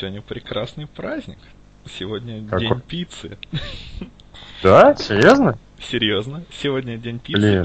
сегодня прекрасный праздник. Сегодня Какой? день пиццы. Да? Серьезно? Серьезно? Сегодня день пиццы. Блин.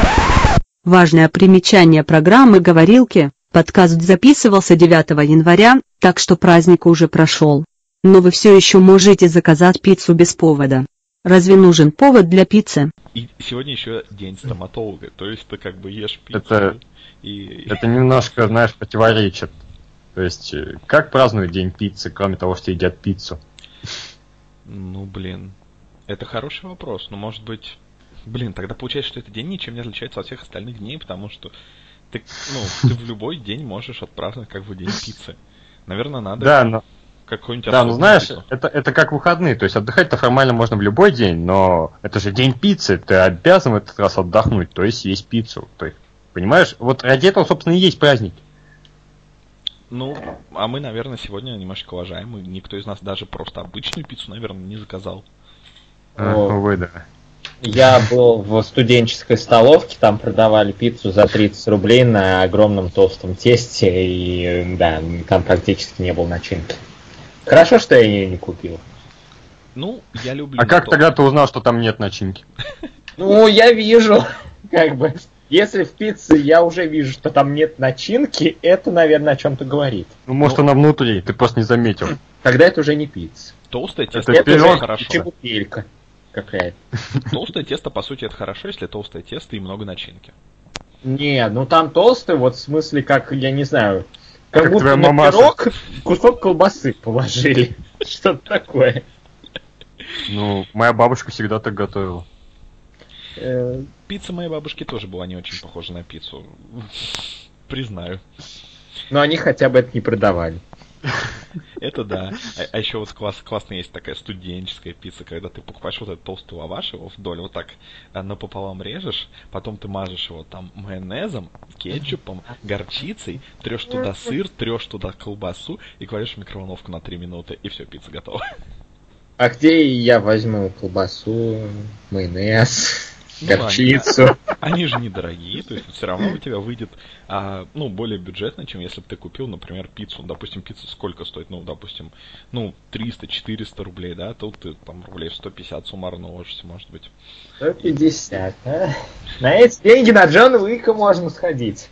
Важное примечание программы «Говорилки». Подкаст записывался 9 января, так что праздник уже прошел. Но вы все еще можете заказать пиццу без повода. Разве нужен повод для пиццы? И сегодня еще день стоматолога. То есть ты как бы ешь пиццу Это немножко, знаешь, противоречит. То есть, как празднуют день пиццы, кроме того, что едят пиццу? Ну, блин. Это хороший вопрос. Но, может быть... Блин, тогда получается, что этот день ничем не отличается от всех остальных дней, потому что ты в любой день можешь отпраздновать как бы день пиццы. Наверное, надо... Да, но... Какой-нибудь Да, ну знаешь, пиццу. это как выходные, то есть отдыхать-то формально можно в любой день, но это же день пиццы, ты обязан в этот раз отдохнуть, то есть есть пиццу. То есть, понимаешь, вот ради этого, собственно, и есть праздник. Ну, а мы, наверное, сегодня немножко лажаем, и никто из нас даже просто обычную пиццу, наверное, не заказал. Увы, да. Я был в студенческой столовке, там продавали пиццу за 30 рублей на огромном толстом тесте, и да, там практически не было начинки. Хорошо, что я ее не купил. Ну, я люблю... А как тогда ты узнал, что там нет начинки? Ну, я вижу, как бы, если в пицце я уже вижу, что там нет начинки, это, наверное, о чем-то говорит. Ну, может, она внутри, ты просто не заметил. Тогда это уже не пицца. Толстое тесто Это это пирог, хорошо. Чебупелька какая-то. Толстое тесто, по сути, это хорошо, если толстое тесто и много начинки. Не, ну там толстый, вот в смысле, как, я не знаю, как Как будто твоя на мамаша. пирог кусок колбасы положили. Что-то такое. Ну, моя бабушка всегда так готовила. Пицца моей бабушки тоже была не очень похожа на пиццу. Признаю. Но они хотя бы это не продавали. Это да. А еще вот классно есть такая студенческая пицца, когда ты покупаешь вот этот толстый лаваш, его вдоль вот так напополам режешь, потом ты мажешь его там майонезом, кетчупом, горчицей, трешь туда сыр, трешь туда колбасу и кладешь в микроволновку на 3 минуты, и все, пицца готова. А где я возьму колбасу, майонез, Ну, горчицу? Они же недорогие, то есть все равно у тебя выйдет более бюджетно, чем если бы ты купил, например, пиццу. Допустим, пицца сколько стоит? Ну, допустим, 300-400 рублей, да? Тут ты там рублей в 150 суммарно ложишься, может быть. 150, а? На эти деньги на Джона Уика можно сходить.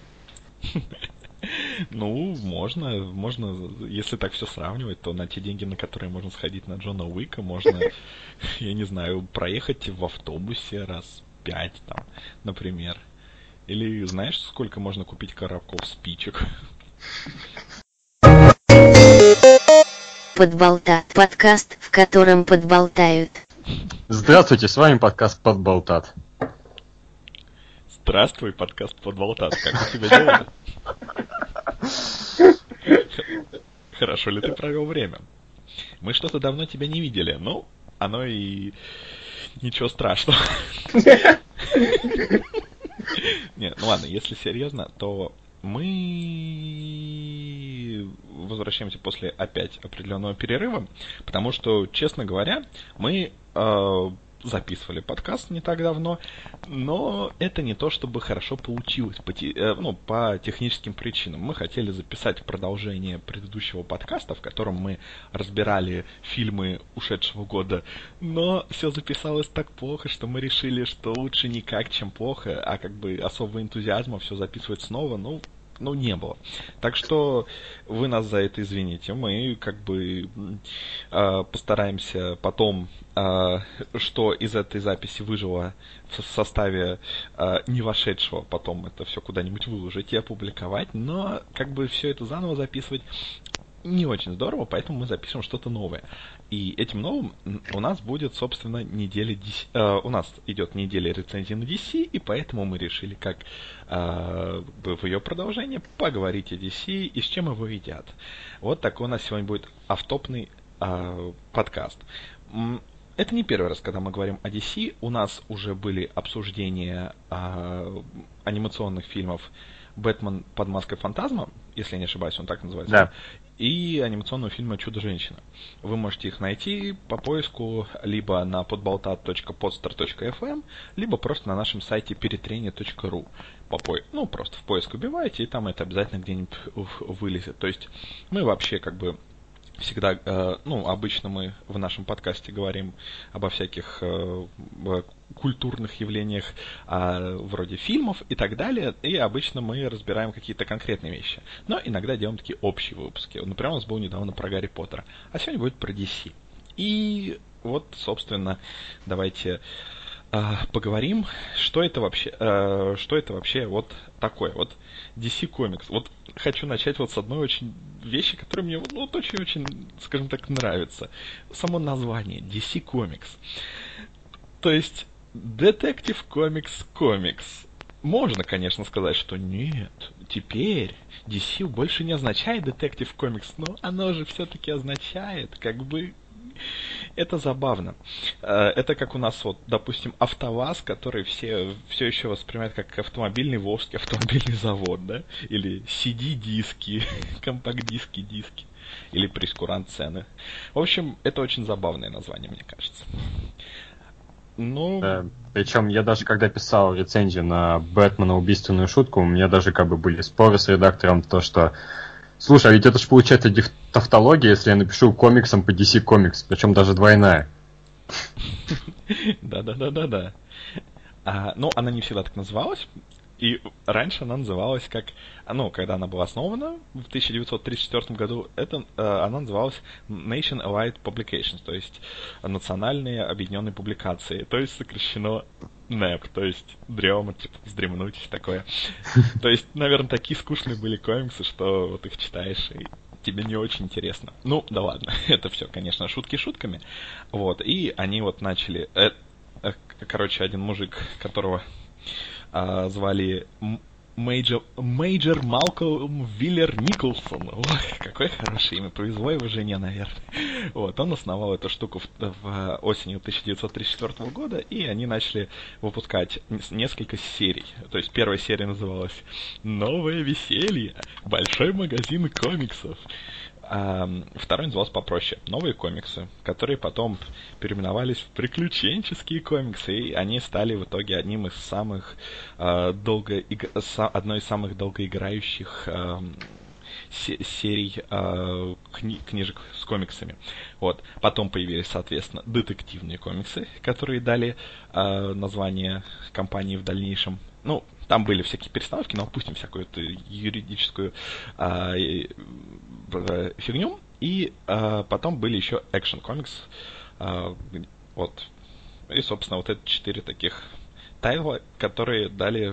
Ну, можно, если так все сравнивать, то на те деньги, на которые можно сходить на Джона Уика, можно, я не знаю, проехать в автобусе раз 5, там, например. Или знаешь, сколько можно купить коробков спичек? Подболтат. Подкаст, в котором подболтают. Здравствуйте, с вами подкаст «Подболтат». Здравствуй, подкаст «Подболтат». Как у тебя дела? Хорошо ли ты провел время? Мы что-то давно тебя не видели, ну, оно и... Ничего страшного. Нет, ну ладно, если серьезно, то мы возвращаемся после опять определенного перерыва, потому что, честно говоря, мы записывали подкаст не так давно, но это не то, чтобы хорошо получилось по техническим причинам. Мы хотели записать продолжение предыдущего подкаста, в котором мы разбирали фильмы ушедшего года, но все записалось так плохо, что мы решили, что лучше никак, чем плохо, а как бы особого энтузиазма все записывать снова, не было. Так что вы нас за это извините. Мы как бы постараемся потом, что из этой записи выжило в составе не вошедшего, потом это все куда-нибудь выложить и опубликовать. Но как бы все это заново записывать не очень здорово, поэтому мы запишем что-то новое. И этим новым у нас будет, собственно, неделя DC. У нас идет неделя рецензий на DC, и поэтому мы решили, как в ее продолжение, поговорить о DC и с чем его едят. Вот такой у нас сегодня будет автопный подкаст. Это не первый раз, когда мы говорим о DC. У нас уже были обсуждения анимационных фильмов «Бэтмен под маской фантазма», если я не ошибаюсь, он так называется. Да. И анимационного фильма «Чудо-женщина». Вы можете их найти по поиску либо на podbaltat.podstar.fm, либо просто на нашем сайте перетрение.ру. Просто в поиск убиваете, и там это обязательно где-нибудь вылезет. То есть мы вообще как бы всегда, обычно мы в нашем подкасте говорим обо всяких культурных явлениях, вроде фильмов и так далее, и обычно мы разбираем какие-то конкретные вещи. Но иногда делаем такие общие выпуски. Например, у нас был недавно про Гарри Поттера, а сегодня будет про DC. И вот, собственно, давайте поговорим, что это вообще вот такое, вот DC Comics. Вот хочу начать вот с одной очень вещи, которая мне вот очень-очень, скажем так, нравится. Само название DC Comics. То есть Detective Comics. Можно, конечно, сказать, что нет, теперь DC больше не означает Detective Comics, но оно же все-таки означает, как бы. Это забавно. Это как у нас, вот, допустим, АвтоВАЗ, который все еще воспринимают как автомобильный Волжский автомобильный завод, да? Или CD-диски, компакт-диски, или прескурант-цены. В общем, это очень забавное название, мне кажется. Причем я даже когда писал рецензию на Бэтмена «Убийственную шутку», у меня даже как бы были споры с редактором, то что слушай, а ведь это же получается тавтология, если я напишу комиксом по DC Comics, причем даже двойная. Да. Но она не всегда так называлась. И раньше она называлась как... когда она была основана в 1934 году, она называлась Nation Allied Publications, то есть Национальные объединенные публикации, то есть сокращено НЭП, то есть дрема, вздремнуть, такое. То есть, наверное, такие скучные были комиксы, что вот их читаешь и тебе не очень интересно. Ну, да ладно, это все, конечно, шутки шутками. Вот, и они вот начали... один мужик, которого... звали Мейджор Малкольм Виллер Николсон. Ох, какое хорошее имя, повезло его жене, наверное. Вот, он основал эту штуку в осенью 1934 года, и они начали выпускать несколько серий. То есть первая серия называлась «Новое веселье. Большой магазин комиксов». Второй назывался попроще «Новые комиксы», которые потом переименовались в приключенческие комиксы, и они стали в итоге одной из самых долгоиграющих серий книжек с комиксами. Вот. Потом появились, соответственно, детективные комиксы, которые дали название компании в дальнейшем. Ну, там были всякие перестановки, но опустим всякую эту юридическую фигню. И потом были еще Action Comics. Вот. И, собственно, вот это 4 таких тайтла, которые дали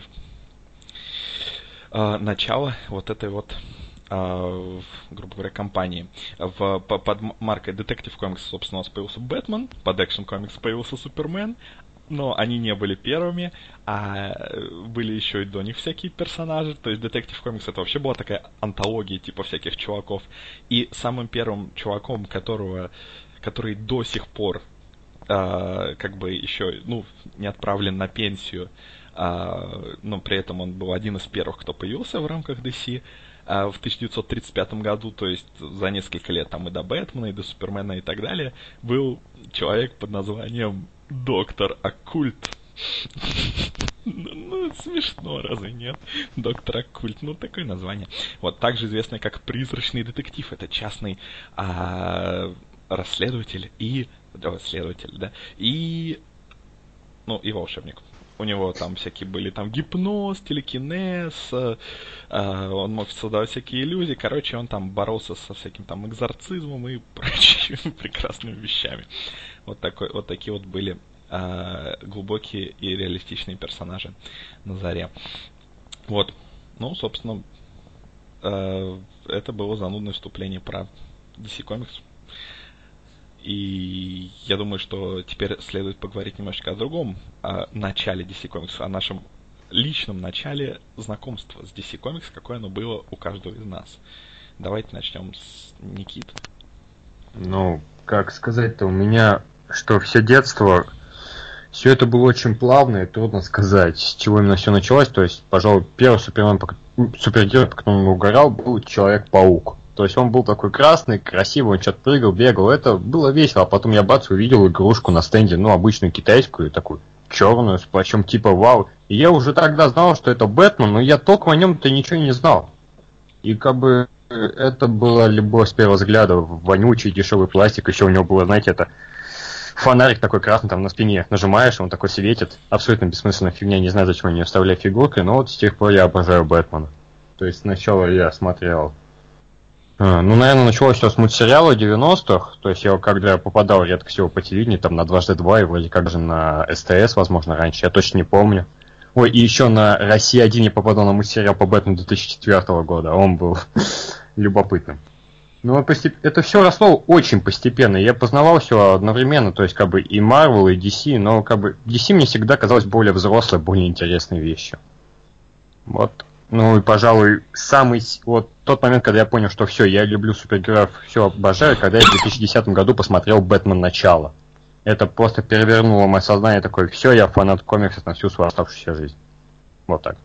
начало вот этой вот, грубо говоря, компании. Под маркой Detective Comics, собственно, у нас появился Бэтмен, под Action Comics появился Супермен, но они не были первыми, а были еще и до них всякие персонажи. То есть Detective Comics это вообще была такая антология типа всяких чуваков. И самым первым чуваком, который до сих пор как бы еще не отправлен на пенсию, но при этом он был один из первых, кто появился в рамках DC в 1935 году, то есть за несколько лет там и до Бэтмена, и до Супермена и так далее, был человек под названием Доктор Оккульт. Ну, это смешно, разве нет? Доктор Оккульт, такое название. Вот, также известный как Призрачный детектив. Это частный расследователь и... следователь, да. И волшебник. У него там всякие были там гипноз, телекинез, он мог создавать всякие иллюзии. Короче, он там боролся со всяким там экзорцизмом и прочими прекрасными вещами. Вот такие вот были глубокие и реалистичные персонажи на заре. Вот. Собственно, это было занудное вступление про DC Comics. И я думаю, что теперь следует поговорить немножечко о другом, о начале DC Comics, о нашем личном начале знакомства с DC Comics, какое оно было у каждого из нас. Давайте начнем с Никиты. Как сказать-то, у меня, что все детство, все это было очень плавно, и трудно сказать, с чего именно все началось. То есть, пожалуй, первый супергерой, по которому я угорал, был Человек-паук. То есть он был такой красный, красивый, он что-то прыгал, бегал, это было весело. А потом я увидел игрушку на стенде, обычную китайскую, такую черную, с плащом типа вау. И я уже тогда знал, что это Бэтмен, но я толком о нем-то ничего не знал. И как бы это была любовь с первого взгляда, вонючий дешевый пластик, еще у него было, знаете, это фонарик такой красный там на спине, нажимаешь, он такой светит, абсолютно бессмысленная фигня, не знаю, зачем они ее вставляют фигуркой, но вот с тех пор я обожаю Бэтмена. То есть сначала я смотрел, наверное, началось все с мультсериала 90-х, то есть я когда попадал редко всего по телевидению, там на 2X2 и вроде как же на СТС, возможно, раньше, я точно не помню. Ой, и еще на Россия-1 я попадал на мультсериал по Бэтмену 2004 года, он был любопытным. Но это все росло очень постепенно, я познавал все одновременно, то есть как бы и Marvel, и DC, но как бы DC мне всегда казалось более взрослой, более интересной вещью. Вот. Ну и, пожалуй, вот тот момент, когда я понял, что все, я люблю супергероев, все обожаю, когда я в 2010 году посмотрел «Бэтмен. Начало». Это просто перевернуло мое сознание, такое, все, я фанат комиксов на всю свою оставшуюся жизнь. Вот так.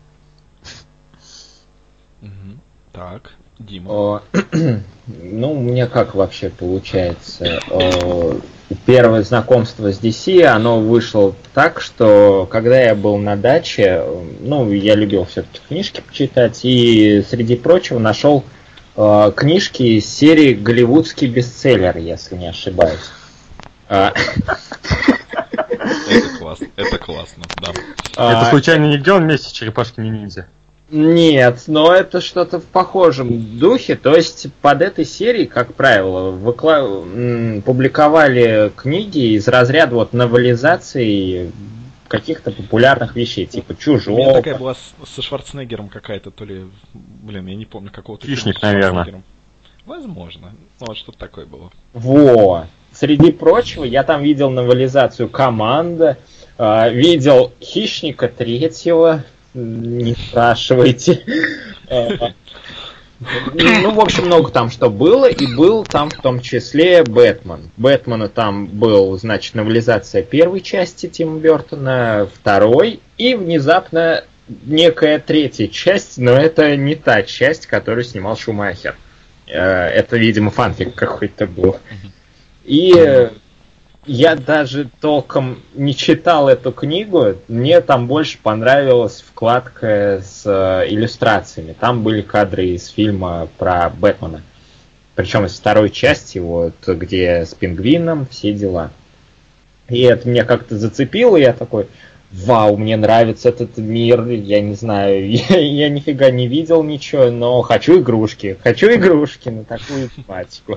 Так, Дима. Ну, у меня как вообще получается? Первое знакомство с DC, оно вышло так, что когда я был на даче, ну, я любил все-таки книжки почитать, и среди прочего нашел книжки из серии «Голливудский бестселлер», если не ошибаюсь. Это классно, да. Это случайно не где он вместе с черепашками ниндзя? Нет, но это что-то в похожем духе. То есть под этой серией, как правило, публиковали книги из разряда вот новелизации каких-то популярных вещей, типа «Чужого». У меня такая была со Шварценеггером какая-то, то ли, я не помню, какого-то... «Хищник», наверное. Возможно. Ну, вот что-то такое было. Во! Среди прочего, я там видел новелизацию «Команда», видел «Хищника» третьего, не спрашивайте. Ну, в общем, много там что было, и был там в том числе Бэтмен. Бэтмена там был, значит, новелизация первой части Тима Бёртона, второй, и внезапно некая третья часть, но это не та часть, которую снимал Шумахер. Это, видимо, фанфик какой-то был. И я даже толком не читал эту книгу, мне там больше понравилась вкладка с иллюстрациями. Там были кадры из фильма про Бэтмена. Причем из второй части, вот, где с пингвином, все дела. И это меня как-то зацепило, и я такой: вау, мне нравится этот мир, я не знаю, я нифига не видел ничего, но хочу игрушки на такую тематику.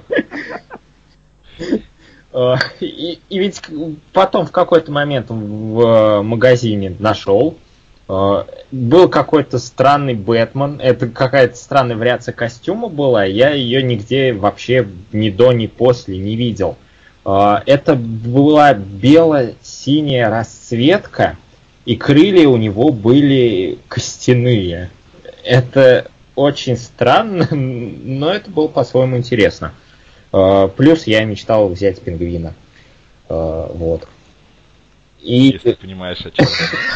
И ведь потом в какой-то момент в магазине нашел, был какой-то странный Бэтмен, это какая-то странная вариация костюма была, я ее нигде вообще ни до, ни после не видел. Это была бело-синяя расцветка, и крылья у него были костяные. Это очень странно, но это было по-своему интересно. Плюс я мечтал взять пингвина. Вот. Если ты понимаешь, о чем.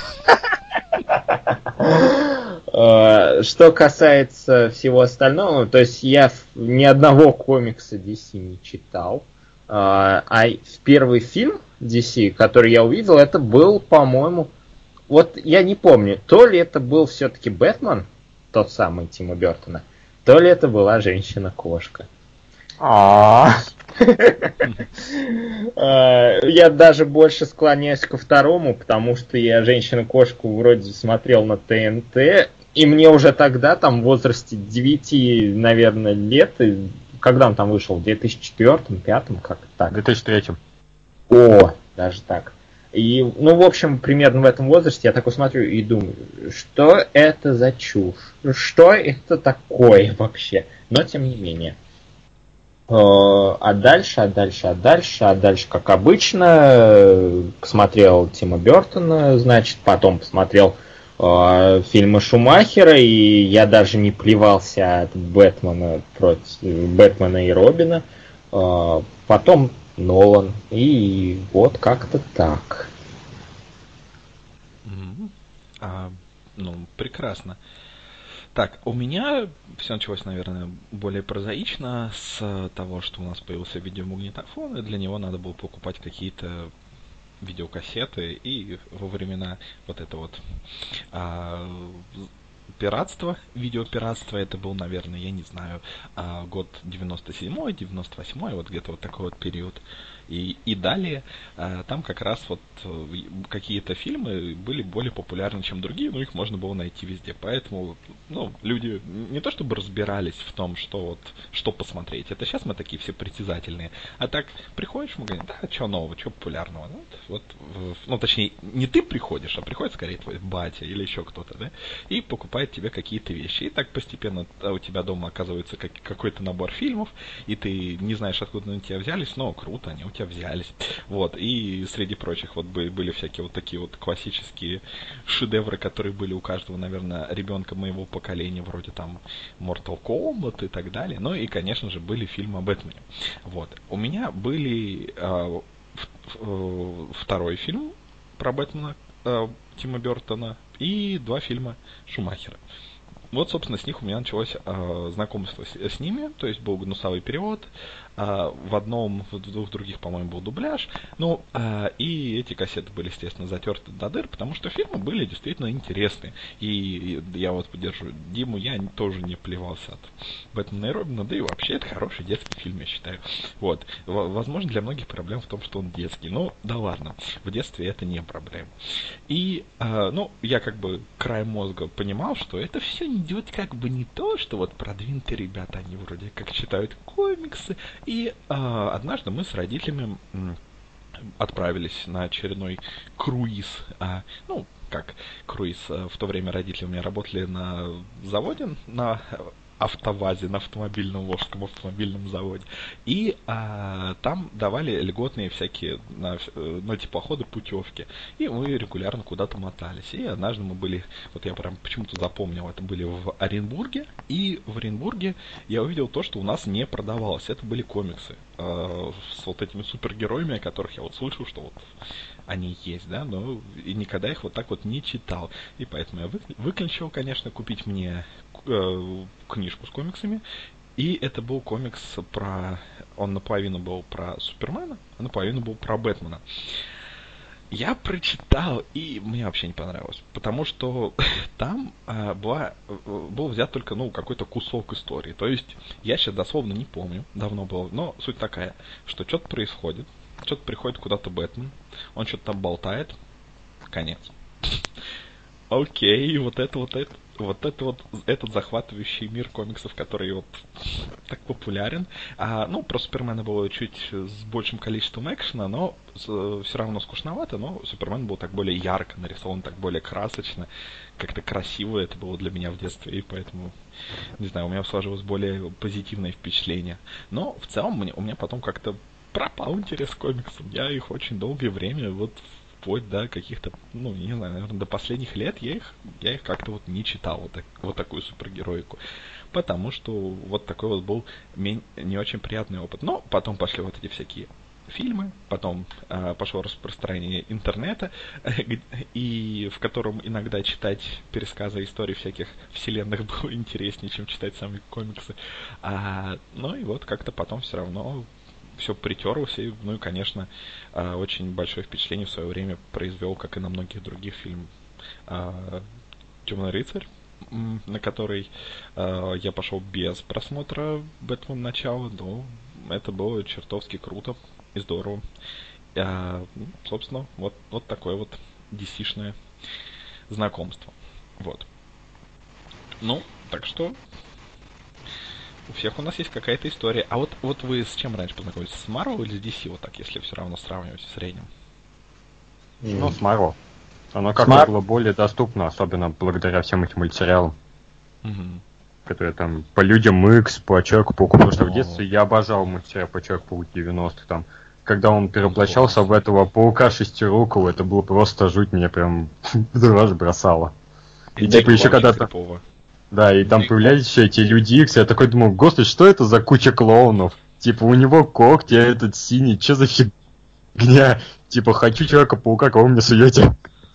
Что касается всего остального, то есть я ни одного комикса DC не читал. А первый фильм DC, который я увидел, это был, по-моему, вот я не помню, то ли это был все-таки Бэтмен, тот самый Тима Бёртона, то ли это была Женщина-кошка. Я даже больше склоняюсь ко второму, потому что я Женщину-кошку вроде смотрел на ТНТ, и мне уже тогда, там в возрасте 9, наверное, лет, когда он там вышел, в 2004-2005, как так? В 2003. О, даже так. И, ну, в общем, примерно в этом возрасте я такой смотрю и думаю, что это за чушь? Что это такое вообще? Но, тем не менее. А дальше, как обычно, посмотрел Тима Бёртона, значит, потом посмотрел фильмы Шумахера, и я даже не плевался от Бэтмена и Робина. Потом Нолан, и вот как-то так. Ну, прекрасно. Так, у меня все началось, наверное, более прозаично с того, что у нас появился видеомагнитофон, и для него надо было покупать какие-то видеокассеты, и во времена вот это вот пиратство, видеопиратство. Это был, наверное, я не знаю, год 97-й, 98-й, вот где-то вот такой вот период. И далее там как раз вот какие-то фильмы были более популярны, чем другие, но их можно было найти везде. Поэтому, ну, люди не то чтобы разбирались в том, что посмотреть. Это сейчас мы такие все притязательные. А так приходишь в магазин, да, что нового, что популярного. Ну, точнее, не ты приходишь, а приходит скорее твой батя или еще кто-то, да, и покупает тебе какие-то вещи. И так постепенно у тебя дома оказывается какой-то набор фильмов, и ты не знаешь, откуда они у тебя взялись, но круто, они у тебя взялись. Вот. И среди прочих вот были всякие вот такие вот классические шедевры, которые были у каждого, наверное, ребенка моего поколения, вроде там Mortal Kombat и так далее. Ну и, конечно же, были фильмы о Бэтмене. Вот. У меня были второй фильм про Бэтмена Тима Бёртона и 2 фильма Шумахера. Вот, собственно, с них у меня началось знакомство с ними, то есть был гнусавый перевод, в 2 других, по-моему, был дубляж, ну, и эти кассеты были, естественно, затерты до дыр, потому что фильмы были действительно интересные, и я вот поддержу Диму, я тоже не плевался от Бэтмена и Робина, да и вообще это хороший детский фильм, я считаю. Вот, возможно, для многих проблема в том, что он детский, но да ладно, в детстве это не проблема. И, ну, я как бы краем мозга понимал, что это все идет как бы не то, что вот продвинутые ребята, они вроде как читают комиксы. И однажды мы с родителями отправились на очередной круиз. Ну, как круиз, в то время родители у меня работали на заводе, на автовазе, на Волжском автомобильном заводе. И там давали льготные всякие на теплоходы путевки. И мы регулярно куда-то мотались. И однажды мы были, вот я прям почему-то запомнил, это были в Оренбурге. И в Оренбурге я увидел то, что у нас не продавалось. Это были комиксы с вот этими супергероями, о которых я вот слышал, что вот они есть, да, но и никогда их вот так вот не читал. И поэтому я выключил, конечно, купить мне книжку с комиксами. И это был комикс он наполовину был про Супермена, а наполовину был про Бэтмена. Я прочитал, и мне вообще не понравилось, потому что там был взят только, ну, какой-то кусок истории. То есть, я сейчас дословно не помню, давно было, но суть такая, что что-то происходит, что-то приходит куда-то Бэтмен, он что-то там болтает, конец. Окей, этот захватывающий мир комиксов, который вот так популярен. Ну, про Супермена было чуть с большим количеством экшена, но все равно скучновато, но Супермен был так более ярко нарисован, так более красочно, как-то красиво это было для меня в детстве, и поэтому, не знаю, у меня сложилось более позитивное впечатление. Но в целом у меня потом как-то пропал интерес к комиксам. Я их очень долгое время вот вплоть до каких-то, ну, не знаю, наверное, до последних лет я их как-то вот не читал, вот такую супергероику. Потому что вот такой вот был не очень приятный опыт. Но потом пошли вот эти всякие фильмы, потом пошло распространение интернета, и в котором иногда читать пересказы историй всяких вселенных было интереснее, чем читать сами комиксы. Ну и вот как-то потом все равно все притерлось, ну и, конечно, очень большое впечатление в свое время произвел, как и на многих других фильмах, «Темный рыцарь», на который я пошел без просмотра «Бэтмен. Начало», но это было чертовски круто и здорово. Собственно, вот такое вот DC-шное знакомство. Вот. Ну, так что у всех у нас есть какая-то история. А вот вы с чем раньше познакомились? С Marvel или с DC? Вот так, если все равно сравнивать в среднем. Ну, с Marvel. Оно как-то было более доступно, особенно благодаря всем этим мультсериалам. Которые там по Людям Икс, по Человеку-пауку. Потому что в детстве я обожал мультсериал по Человеку-пауку 90-х. Там, когда он перевоплощался в этого паука шестирукого, это было просто жуть, меня прям в дрожь бросало. И типа еще когда-то... Да, и там появлялись все эти Люди Икс, я такой думал, господи, что это за куча клоунов? Типа, у него когти, а этот синий, что за фигня? Типа, хочу Человека-паука, кого вы мне суете?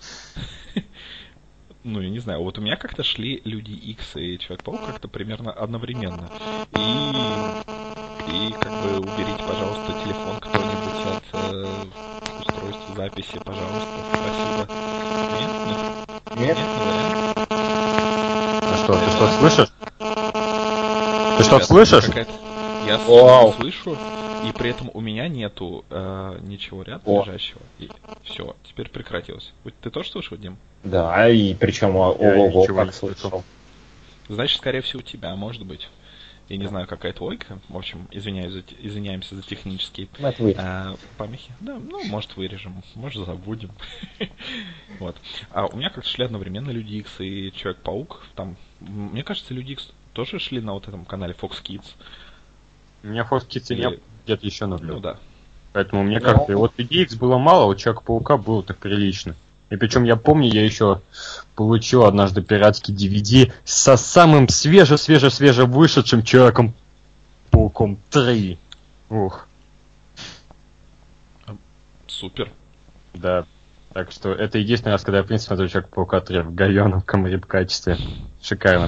Ну, я не знаю, вот у меня как-то шли Люди Икс и Человек-паук как-то примерно одновременно. И как бы уберите, пожалуйста, телефон кто-нибудь от устройства записи, пожалуйста. Спасибо. Нет? Нет? слышишь? Ты что, Ребята, слышишь? Я Вау. слышу, и при этом у меня нету ничего рядом О. лежащего. И все, теперь прекратилось. Ты тоже слышал, Дим? Да, и причем Я ого-го, ничего как не слышал. слышал. Значит, скорее всего, у тебя, может быть. Я не знаю, какая это логика. В общем, извиняемся за технические Ну, это вырежем. помехи. Да, ну, может, вырежем, может, забудем. Вот. А у меня как-то шли одновременно Люди Икс и Человек-паук. Там, мне кажется, Люди Икс тоже шли на вот этом канале Fox Kids. У меня Fox Kids Или- не где-то еще Ну наблюдал. да. Поэтому мне Ну. как-то... Вот Людей Икс было мало, а у Человека-паука было так прилично. И причем я помню, я еще получил однажды пиратский DVD со самым свеже вышедшим Человеком-пауком 3. Ух, Супер. да. Так что это единственный раз, когда я, в принципе, смотрю Человека-паука 3 в говёном качестве. Шикарно.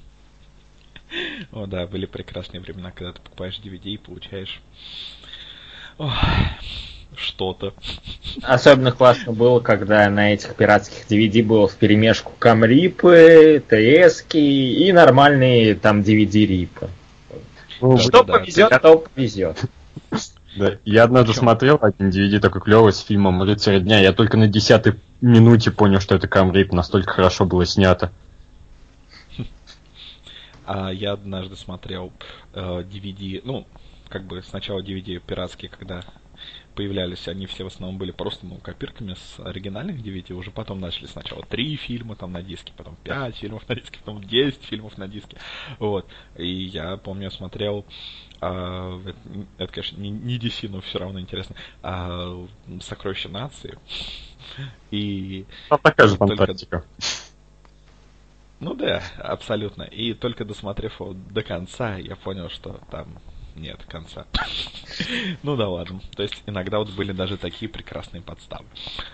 О, да, были прекрасные времена, когда ты покупаешь DVD и получаешь ох, что-то. Особенно классно было, когда на этих пиратских DVD было вперемешку камрипы, ТСки и нормальные там DVD-рипы. Ну, Что да, повезет, я- то повезет. Да. Я однажды Причем- смотрел один DVD такой клевый с фильмом «Рыцарь дня». Я только на 10-й минуте понял, что это камрип. Настолько хорошо было снято. А я однажды смотрел DVD, ну, как бы сначала DVD пиратские, когда появлялись, они все в основном были просто, ну, копирками с оригинальных DVD, уже потом начали сначала 3 фильма там на диске, потом 5 фильмов на диске, потом 10 фильмов на диске, вот, и я помню, смотрел, это, конечно, не DC, но все равно интересно, «Сокровища нации», и Там такая же Только- фантастика. ну да, абсолютно. И только досмотрев его до конца, я понял, что там нет конца. Ну да ладно. То есть иногда вот были даже такие прекрасные подставы.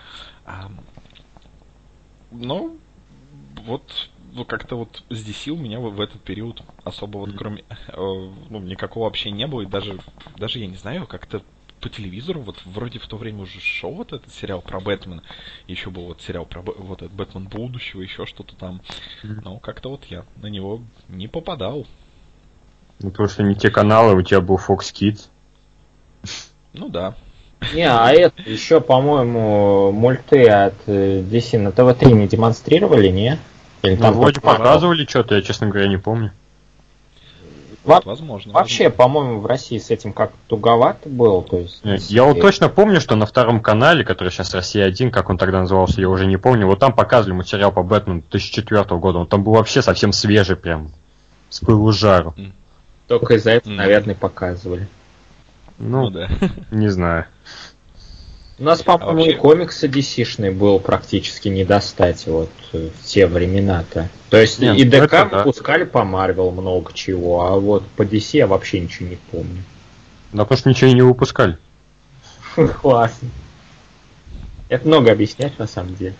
Ну, вот как-то вот с DC у меня в этот период особо вот кроме ну, никакого вообще не было. И даже я не знаю, как-то по телевизору, вот вроде в то время уже шел вот этот сериал про Бэтмена, еще был вот сериал про вот этот Бэтмен будущего, еще что-то там. Но как-то вот я на него не попадал. Ну, потому что не те каналы, у тебя был Fox Kids. Ну да. Не, а это еще, по-моему, мульты от DC на ТВ-3 не демонстрировали, не? Или Ну, там вроде только- показывали что-то, я, честно говоря, не помню. Во- Возможно. Вообще, по-моему, в России с этим как туговато было, то есть... Я вот точно помню, что на втором канале, который сейчас Россия-1, как он тогда назывался, я уже не помню, вот там показывали материал по Бэтмену 2004 года. Он там был вообще совсем свежий прям. С пылу с жару. Только из-за этого, Мгм. наверное, показывали. Ну Ну, да. не знаю. У нас, по-моему, вообще- и комиксы DC-шный был практически не достать вот в те времена-то. То есть Не, и ну ДК это да. выпускали по Марвел много чего, а вот по DC я вообще ничего не помню. Да потому что ничего и не выпускали. Классно. Это много объяснять на самом деле.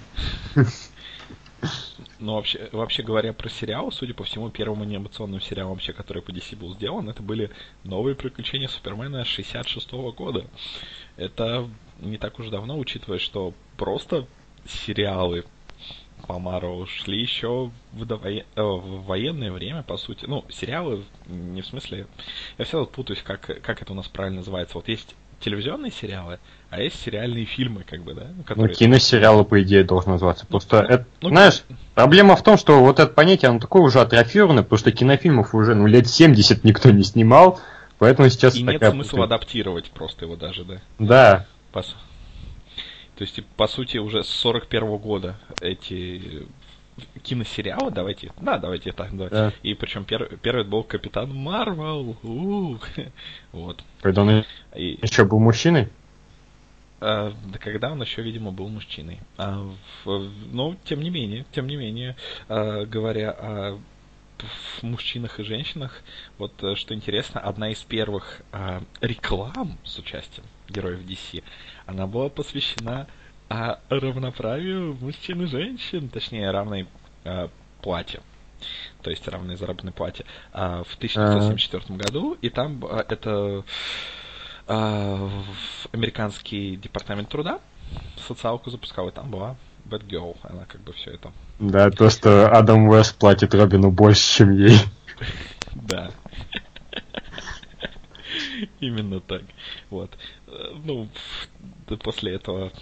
Ну, вообще говоря про сериал, судя по всему, первым анимационным сериалом вообще, который по DC был сделан, это были новые приключения Супермена 66-го года. Это не так уж давно, учитывая, что просто сериалы по Марвелу шли еще в военное время, по сути. Ну, сериалы, не в смысле... Я всегда вот путаюсь, как это у нас правильно называется. Вот есть телевизионные сериалы, а есть сериальные фильмы, как бы, да? Ну, которые... киносериалы, по идее, должен называться. Просто, это, ну, знаешь, проблема в том, что вот это понятие, оно такое уже атрофированное, потому что кинофильмов уже, ну, лет 70 никто не снимал, поэтому сейчас И нет такая... смысла адаптировать просто его даже, да? Да, То есть, по сути, уже с 41-го года эти киносериалы, давайте так, да. Да. И причем первый был Капитан Марвел. Вот. когда он И, еще был мужчиной. да когда он еще, видимо, был мужчиной. Но, тем не менее, говоря о мужчинах и женщинах, вот что интересно, одна из первых реклам с участием героев DC, она была посвящена равноправию мужчин и женщин, точнее, равной плате. То есть равной заработной плате. В 1974 году, и там это американский департамент труда социалку запускал, и там была Бэтгерл, она как бы все это. Да, то, что Адам Уэст платит Робину больше, чем ей. Да. Именно так. Вот. Ну, после этого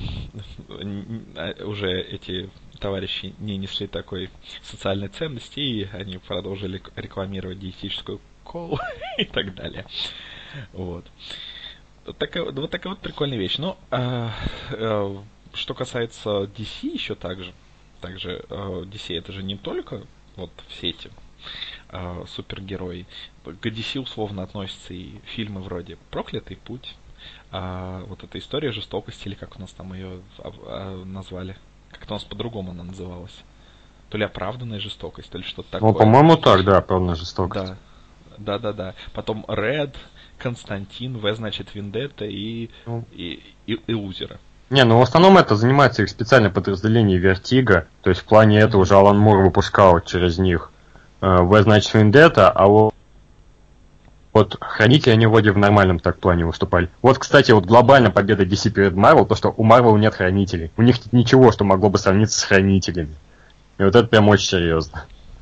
уже эти товарищи не несли такой социальной ценности, и они продолжили рекламировать диетическую колу и так далее. Вот. Вот такая вот прикольная вещь. Но что касается DC еще также DC это же не только вот все эти супергерои. К DC условно относятся и фильмы вроде «Проклятый путь», вот эта история жестокости, или как у нас там ее назвали. Как-то у нас по-другому она называлась. То ли оправданная жестокость, то ли что-то такое. Ну, по-моему, так, да, оправданная жестокость. Да. Потом Red, Константин, В, значит, Вендетта и Лузера. Не, ну в основном это занимается их специальное подразделение Вертига. То есть в плане этого уже Алан Мур выпускал через них В, значит, Вендетта, а вот Хранители, они вроде в нормальном так плане выступали. Вот, кстати, вот глобальная победа DC перед Marvel, то, что у Marvel нет Хранителей. У них нет ничего, что могло бы сравниться с Хранителями. И вот это прям очень серьезно.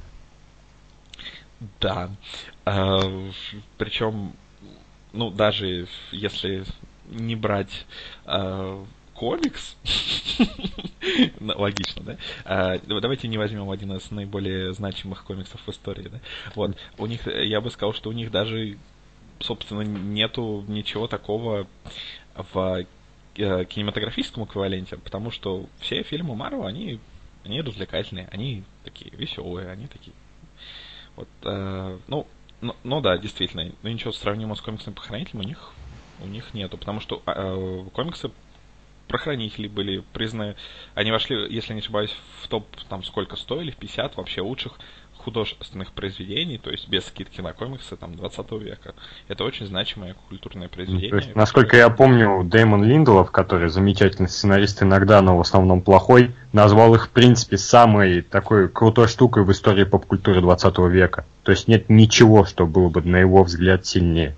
Да. Причем, ну, даже если не брать комикс, логично, да? Давайте не возьмем один из наиболее значимых комиксов в истории, да? Вот, у них, я бы сказал, что у них даже, собственно, нету ничего такого в кинематографическом эквиваленте, потому что все фильмы Марвел, они развлекательные, они такие веселые, они такие, вот, ну да, действительно, но ничего сравнимого с комиксами по Хранителям у них нету, потому что комиксы про Хранителей были признаны, они вошли, если не ошибаюсь, в топ, там, сколько стоили, в 50 вообще лучших художественных произведений, то есть без скидки на комиксы, там, 20 века. Это очень значимое культурное произведение. То есть, насколько я помню, Дэймон Линделов, который замечательный сценарист иногда, но в основном плохой, назвал их, в принципе, самой такой крутой штукой в истории поп-культуры 20 века. То есть нет ничего, что было бы, на его взгляд, сильнее.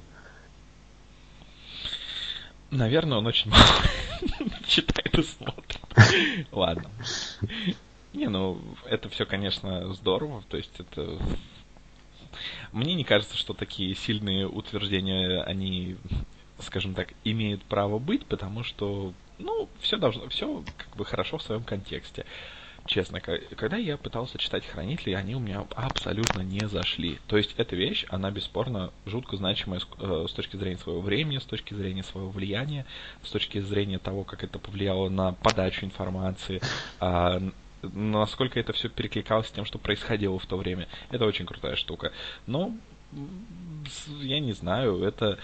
Наверное, он очень мало читает и смотрит. Ладно. Не, ну, это все, конечно, здорово. То есть это... Мне не кажется, что такие сильные утверждения, они, скажем так, имеют право быть, потому что, ну, все как бы хорошо в своем контексте. Честно, когда я пытался читать Хранителей, они у меня абсолютно не зашли. То есть эта вещь, она бесспорно жутко значимая с точки зрения своего времени, с точки зрения своего влияния, с точки зрения того, как это повлияло на подачу информации, насколько это все перекликалось с тем, что происходило в то время. Это очень крутая штука. Но, я не знаю,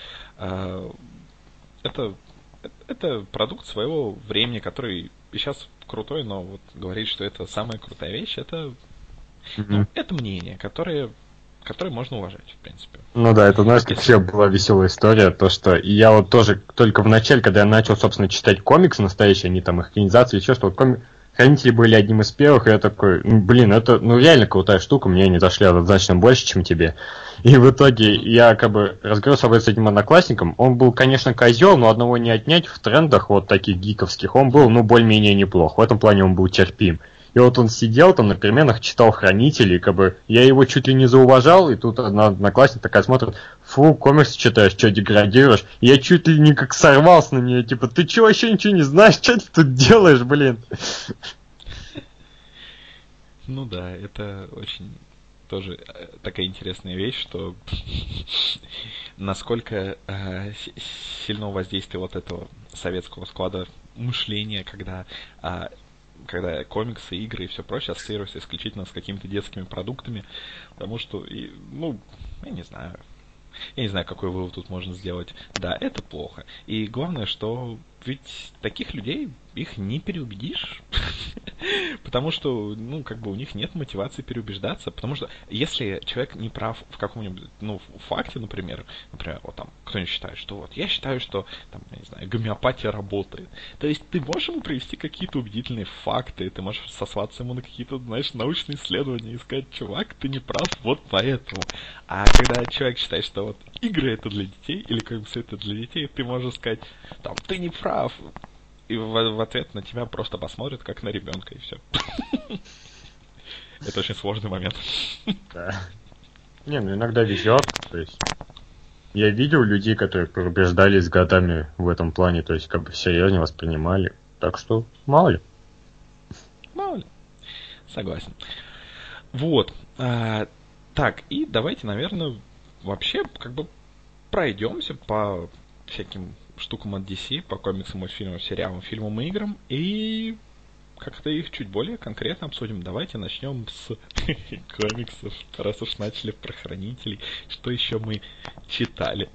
это продукт своего времени, который сейчас крутой, но вот говорить, что это самая крутая вещь, это, ну, это мнение, которое можно уважать, в принципе. Ну да, это, знаешь, как все была веселая история, то, что я вот тоже только в начале, когда я начал, собственно, читать комиксы настоящие, они там, их экранизации, еще что, вот Хранители были одним из первых, и я такой, блин, это, ну, реально крутая штука, мне они зашли однозначно больше, чем тебе. И в итоге я, как бы, разговаривал с собой с этим одноклассником, он был, конечно, козел, но одного не отнять в трендах вот таких гиковских, он был, ну, более-менее неплох, в этом плане он был терпим. И вот он сидел там на переменах, читал Хранителей, как бы, я его чуть ли не зауважал, и тут одноклассник такая смотрит, фу, комикс читаешь, что деградируешь? И я чуть ли не как сорвался на нее, типа, ты че, вообще ничего не знаешь, что ты тут делаешь, блин? Ну да, это очень тоже такая интересная вещь, что насколько сильно воздействие вот этого советского склада мышления, когда комиксы, игры и все прочее ассоциируются исключительно с какими-то детскими продуктами, потому что, ну, я не знаю, какой вывод тут можно сделать. Да, это плохо. И главное, что ведь таких людей их не переубедишь, потому что, ну, как бы у них нет мотивации переубеждаться, потому что если человек не прав в каком-нибудь, ну, факте, например, вот там, кто-нибудь считает, что вот, я считаю, что, там, я не знаю, гомеопатия работает, то есть ты можешь ему привести какие-то убедительные факты, ты можешь сослаться ему на какие-то, знаешь, научные исследования и сказать, чувак, ты не прав вот поэтому. А когда человек считает, что вот игры это для детей, или комиксы это для детей, ты можешь сказать, там, ты не прав, и в ответ на тебя просто посмотрят, как на ребенка, и все. Это очень сложный момент. Да. Не, ну иногда везет, то есть... Я видел людей, которые пробеждались годами в этом плане, то есть как бы серьезно воспринимали. Так что, мало ли. Мало ли. Согласен. Вот. Так, и давайте, наверное, вообще как бы пройдемся по всяким штукам от DC, по комиксам, мультфильмам, сериалам, фильмам и играм, и как-то их чуть более конкретно обсудим. Давайте начнем с комиксов, раз уж начали про хранителей. Что еще мы читали?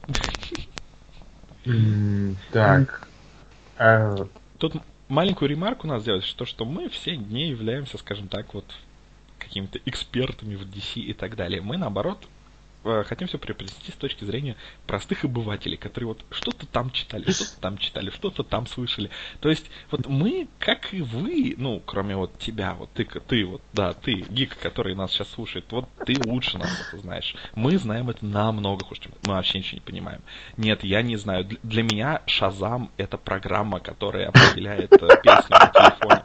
Так. Тут маленькую ремарку у нас сделать, что мы все не являемся, скажем так, вот какими-то экспертами в DC и так далее. Мы, наоборот, хотим все преподнести с точки зрения простых обывателей, которые вот что-то там читали, что-то там слышали. То есть, вот мы, как и вы, ну, кроме вот тебя, вот ты вот, да, ты, гик, который нас сейчас слушает, вот ты лучше нас это знаешь. Мы знаем это намного хуже, чем мы вообще ничего не понимаем. Нет, я не знаю. Для меня Шазам — это программа, которая определяет песню на телефоне.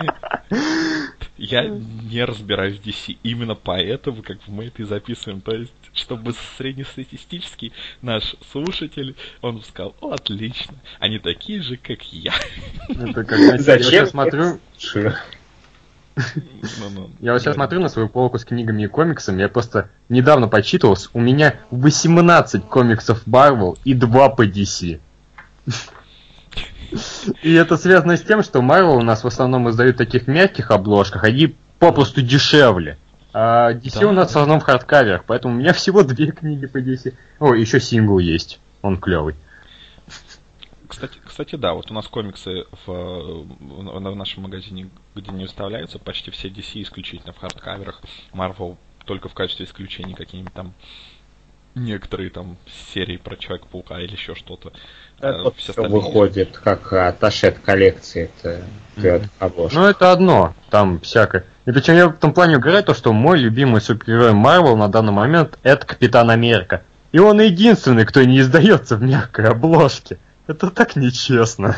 Я не разбираюсь в DC. Именно поэтому, как бы, мы это и записываем. То есть, чтобы среднестатистический наш слушатель, он сказал: о, отлично, они такие же, как я. Это как, знаете, я сейчас смотрю... Я вот сейчас смотрю на свою полку с книгами и комиксами, я просто недавно подсчитывался, у меня 18 комиксов Marvel и 2 по DC. И это связано с тем, что Marvel у нас в основном издают в таких мягких обложках, они попросту дешевле. А DC у нас в основном в хардкаверах, поэтому у меня всего 2 книги по DC. О, еще сингл есть, он клевый. Кстати, да, вот у нас комиксы в нашем магазине, где не выставляются, почти все DC исключительно в хардкаверах. Marvel только в качестве исключения какие-нибудь там некоторые там серии про Человека-паука или еще что-то. Это все выходит как атташе от коллекции, это обложка. Ну, это одно, там всякое. И причем я в том плане говорю то, что мой любимый супергерой Marvel на данный момент — это Капитан Америка. И он единственный, кто не издается в мягкой обложке. Это так нечестно.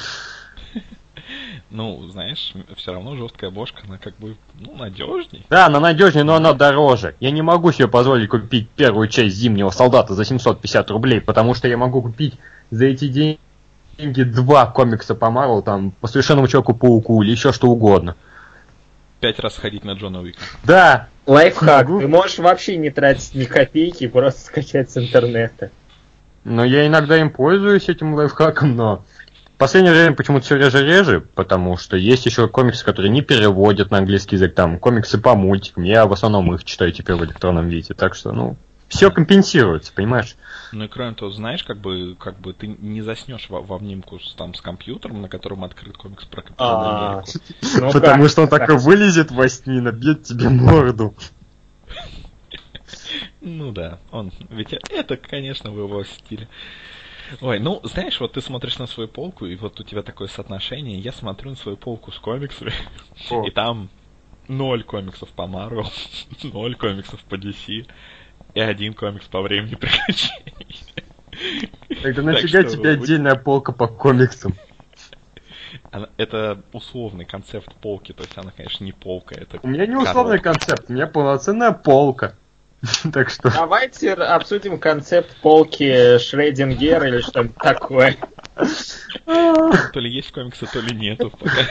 Ну, знаешь, все равно жесткая обложка, она как бы, ну, надежней. Да, она надежнее, но она дороже. Я не могу себе позволить купить первую часть Зимнего солдата за 750 рублей, потому что я могу купить за эти деньги 2 комикса по Марвел, там, по Совершенному Человеку-пауку или еще что угодно. 5 раз ходить на Джона Уика. Да. Лайфхак, ты можешь вообще не тратить ни копейки, просто скачать с интернета. Но я иногда им пользуюсь, этим лайфхаком, но... В последнее время почему-то все реже, потому что есть еще комиксы, которые не переводят на английский язык, там, комиксы по мультикам, я в основном их читаю теперь в электронном виде, так что, ну, все компенсируется, понимаешь? Ну и кроме того, знаешь, как бы ты не заснешь в обнимку с компьютером, на котором открыт комикс про Капитана Америку. Потому что он такой вылезет во сне и набьет тебе морду. Ну да, ведь это, конечно, в его стиле. Ой, ну, знаешь, вот ты смотришь на свою полку, и вот у тебя такое соотношение. Я смотрю на свою полку с комиксами, и там 0 комиксов по Marvel, 0 комиксов по DC, и 1 комикс по Времени Приключений. Тогда нафига тебе отдельная полка по комиксам? Это условный концепт полки, то есть она, конечно, не полка, это... У меня не условный концепт, у меня полноценная полка. Так что... Давайте обсудим концепт полки Шрёдингера или что-нибудь такое. То ли есть комиксы, то ли нету.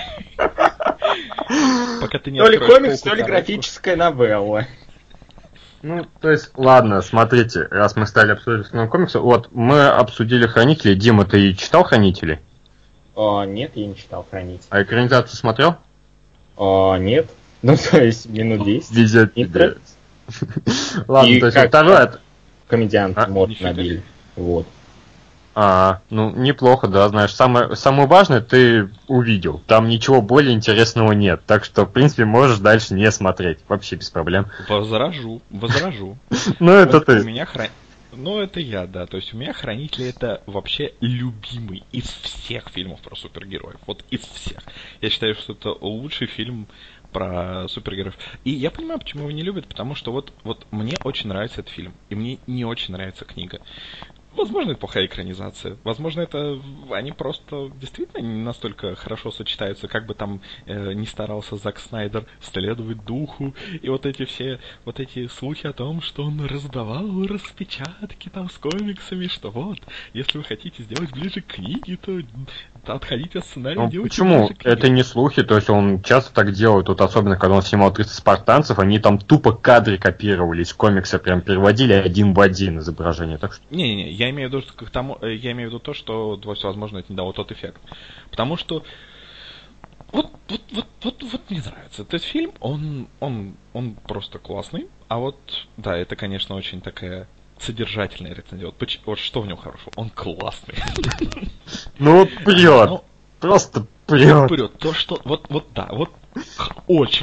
Пока ты не то ли комикс, то ли графическая новелла. Ну, то есть, ладно, смотрите, раз мы стали обсуждать основной комикс, вот мы обсудили Хранителей. Дима, ты читал Хранителей? Нет, я не читал Хранителей. А экранизацию смотрел? Нет. Ну, то есть, минут 10. Везет тебе. Ладно, то есть второе... Комедиант мод набили. Вот. Ну, неплохо, да, знаешь. Самое важное ты увидел. Там ничего более интересного нет. Так что, в принципе, можешь дальше не смотреть. Вообще без проблем. Возражу. Ну, это ты. Ну, это я, да. То есть у меня Хранители — это вообще любимый из всех фильмов про супергероев. Вот из всех. Я считаю, что это лучший фильм про супергероев. И я понимаю, почему его не любят, потому что вот мне очень нравится этот фильм, и мне не очень нравится книга. Возможно, это плохая экранизация. Возможно, это они просто действительно не настолько хорошо сочетаются, как бы там не старался Зак Снайдер следовать духу. И вот эти все, вот эти слухи о том, что он раздавал распечатки там с комиксами, что вот, если вы хотите сделать ближе к книге, то отходите от сценария, Ну, делайте почему? ближе к книге. Это не слухи, то есть он часто так делает, вот особенно когда он снимал 300 спартанцев, они там тупо кадры копировали из комикса, прям переводили один в один изображение, так что... Не-не-не, я имею в виду к тому, я имею в виду то, что, возможно, это не дало тот эффект. Потому что вот мне нравится. Этот фильм, он просто классный. А вот, да, это, конечно, очень такая содержательная рецензия. Вот что в нем хорошего? Он классный. Ну вот прет, Ну, просто прет. вперед. То, что, да, очень.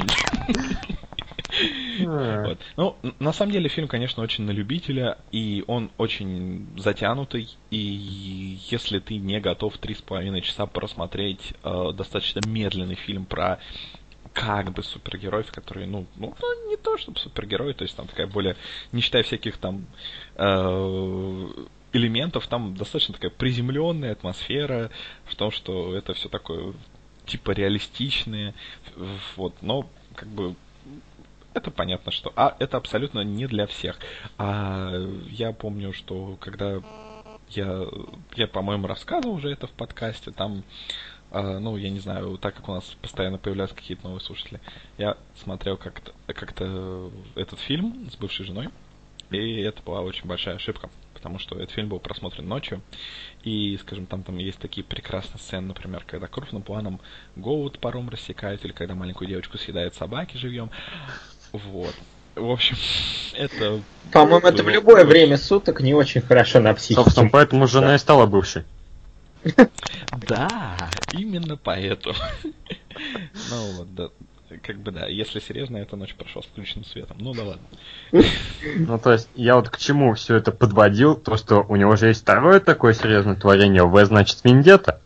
А. Вот. Ну, на самом деле фильм, конечно, очень на любителя, и он очень затянутый, и если ты не готов 3,5 часа просмотреть достаточно медленный фильм про как бы супергероев, которые, ну, не то чтобы супергерои, то есть там такая более, не считая всяких там элементов, там достаточно такая приземленная атмосфера в том, что это все такое типа реалистичное, вот, но как бы это понятно, что это абсолютно не для всех. Я помню, что когда я, по-моему, рассказывал уже это в подкасте, там, ну, я не знаю, так как у нас постоянно появляются какие-то новые слушатели, я смотрел как-то этот фильм с бывшей женой, и это была очень большая ошибка, потому что этот фильм был просмотрен ночью, и, скажем, там есть такие прекрасные сцены, например, когда крупным планом голову топором рассекают, или когда маленькую девочку съедают собаки живьем. Вот. В общем, это... По-моему, это в любое время суток не очень хорошо на психику. Собственно, поэтому жена и стала бывшей. Да, именно поэтому. Ну вот, да. Как бы да, если серьезно, эта ночь прошла с включенным светом. Ну да ладно. Ну, то есть, я вот к чему все это подводил, то, что у него же есть второе такое серьезное творение, В, значит, Вендетта.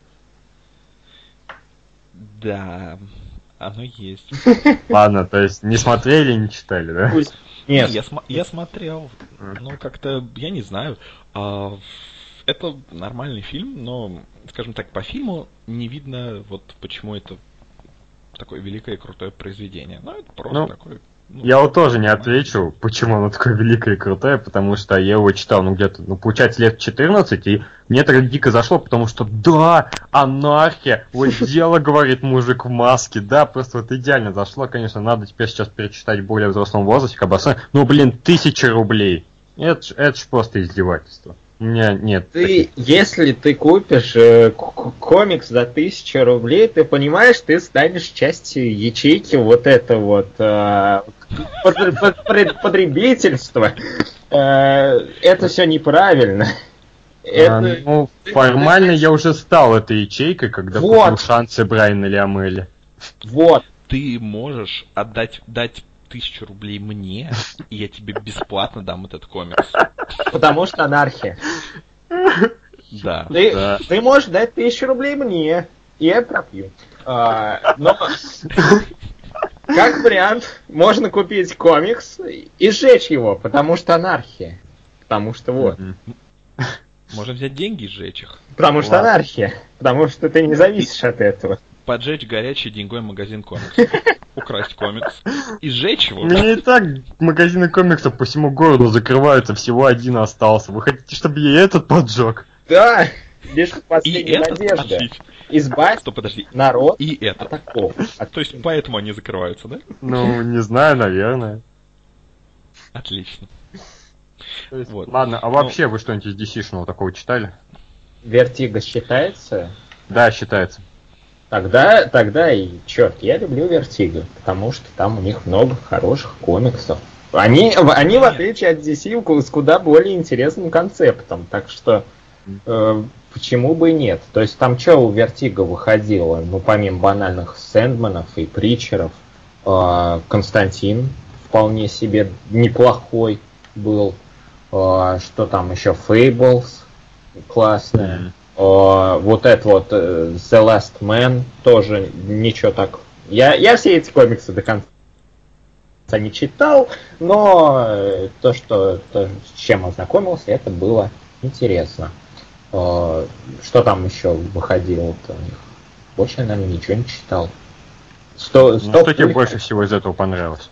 Да, оно есть. Ладно, то есть, не смотрели, не читали, да? Нет, Я смотрел, ну как-то, я не знаю. Это нормальный фильм, но, скажем так, по фильму не видно, вот почему это такое великое и крутое произведение. Ну, это просто такое. Ну, Я вот тоже не отвечу, почему оно такое великое и крутое, потому что я его читал, где-то, получается, лет 14, и мне так дико зашло, потому что, да, анархия, вот дело, говорит мужик в маске, да, просто вот идеально зашло, конечно, надо теперь сейчас перечитать в более взрослом возрасте, как бы, ну, блин, 1000 рублей, это ж просто издевательство. У меня нет. Если ты купишь комикс за 1000 рублей, ты понимаешь, ты станешь частью ячейки вот это вот потребительства. Это все неправильно. Ну, формально я уже стал этой ячейкой, когда купил шансы Брайана Лиамели. Вот. Ты можешь дать 1000 рублей мне, и я тебе бесплатно дам этот комикс. Потому что анархия. Да. Ты можешь дать 1000 рублей мне, и я пропью. Но как вариант, можно купить комикс и сжечь его, потому что анархия. Потому что вот. Можно взять деньги и сжечь их. Потому что анархия. Потому что ты не зависишь от этого. Поджечь горячий деньгой магазин комиксов. Украсть комикс и сжечь его. У меня и так магазины комиксов по всему городу закрываются, всего один остался. Вы хотите, чтобы я этот поджег? Да, лишь последняя надежда. Избавь народ и это. От такого. То есть поэтому они закрываются, да? Ну, не знаю, наверное. Отлично. Есть, вот. Ладно, а вообще вы что-нибудь из DC-шного такого читали? Вертиго считается? Да, считается. Тогда и черт, я люблю Вертиго, потому что там у них много хороших комиксов. Они в отличие от DC, с куда более интересным концептом, так что почему бы и нет? То есть там что у Вертиго выходило? Ну, помимо банальных Сэндманов и Притчеров, Константин вполне себе неплохой был. Что там еще? Fables классная. Вот это вот The Last Man тоже ничего так. Я все эти комиксы до конца не читал, но с чем ознакомился, это было Интересно. Что там еще выходило-то у них? Больше я, наверное, ничего не читал. Что тебе больше всего из этого понравилось?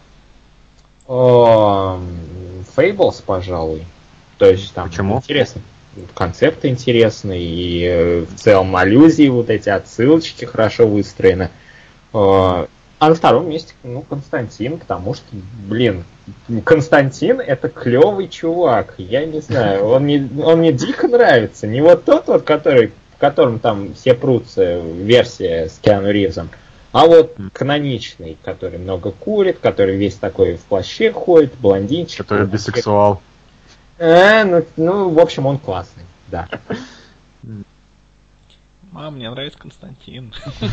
Fables, пожалуй. То есть там Почему? интересно. Концепты интересные, и в целом аллюзии, вот эти отсылочки хорошо выстроены. А на втором месте, Константин, потому что, Константин — это клевый чувак. Я не знаю, он мне дико нравится. Не вот тот, в котором там все прутся, версия с Киану Ривзом, а вот каноничный, который много курит, который весь такой в плаще ходит, блондинчик. Который бисексуал. В общем, он классный, да. Мам, мне нравится Константин.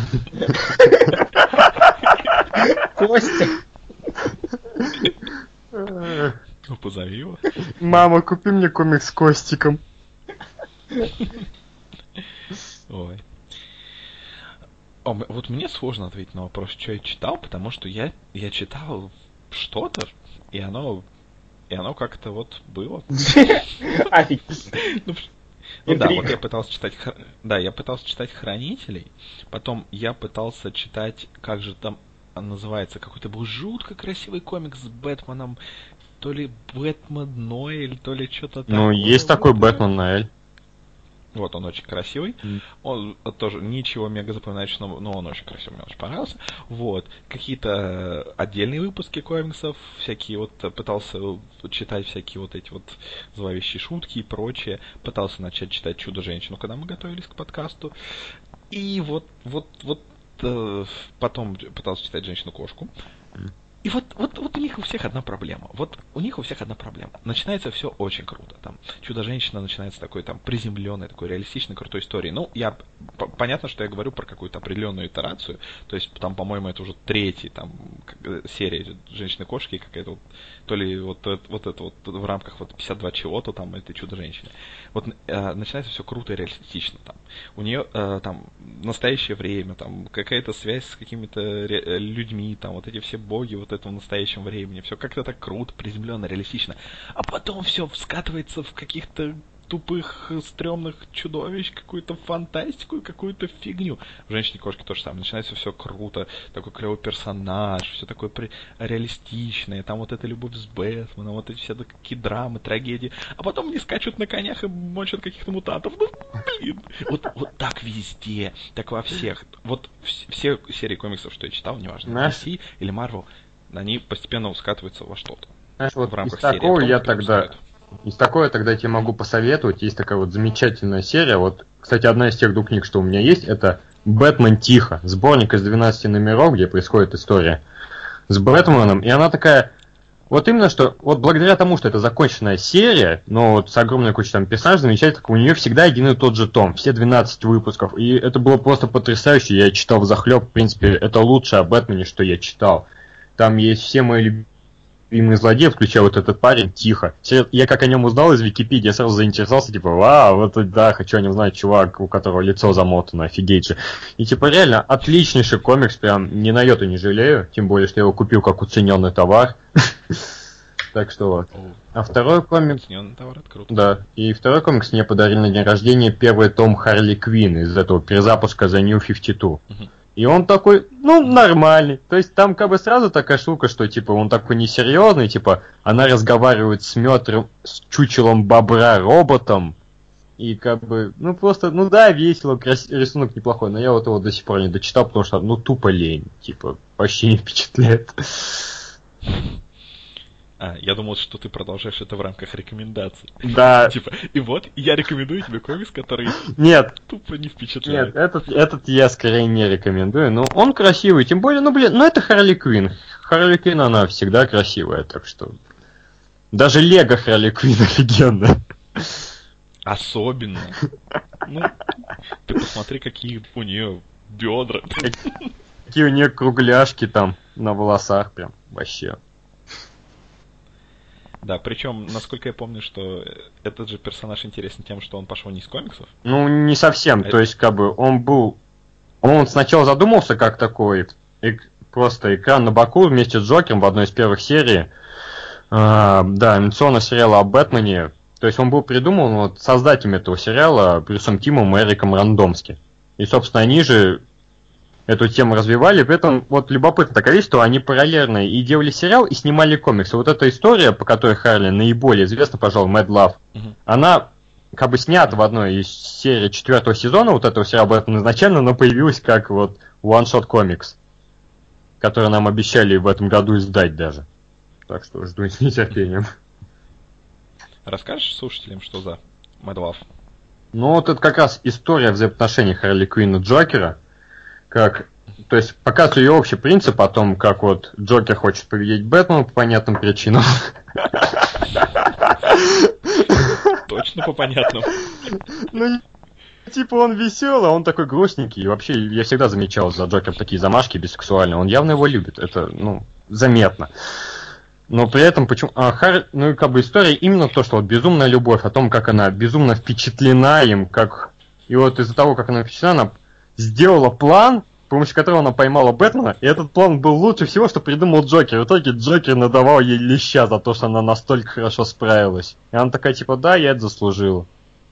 Костя. Ну, позови его. Мама, купи мне комикс с Костиком. Ой. Вот мне сложно ответить на вопрос, что я читал, потому что я читал что-то, и оно как-то вот было. Офигеть. Ну да, вот я пытался читать «Хранителей», потом я пытался читать, как же там называется, какой-то был жутко красивый комикс с Бэтменом, то ли Бэтмен Ноэль, то ли что-то такое. Ну, есть такой Бэтмен Ноэль. Вот, он очень красивый. Он тоже ничего мега запоминающего, но он очень красивый, мне очень понравился. Вот. Какие-то отдельные выпуски комиксов, всякие вот, пытался читать всякие вот эти вот зловещие шутки и прочее. Пытался начать читать «Чудо-женщину», когда мы готовились к подкасту. И вот потом пытался читать «Женщину-кошку». И вот у них у всех одна проблема. Начинается все очень круто. Там «Чудо-женщина» начинается такой там приземленной, такой реалистичной, крутой историей. Ну, понятно, что я говорю про какую-то определенную итерацию. То есть, там, по-моему, это уже третья там серия «Женщины-кошки», какая-то вот, то ли вот это вот в рамках вот 52 чего-то там этой «Чудо-женщины». Вот начинается все круто и реалистично. Там. У нее там настоящее время, там какая-то связь с какими-то людьми, там вот эти все боги, вот это в настоящем времени, все как-то так круто, приземленно, реалистично. А потом все скатывается в каких-то тупых, стрёмных чудовищ, какую-то фантастику, какую-то фигню. В «Женщине-кошке» то же самое. Начинается все круто, такой клевый персонаж, все такое реалистичное, там вот эта любовь с Бэтменом, вот эти все такие драмы, трагедии. А потом они скачут на конях и мочат каких-то мутантов. Ну, блин. Вот так везде, так во всех. Вот все серии комиксов, что я читал, неважно, DC или Marvel, они постепенно скатываются во что-то. Знаешь, вот в рамках из такого серии. Из такого я тогда тебе могу посоветовать. Есть такая вот замечательная серия. Вот, кстати, одна из тех двух книг, что у меня есть, это «Бэтмен тихо». Сборник из 12 номеров, где происходит история с Бэтменом. И она такая... Вот именно что... Вот благодаря тому, что это законченная серия, но вот с огромной кучей там персонажей, замечательно, у нее всегда один и тот же том. Все 12 выпусков. И это было просто потрясающе. Я читал взахлеб. В принципе, это лучшее о Бэтмене, что я читал. Там есть все мои любимые злодеи, включая вот этот парень, Тихо. Я как о нем узнал из Википедии, я сразу заинтересовался, типа, вау, вот да, хочу о нем знать, чувак, у которого лицо замотано, офигеть же. И типа реально отличнейший комикс, прям ни на йоту не жалею, тем более, что я его купил как уцененный товар. Так что вот. А второй комикс... Уцененный товар, это круто. Да, и второй комикс мне подарили на день рождения, первый том Харли Квинн из этого перезапуска The New 52. И он такой, нормальный. То есть там как бы сразу такая штука, что типа он такой несерьезный, типа она разговаривает с с чучелом бобра роботом. И как бы, просто, да, весело, рисунок неплохой, но я вот его до сих пор не дочитал, потому что, тупо лень. Типа, вообще не впечатляет. Я думал, что ты продолжаешь это в рамках рекомендаций. Да. Типа, и вот, я рекомендую тебе комикс, который тупо не впечатляет. Нет, этот я скорее не рекомендую. Но он красивый, тем более, это Харли Квинн. Харли Квинн, она всегда красивая, так что... Даже Лего Харли Квинн офигенно. Особенно. Ты посмотри, какие у нее бедра. Какие у нее кругляшки там на волосах прям, вообще. Да, причем, насколько я помню, что этот же персонаж интересен тем, что он пошел не из комиксов. Не совсем. То есть, как бы, он сначала задумался как такой просто экран на боку вместе с Джокером в одной из первых серий. Да, анимационного сериала о Бэтмене. То То есть он был придуман вот создателем этого сериала Брюсом Тимом и Эриком Рандомски. И, собственно, они же эту тему развивали. При этом вот любопытно такая вещь, что они параллельно и делали сериал, и снимали комиксы. Вот эта история, по которой Харли наиболее известна, пожалуй, Mad Love, она как бы снята в одной из серий 4-го сезона вот этого сериала Бэтмен изначально, но появилась как вот one-shot комикс, который нам обещали в этом году издать даже. Так что жду с нетерпением. Расскажешь слушателям, что за Mad Love? Ну, вот это как раз история взаимоотношений Харли Квинн и Джокера. Как, то есть показывает ее общий принцип о том, как вот Джокер хочет победить Бэтмена по понятным причинам. Точно по понятным. Ну, типа он веселый, он такой грустненький. И вообще, я всегда замечал за Джокером такие замашки бисексуальные. Он явно его любит, это, ну, заметно. Но при этом, почему... ну и как бы история именно то, что вот безумная любовь, о том, как она безумно впечатлена им, как... И вот из-за того, как она впечатлена, она сделала план, с помощью которого она поймала Бэтмена, и этот план был лучше всего, что придумал Джокер. В итоге Джокер надавал ей леща за то, что она настолько хорошо справилась. И она такая, типа, да, я это заслужила.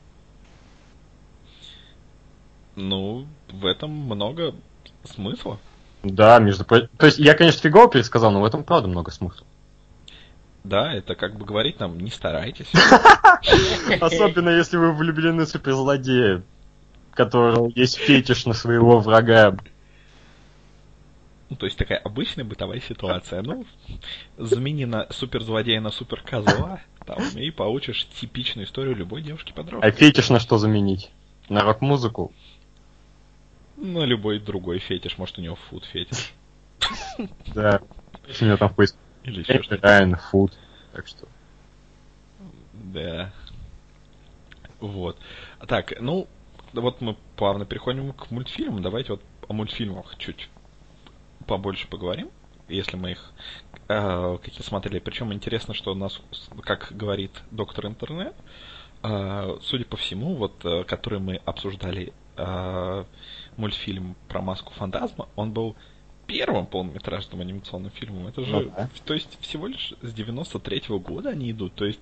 Ну, в этом много смысла. Да, между прочим... То есть, я, конечно, фигово пересказал, но в этом правда много смысла. Да, это как бы говорить нам, не старайтесь. Особенно, если вы влюблены в суперзлодея, которого есть фетиш на своего врага. Ну, то есть такая обычная бытовая ситуация. Ну, замени на суперзлодея на суперкозла, там, и получишь типичную историю любой девушки-подростка. А фетиш на что заменить? На рок-музыку? На любой другой фетиш, может, у него фуд-фетиш. Да. У него там в поиске Или еще что-то. Райан, фуд. Так что... Да. Вот. Так, ну, вот мы плавно переходим к мультфильмам. Давайте вот о мультфильмах чуть побольше поговорим, если мы их какие смотрели. Причем интересно, что у нас, как говорит доктор Интернет, судя по всему, вот, который мы обсуждали, мультфильм про Маску Фантазма, он был первым полнометражным анимационным фильмом. Это же, то есть, всего лишь с 93-го года они идут. То есть,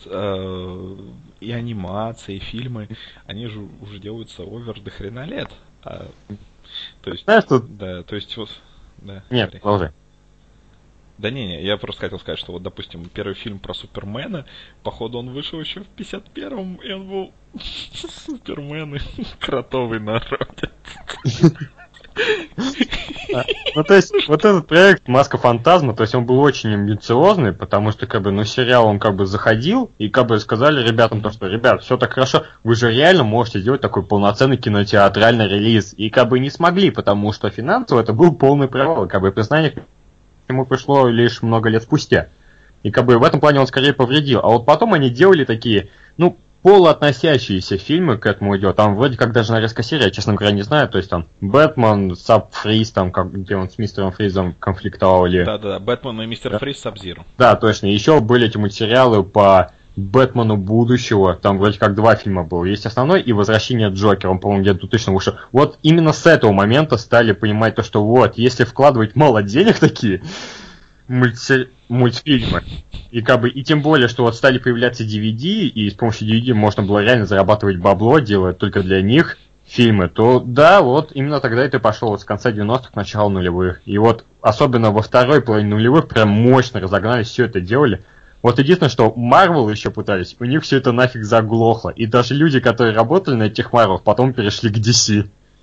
и анимация, и фильмы, они же уже делаются овер до хрена лет. То есть, знаешь, что... Да, то есть, вот... Да, нет, продолжай. Да не, я просто хотел сказать, что вот, допустим, первый фильм про Супермена, походу, он вышел еще в 51-м, и он был Супермен и кротовый народец. Ну, то есть, вот этот проект «Маска Фантазма», то есть он был очень амбициозный, потому что, как бы, ну, сериал, он, как бы, заходил, и, как бы, сказали ребятам то, что, ребят, все так хорошо, вы же реально можете сделать такой полноценный кинотеатральный релиз, и, как бы, не смогли, потому что финансово это был полный провал, и, как бы, признание к нему пришло лишь много лет спустя. И, как бы, в этом плане он скорее повредил. А вот потом они делали такие, ну, полуотносящиеся фильмы к этому идет. Там вроде как даже нарезка серии, я, честно говоря, не знаю. То есть там Бэтмен, Саб-Фриз, там, где он с мистером Фризом конфликтовал. Или... Да, Бэтмен и мистер Фриз Саб-Зиро. Да, точно. Еще были эти мультсериалы по Бэтмену будущего. Там вроде как 2 фильма было. Есть основной и Возвращение Джокера. Он, по-моему, где-то точно вышел. Вот именно с этого момента стали понимать то, что вот, если вкладывать мало денег такие мультфильмы, и как бы, и тем более, что вот стали появляться DVD, и с помощью DVD можно было реально зарабатывать бабло, делая только для них фильмы, то да, вот именно тогда это пошло вот с конца 90-х, начала нулевых. И вот особенно во второй половине нулевых прям мощно разогнались, все это делали. Вот единственное, что Marvel еще пытались, у них все это нафиг заглохло. И даже люди, которые работали на этих Marvel, потом перешли к DC.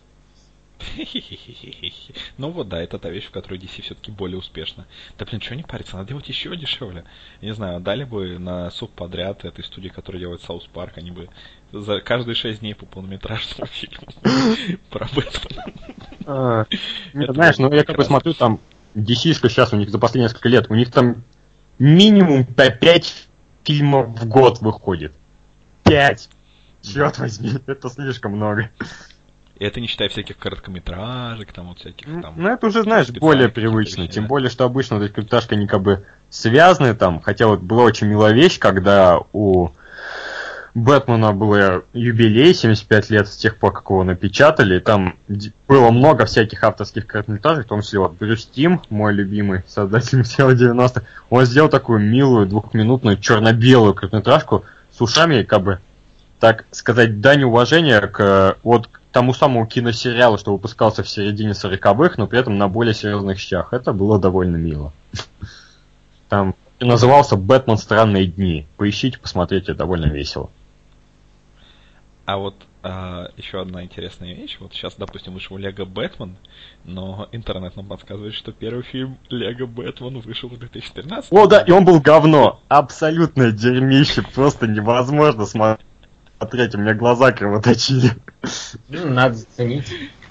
Ну вот да, это та вещь, в которой DC все-таки более успешна. Да блин, что не париться, надо делать еще дешевле. Я не знаю, дали бы на суп подряд этой студии, которая делает Саус Парк, они бы за каждые 6 дней по полнометражному фильму про Бэтмена. Знаешь, ну я как бы смотрю, там DC, что сейчас у них за последние несколько лет, у них там минимум 5 фильмов в год выходит. 5! Черт возьми, это слишком много. И это не считая всяких короткометражек, там вот всяких там... Ну это уже, знаешь, более привычно. вещей, Тем да. более, что обычно вот эти короткометражки, они как бы связаны там. Хотя вот была очень милая вещь, когда у Бэтмена был юбилей, 75 лет с тех пор, как его напечатали. Там было много всяких авторских короткометражек, в том числе вот Брюс Тим, мой любимый создатель сериала 90-х. Он сделал такую милую 2-минутную черно-белую короткометражку с ушами, как бы, так сказать, дань уважения к вот к тому самому киносериалу, что выпускался в середине 40-х, но при этом на более серьезных щах. Это было довольно мило. Там назывался «Бэтмен. Странные дни». Поищите, посмотрите, довольно весело. А вот еще одна интересная вещь. Вот сейчас, допустим, вышел Лего Бэтмен, но интернет нам подсказывает, что первый фильм Лего Бэтмен вышел в 2013. О, да, и он был говно. Абсолютное дерьмище. Просто невозможно смотреть. У меня глаза кровоточили. Надо заценить.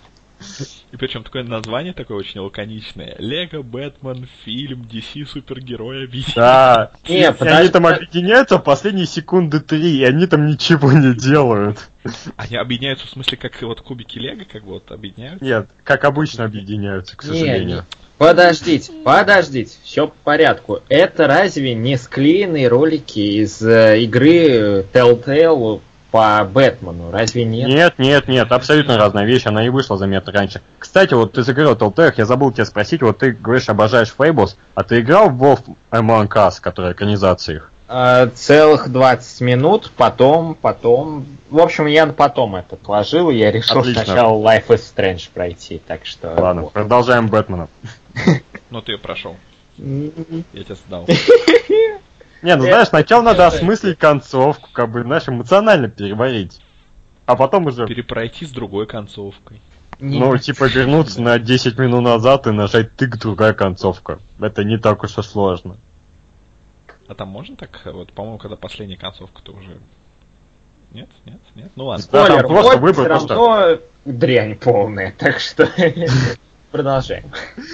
И причем такое название такое очень лаконичное. Лего Бэтмен, фильм, DC супергерои объединяются. Да. Не, И они там объединяются в последние секунды 3, и они там ничего не делают. Они объединяются в смысле, как вот кубики Лего, как вот объединяются? Нет, как обычно объединяются, к сожалению. Подождите, все по порядку. Это разве не склеенные ролики из игры Telltale по Бэтмену? Разве нет? Нет, абсолютно разная вещь, она и вышла заметно раньше. Кстати, вот ты заговорил о Telltale, я забыл тебя спросить, вот ты говоришь, обожаешь Fables, а ты играл в Wolf Among Us, которая экранизация их? Целых 20 минут, потом... В общем, я потом это отложил, и я решил сначала Life is Strange пройти, так что... Ладно, вот. Продолжаем Бэтмена. Ну ты ее прошел. Я тебе сдал. Не, ну знаешь, сначала надо осмыслить концовку, как бы, знаешь, эмоционально переварить. А потом уже... Перепройти с другой концовкой. Ну, типа, вернуться на 10 минут назад и нажать тык, другая концовка. Это не так уж и сложно. А там можно так? Вот, по-моему, когда последняя концовка, то уже... Нет? Ну ладно. Да, Спойлер, там просто вот выбор, все равно дрянь полная, так что продолжаем.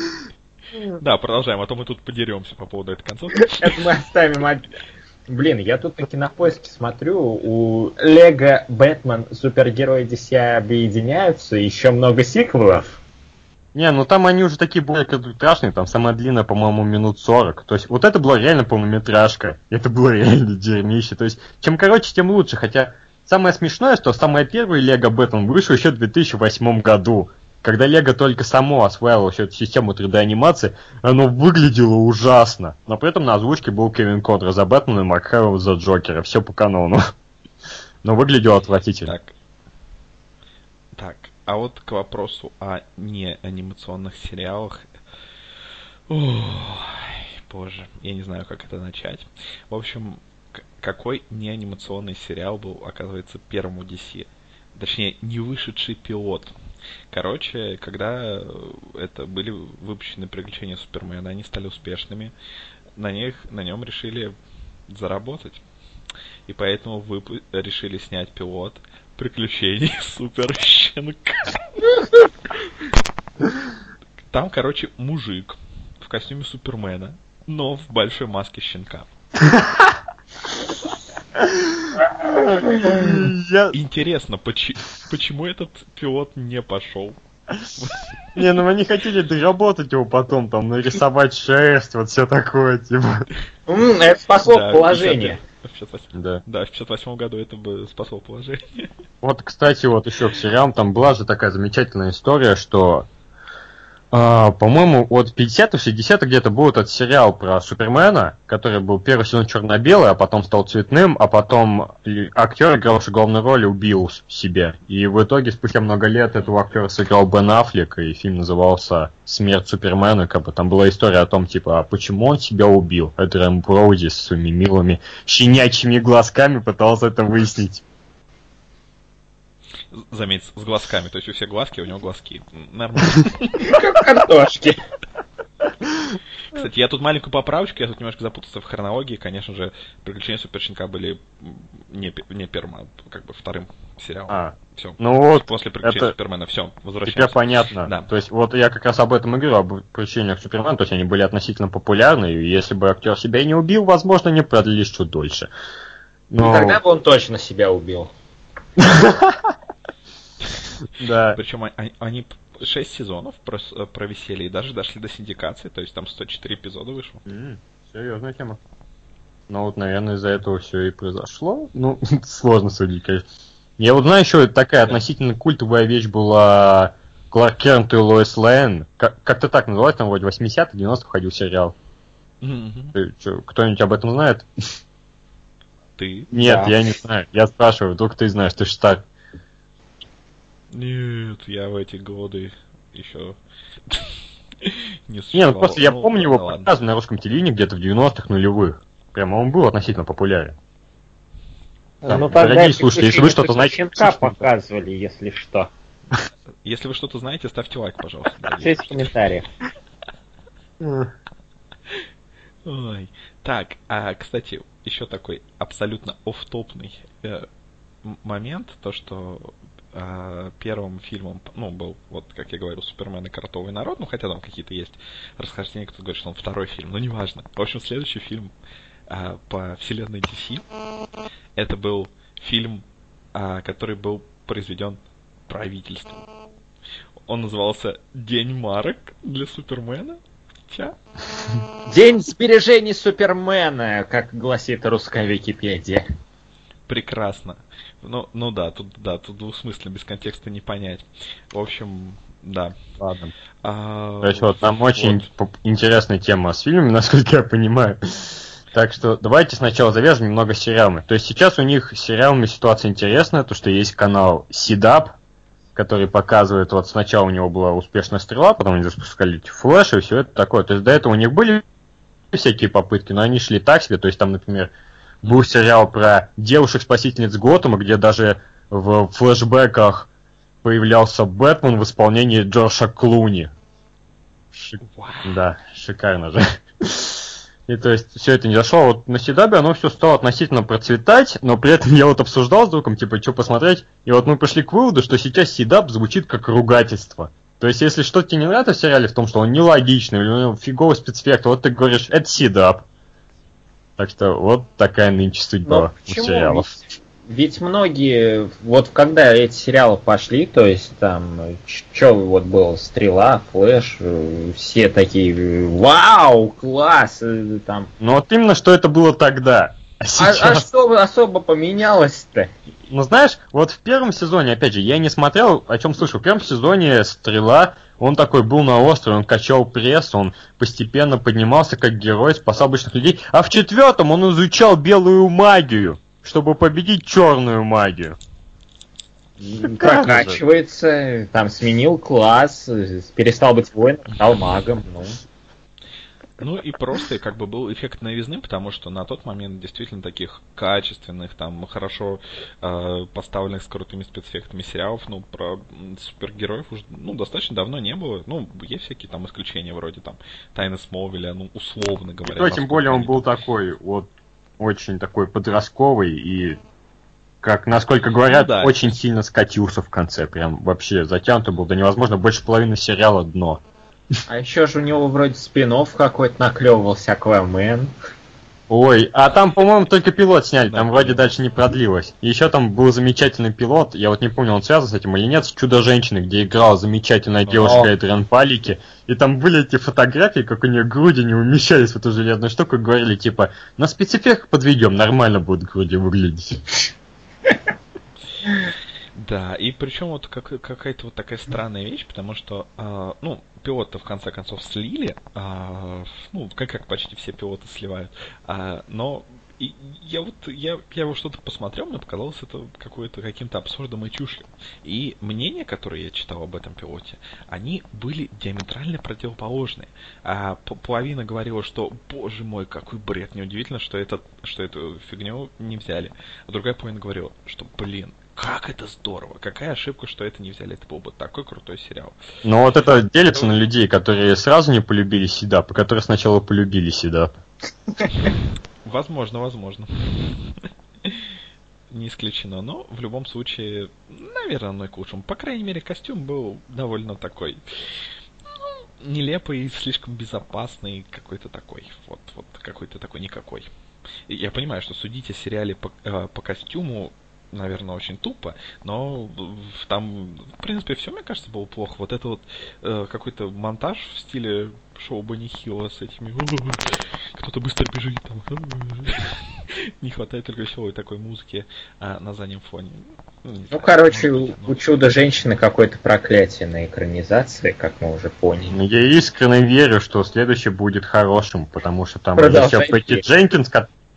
Да, продолжаем, а то мы тут подеремся по поводу этой концовки. Это мы оставим... Блин, я тут на Кинопоиске смотрю, у Лего Бэтмен супергерои DC объединяются, еще много сиквелов. Не, ну там они уже такие более короткометражные, там самая длинная, по-моему, минут 40. То есть вот это была реально полнометражка. Это было реально дерьмище. То есть чем короче, тем лучше. Хотя самое смешное, что самый первый Лего Бэтмен вышел еще в 2008 году. Когда Лего только само осваивало всю эту систему 3D-анимации, оно выглядело ужасно. Но при этом на озвучке был Кевин Коннор за Бэтмена и Марк Хэмилл за Джокера. Все по канону. Но выглядело отвратительно. Так, а вот к вопросу о неанимационных сериалах. Ой, боже, я не знаю, как это начать. В общем, какой неанимационный сериал был, оказывается, первым у DC? Точнее, не вышедший пилот. Короче, когда это были выпущены приключения Супермена, они стали успешными, на нем решили заработать. И поэтому решили снять пилот приключений Суперщенка. Там, короче, мужик в костюме Супермена, но в большой маске щенка. Интересно, почему этот пилот не пошел? Не, ну они хотели доработать его потом, там, нарисовать шерсть, вот все такое, типа. Это спасло положение. Да, в 58 году это бы спасло положение. Вот, кстати, вот еще к сериалам, там была же такая замечательная история, что, по-моему, от 50-х, 60-х где-то был этот сериал про Супермена, который был первый сезон черно-белый, а потом стал цветным, а потом актер, игравший главную роль, убил себя. И в итоге, спустя много лет, этого актера сыграл Бен Аффлек, и фильм назывался «Смерть Супермена», как бы там была история о том, типа, а почему он себя убил? Эдриан Броуди с своими милыми щенячьими глазками пытался это выяснить. Заметь, с глазками, то есть у всех глазки, у него глазки. Нормально. Как картошки. Кстати, я тут маленькую поправочку, я тут немножко запутался в хронологии. Конечно же, приключения Суперщенка были не первым, а как бы вторым сериалом. Все. Ну вот, после приключений Супермена, все, возвращаемся. Теперь понятно. Да. То есть, вот я как раз об этом и говорю, об приключениях Супермена, то есть они были относительно популярны, и если бы актер себя и не убил, возможно, не продлились чуть дольше. Но... Тогда бы он точно себя убил. Да. Причем они 6 сезонов провисели и даже дошли до синдикации, то есть там 104 эпизода вышло. Серьезная тема. Ну вот, наверное, из-за этого все и произошло. Ну, сложно судить, конечно. Я вот знаю, еще такая относительно культовая вещь была Кларк Кент и Лоис Лейн. Как-то так называлось, там вроде 80-х, 90-х ходил сериал. Кто-нибудь об этом знает? Ты? Нет, Да. я не знаю. Я спрашиваю, вдруг ты знаешь, ты ж так. Нет, я в эти годы еще не Не, существовал. ну просто я помню его ладно. показ на русском телевидении где-то в 90-х нулевых. Прямо он был относительно популярен. Да, Ну тогда дорогие слушатели, если вы что-то знаете, щенка пишите. показывали, если что. Если вы что-то знаете, ставьте лайк, пожалуйста. дорогие Пишите в комментариях. Ой. Так, кстати, еще такой абсолютно оффтопный момент, то что первым фильмом, был, вот как я говорил, Супермен и Кротовый народ, хотя там какие-то есть расхождения, кто говорит, что он второй фильм, но неважно. В общем, следующий фильм по вселенной DC, это был фильм, который был произведен правительством. Он назывался «День марок для Супермена». День сбережений Супермена, как гласит русская Википедия. Прекрасно. Тут двусмысленно, без контекста не понять. В общем, да. Ладно. То есть вот там очень интересная тема с фильмами, насколько я понимаю. Так что давайте сначала завяжем немного с сериалами. То есть сейчас у них с сериалами ситуация интересная, то что есть канал CW, который показывает, вот сначала у него была успешная стрела, потом они запускали флэш и все это такое. То есть до этого у них были всякие попытки, но они шли так себе. То есть там, например, был сериал про девушек-спасительниц Готэма, где даже в флэшбэках появлялся Бэтмен в исполнении Джорджа Клуни. Да, шикарно же. И то есть все это не зашло. Вот на CW оно все стало относительно процветать, но при этом я вот обсуждал с другом, что посмотреть, и вот мы пришли к выводу, что сейчас CW звучит как ругательство. То есть если что-то тебе не нравится в сериале в том, что он нелогичный, или у него фиговый спецэффект, вот ты говоришь, это CW. Так что вот такая нынче судьба у сериалов. Ведь многие, вот когда эти сериалы пошли, то есть там, что вот было, Стрела, Флэш, все такие, вау, класс, там. Ну вот именно, что это было тогда. А что особо поменялось-то? Ну знаешь, вот в первом сезоне, опять же, я не смотрел, о чем слышал, в первом сезоне Стрела, он такой был на острове, он качал пресс, он постепенно поднимался как герой, спасал обычных людей, а в четвертом он изучал белую магию, чтобы победить черную магию. Прокачивается, там сменил класс, перестал быть воином, стал магом, Ну и просто как бы был эффект новизны, потому что на тот момент действительно таких качественных, там хорошо поставленных с крутыми спецэффектами сериалов, про супергероев уже достаточно давно не было. Есть всякие там исключения вроде там Тайны Смолвиля, условно говоря. И тем более он был такой вот очень такой подростковый и, как насколько говорят, очень сильно скатился в конце, прям вообще затянутый был до невозможно, больше половины сериала дно. А еще же у него вроде спин-офф какой-то наклевывался, Аквамен. Ой, а там, по-моему, только пилот сняли, там вроде дальше не продлилось. Еще там был замечательный пилот, я вот не помню, он связан с этим или нет, с Чудо-женщиной, где играла замечательная девушка Эдриан Палики, и там были эти фотографии, как у нее груди не умещались в эту железную штуку, и говорили, типа, на спецэффект подведем, нормально будут груди выглядеть. Да, и причем вот какая-то вот такая странная вещь, потому что, пилота в конце концов слили, как почти все пилоты сливают, но я его что-то посмотрел, мне показалось это каким-то абсурдом и чушью. И мнения, которые я читал об этом пилоте, они были диаметрально противоположные. Половина говорила, что, боже мой, какой бред, неудивительно, что эту фигню не взяли. А другая половина говорила, что, как это здорово, какая ошибка, что это не взяли, это был бы такой крутой сериал. Но вот это делится на людей, которые сразу не полюбили CW, и которые сначала полюбили CW. Возможно. Не исключено, но в любом случае, наверное, оно и к лучшему. По крайней мере, костюм был довольно такой нелепый, слишком безопасный, какой-то такой, вот какой-то такой никакой. И я понимаю, что судить о сериале по костюму, наверное, очень тупо, но там, в принципе, все, мне кажется, было плохо. Вот это вот какой-то монтаж в стиле шоу Бенни Хилла с этими кто-то быстро бежит там. Не хватает только веселой такой музыки на заднем фоне. У Чудо-женщины какое-то проклятие на экранизации, как мы уже поняли. Я искренне верю, что следующий будет хорошим, потому что там режиссер Пэтти Дженкинс,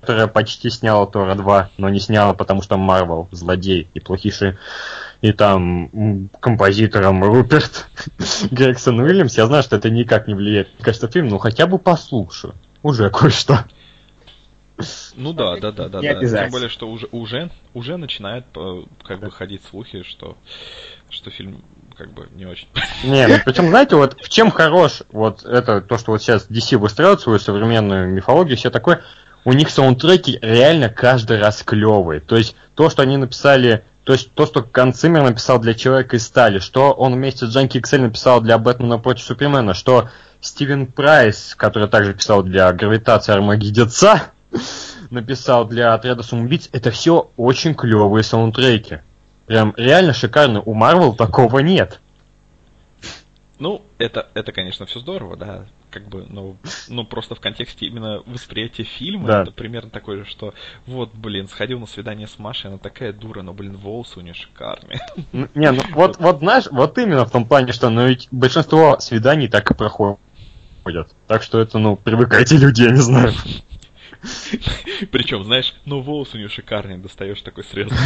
которая почти сняла Тора 2, но не сняла, потому что Марвел злодей и плохиши. И там композитором Руперт Грегсон Уильямс, я знаю, что это никак не влияет на качество фильма, но хотя бы послушаю. Уже кое-что. Ну да. Не обязательно. Тем более, что уже начинает как бы ходить слухи, что фильм как бы не очень. Не, ну причем, знаете, вот в чем хорош вот это, то, что вот сейчас DC выстраивает свою современную мифологию, все такое, у них саундтреки реально каждый раз клевые. То есть то, что они написали, то есть то, что Ганс Циммер написал для Человека из стали, что он вместе с Джанки Иксель написал для Бэтмена против Супермена, что Стивен Прайс, который также писал для Гравитации Армагеддеца, написал для Отряда самоубийц, это все очень клевые саундтреки. Прям реально шикарно. У Marvel такого нет. Ну, это конечно, все здорово, да. Как бы, ну, просто в контексте именно восприятия фильма, да. Это примерно такое же, что вот, блин, сходил на свидание с Машей, она такая дура, но, блин, волосы у нее шикарные. Не, ну вот знаешь, вот именно в том плане, что ну ведь большинство свиданий так и проходят. Так что это, ну, привыкайте, люди, я не знаю. Причем, знаешь, ну, волосы у нее шикарные, достаешь такой срезанный.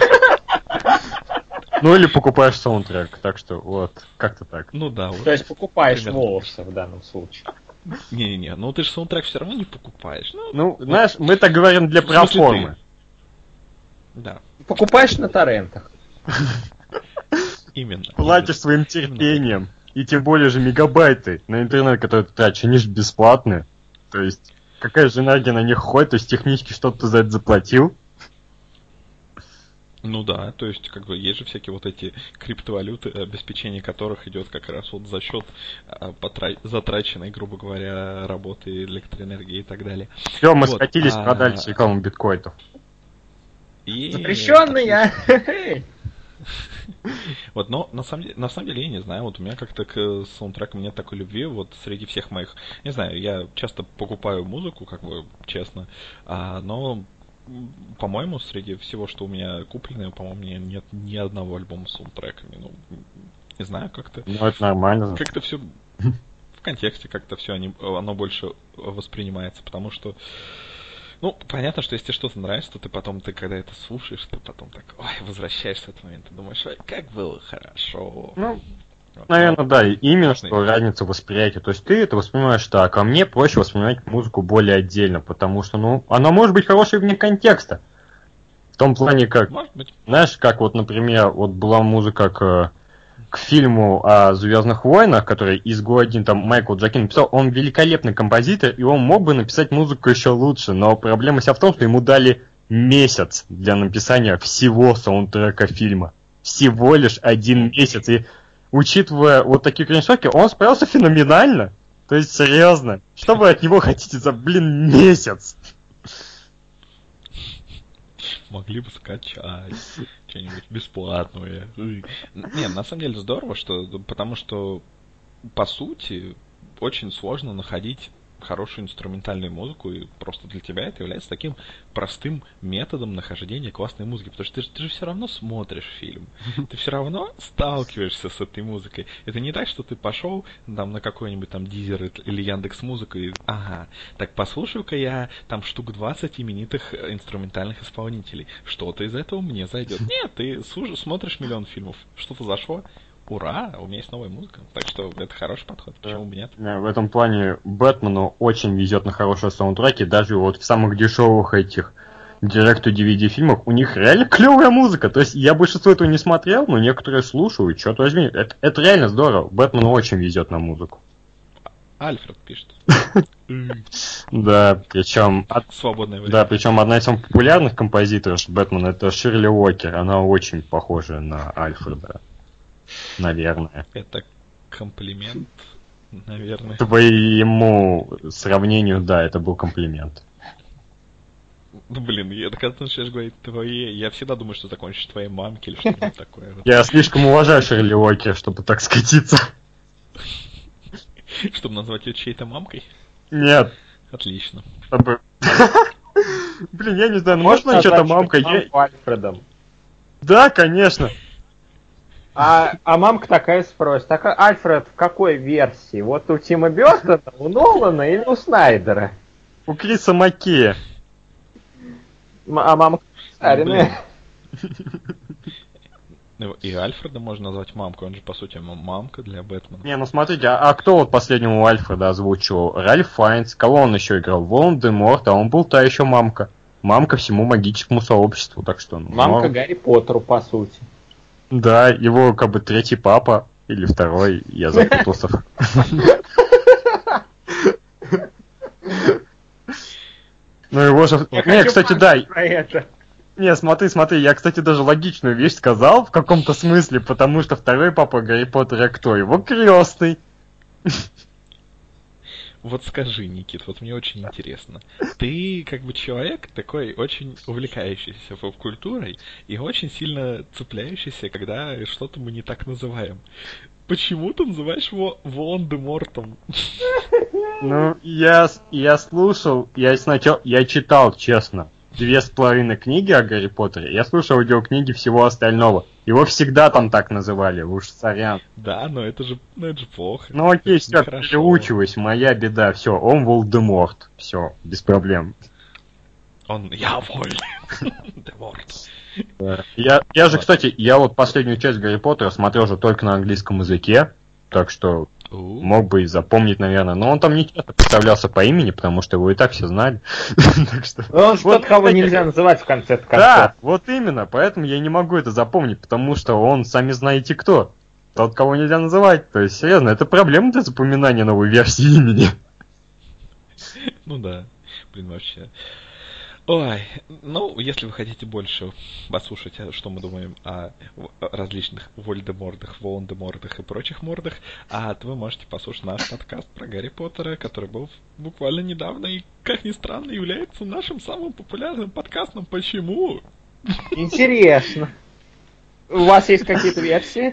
Ну или покупаешь саундтрек, так что вот, как-то так. Ну да, вот. То есть покупаешь Примерно. волосы в данном случае. Не-не-не, ну ты же саундтрек все равно не покупаешь. Ну, знаешь, мы так говорим для проформы. Да. Покупаешь на торрентах. Именно. Платишь своим терпением. И тем более же мегабайты на интернет, который ты тратишь, они же бесплатные. То есть, какая же энергия на них ходит, то есть технически что-то ты за это заплатил. Ну да, то есть, как бы, есть же всякие вот эти криптовалюты, обеспечение которых идет как раз вот за счет затраченной, грубо говоря, работы электроэнергии и так далее. Все, мы Вот, скатились, продали с рекламу биткоинов. Запрещенные! Вот, но на самом деле я не знаю, вот у меня как-то к саундтрекам нет такой любви, вот среди всех моих, не знаю, я часто покупаю музыку, как бы, честно, но, по-моему, среди всего, что у меня куплено, по-моему, нет ни одного альбома с саундтреками, ну, не знаю, как-то... Ну, это нормально. Как-то все в контексте, как-то все оно больше воспринимается, потому что ну, понятно, что если тебе что-то нравится, то ты когда это слушаешь, ты потом так, возвращаешься в этот момент и думаешь, как было хорошо. Ну, вот, наверное, да, именно что разница восприятия. То есть ты это воспринимаешь так, а мне проще воспринимать музыку более отдельно, потому что, ну, она может быть хорошей вне контекста. В том плане, как, знаешь, как вот, например, вот была музыка к фильму о Звездных войнах, который ИСГУ-1, там Майкл Джакин написал, он великолепный композитор, и он мог бы написать музыку еще лучше, но проблема вся в том, что ему дали месяц для написания всего саундтрека фильма. Всего лишь 1 месяц, и учитывая вот такие кринжоки, он справился феноменально. То есть, серьезно, что вы от него хотите за, месяц? Могли бы скачать что-нибудь бесплатное. Не, на самом деле здорово, потому что, по сути, очень сложно находить хорошую инструментальную музыку, и просто для тебя это является таким простым методом нахождения классной музыки, потому что ты же все равно смотришь фильм, ты все равно сталкиваешься с этой музыкой. Это не так, что ты пошел там на какой-нибудь там Дизер или Яндекс.Музыку и так послушаю-ка я там штук 20 именитых инструментальных исполнителей. Что-то из этого мне зайдет. Нет, ты смотришь миллион фильмов, что-то зашло. Ура, у меня есть новая музыка. Так что это хороший подход. Почему бы нет? В этом плане Бэтмену очень везет на хорошие саундтреки. Даже вот в самых дешевых этих директ-to-DVD фильмах у них реально клевая музыка. То есть я большинство этого не смотрел, но некоторые слушаю. Черт возьми, это реально здорово. Бэтмену очень везет на музыку. Альфред пишет. Да, причем... Свободное время. Да, причем одна из самых популярных композиторов Бэтмена это Ширли Уокер. Она очень похожа на Альфреда. Наверное. Это комплимент, наверное. Твоему сравнению, да, это был комплимент. Ну, блин, когда ты начинаешь говорить твои, я всегда думаю, что закончишь твоей мамке или что-нибудь такое. Я слишком уважаю Ширли Уокер, чтобы так скатиться. Чтобы назвать ее чьей-то мамкой? Нет. Отлично. Блин, я не знаю, можно что-то мамкой? Альфредом. Да, конечно. А мамка такая спросит, Альфред в какой версии? Вот у Тима Бёртона, у Нолана или у Снайдера? У Криса Маккея. А мама старинная. И Альфреда можно назвать мамкой, он же, по сути, мамка для Бэтмена. Не, ну смотрите, а кто вот последнему Альфреда озвучивал? Ральф Файнс, кого он еще играл? Волан-де-Морт, а он был та еще мамка. Мамка всему магическому сообществу, так что... Мамка Гарри Поттеру, по сути. Да, его как бы третий папа, или второй, я запутался. Ну его же... Не, кстати, да. Не, смотри, я, кстати, даже логичную вещь сказал в каком-то смысле, потому что второй папа Гарри Поттера кто? Его крестный. Вот скажи, Никит, вот мне очень интересно. Ты как бы человек такой очень увлекающийся поп-культурой и очень сильно цепляющийся, когда что-то мы не так называем. Почему ты называешь его Волан-де-Мортом? Ну, я слушал, я читал, честно, 2,5 книги о Гарри Поттере, я слушал аудиокниги всего остального. Его всегда там так называли, уж сорян. Да, но это же плохо. Ну окей, все, переучиваюсь, моя беда, все, он Волдеморт, все, без проблем. Я Волдеморт. Я же, кстати, я вот последнюю часть Гарри Поттера смотрел же только на английском языке, так что мог бы и запомнить, наверное. Но он там не часто представлялся по имени, потому что его и так все знали. Он тот, кого нельзя называть в конце концов. Да, вот именно, поэтому я не могу это запомнить, потому что он, сами знаете кто. Тот, кого нельзя называть. То есть, серьезно, это проблема для запоминания новой версии имени. Ну да, блин, вообще. Ой, ну, если вы хотите больше послушать, что мы думаем о различных Вольдемортах, Волан-де-Мортах и прочих мордах, то вы можете послушать наш подкаст про Гарри Поттера, который был буквально недавно и, как ни странно, является нашим самым популярным подкастом. Почему? Интересно. У вас есть какие-то версии?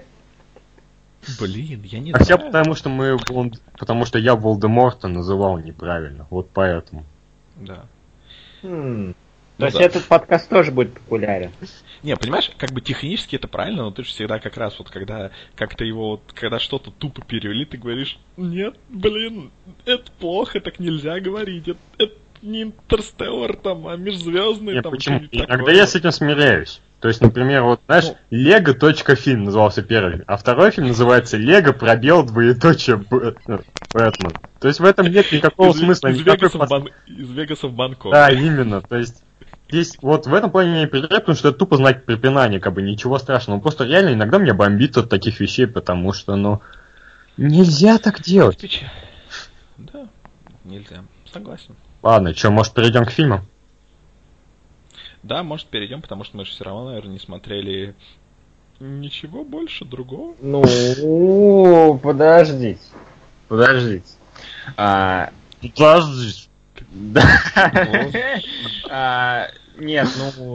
Блин, я не знаю. Все потому что я Волдеморта называл неправильно, вот поэтому. Да. То есть этот подкаст тоже будет популярен. Не, понимаешь, как бы технически это правильно, но ты же всегда как раз вот когда как-то его вот, когда что-то тупо перевели, ты говоришь, нет, блин, это плохо, так нельзя говорить, это не Интерстеллар там, а межзвездный не, там. Почему? Иногда я с этим смиряюсь. То есть, например, вот, знаешь, Лего.фильм назывался первый, а второй фильм называется Лего пробел двоеточие Бэтмен. То есть в этом нет никакого смысла. Из Вегаса в Бангкок. Да, именно. То есть здесь вот в этом плане я не переживаю, потому что это тупо знак препинания, как бы ничего страшного. Просто реально иногда меня бомбит от таких вещей, потому что, нельзя так делать. Да, нельзя. Согласен. Ладно, что, может перейдем к фильмам? Да, может перейдем, потому что мы же все равно, наверное, не смотрели ничего больше другого. Ну, подождите. Нет,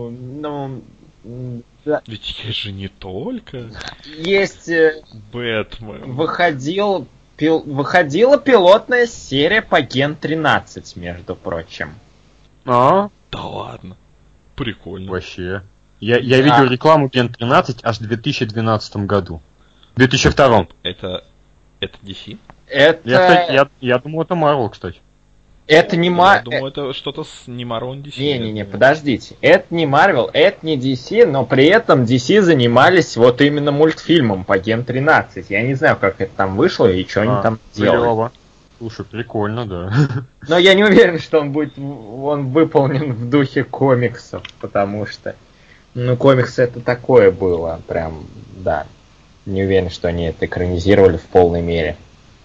Ведь есть же не только. Есть Бэтмен. Выходила пилотная серия по Ген 13, между прочим. А? Да ладно. Прикольно. Вообще. Я видел рекламу Ген 13 аж в 2012 году. В 2002. Это DC? Я думал, это Marvel, кстати. Это не Marvel. Я думаю, это что-то с не Marvel DC. Не, подождите. Это не Marvel, это не DC, но при этом DC занимались вот именно мультфильмом по Ген 13. Я не знаю, как это там вышло и что они там делали. Слушай, прикольно, да. Но я не уверен, что он выполнен в духе комиксов, потому что, комиксы это такое было, прям, да. Не уверен, что они это экранизировали в полной мере.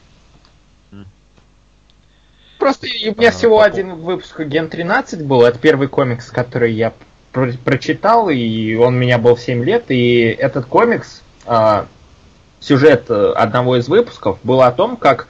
Просто у меня всего один выпуск Ген 13 был, это первый комикс, который я прочитал, и он у меня был в 7 лет, и этот комикс, сюжет одного из выпусков был о том, как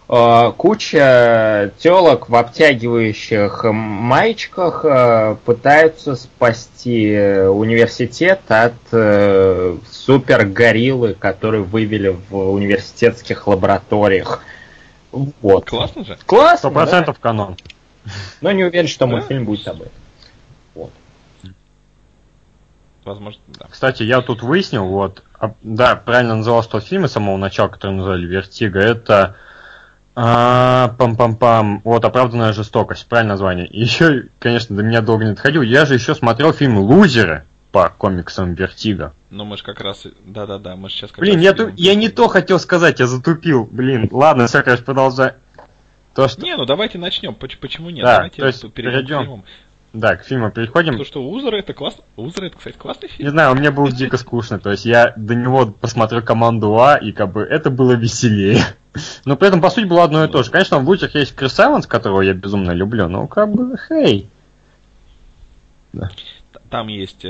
куча телок в обтягивающих маечках пытаются спасти университет от супер-гориллы, которые вывели в университетских лабораториях. Вот. Классно же? Классно, 100% да? канон. Но не уверен, что мультфильм будет об этом. Вот. Возможно, да. Кстати, я тут выяснил, да, правильно назывался тот фильм с самого начала, который назвали «Вертиго», это Пам-пам-пам. Вот, «Оправданная жестокость», правильное название. И еще, конечно, до меня долго не доходил. Я же еще смотрел фильм «Лузеры» по комиксам Вертиго. Ну, мы же как раз... Да-да-да, мы же сейчас как Блин, раз... я не то хотел сказать, я затупил. Блин, ладно, все, конечно, продолжай. То, что... Не, ну давайте начнем. Почему нет? Да, Давайте то есть перейдем к фильмам. Да, к фильму переходим. Потому что «Узоры» это классно. «Узоры» это, кстати, классный фильм. Не знаю, мне было дико скучно. То есть я до него посмотрел «Команду А», и как бы это было веселее. Но при этом, по сути, было одно и то же. Конечно, в «Лузерах» есть Крис Эванс, которого я безумно люблю, но как бы, хей. Да. Там есть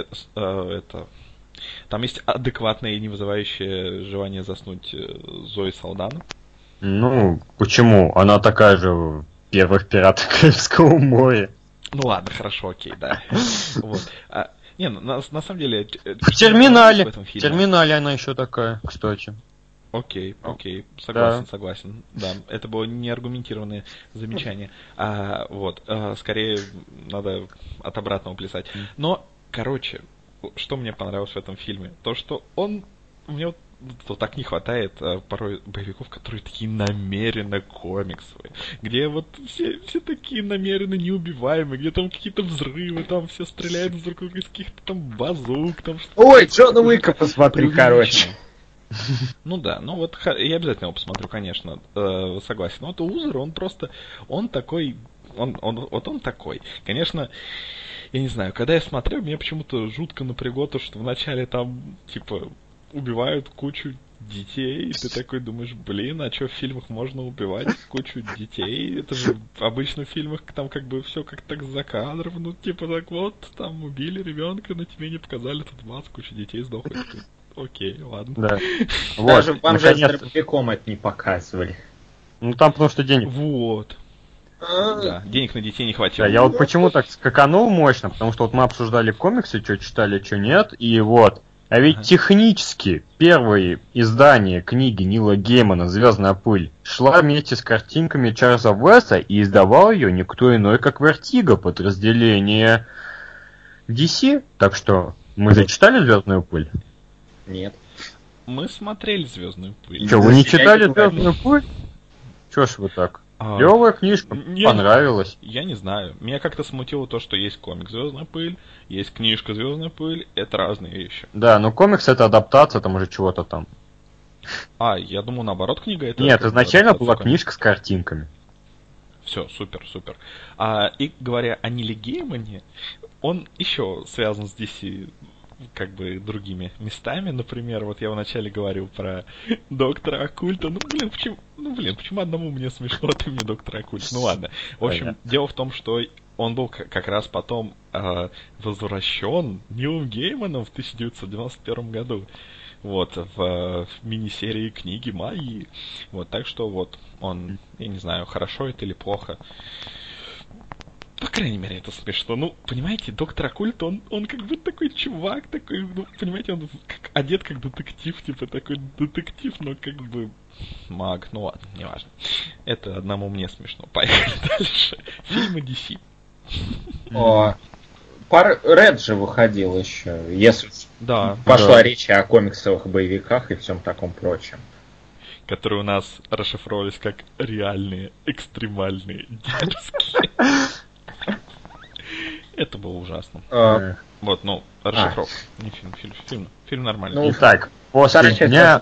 Там есть адекватное и не вызывающее желание заснуть Зои Салдана. Ну, почему? Она такая же в первых «Пиратах Карибского моря». Ну ладно, хорошо, окей, да. Вот. Не, на самом деле... В «Терминале» она еще такая, кстати. Окей, согласен. Да, это было неаргументированное замечание. Скорее надо от обратного плясать. Но, короче, что мне понравилось в этом фильме? То, что мне вот так не хватает порой боевиков, которые такие намеренно комиксовые, где вот все такие намеренно неубиваемые, где там какие-то взрывы, там все стреляют друг друга из каких-то там базук, там что-то. Ой, Джона Уика посмотри, короче. Ну да, ну вот я обязательно его посмотрю, конечно, согласен. Но вот Узор, он такой, он такой. Конечно, я не знаю, когда я смотрел, меня почему-то жутко напрягло то, что вначале там, типа, убивают кучу детей, и ты такой думаешь, блин, а что в фильмах можно убивать кучу детей? Это же обычно в фильмах там как бы все как так за кадром, ну типа так вот, там убили ребенка, но тебе не показали, тут бац, куча детей сдохла. Окей, ладно. Да. Даже вам же с Дробовиком это не показывали. Ну там потому что денег. Вот. Да, денег на детей не хватило. Да, я вот почему так скаканул мощно, потому что вот мы обсуждали комиксы, что читали, что нет, и вот. А ведь технически первые издания книги Нила Геймана «Звездная пыль» шла вместе с картинками Чарльза Весса, и издавал ее никто иной, как Vertigo, подразделение DC. Так что мы зачитали «Звездную пыль»? Нет. Мы смотрели «Звездную пыль». Что, вы не читали «Звездную пыль»? Чё ж вы так? Левая книжка, понравилась. Я не знаю. Меня как-то смутило то, что есть комик «Звездная пыль», есть книжка «Звездная пыль», это разные вещи. Да, но комикс это адаптация, там уже чего-то там. Я думал, наоборот, книга это... Нет, изначально была книжка с картинками. Все, супер. И говоря о Ниле Геймане, он еще связан с DC как бы другими местами. Например, вот я вначале говорил про Доктора Оккульта. Почему одному мне смешно, а ты мне Доктора Оккульта? Ну ладно. В общем, дело в том, что он был как раз потом возвращен Нилом Гейманом в 1991 году. Вот, в мини-серии книги Майи. Вот, так что вот, он, я не знаю, хорошо это или плохо. По крайней мере, это смешно. Ну, понимаете, Доктор Оккульт, он как бы такой чувак, такой, ну, понимаете, он одет как детектив, типа такой детектив, но как бы маг. Ну ладно, неважно. Это одному мне смешно. Поехали дальше. Фильмы DC. Ред же выходил еще, если пошла речь о комиксовых боевиках и всем таком прочем. Которые у нас расшифровались как реальные, экстремальные, дерзкие. Это было ужасно. Вот, ну, расшифровка. Не фильм. Фильм нормальный. Итак, после дня...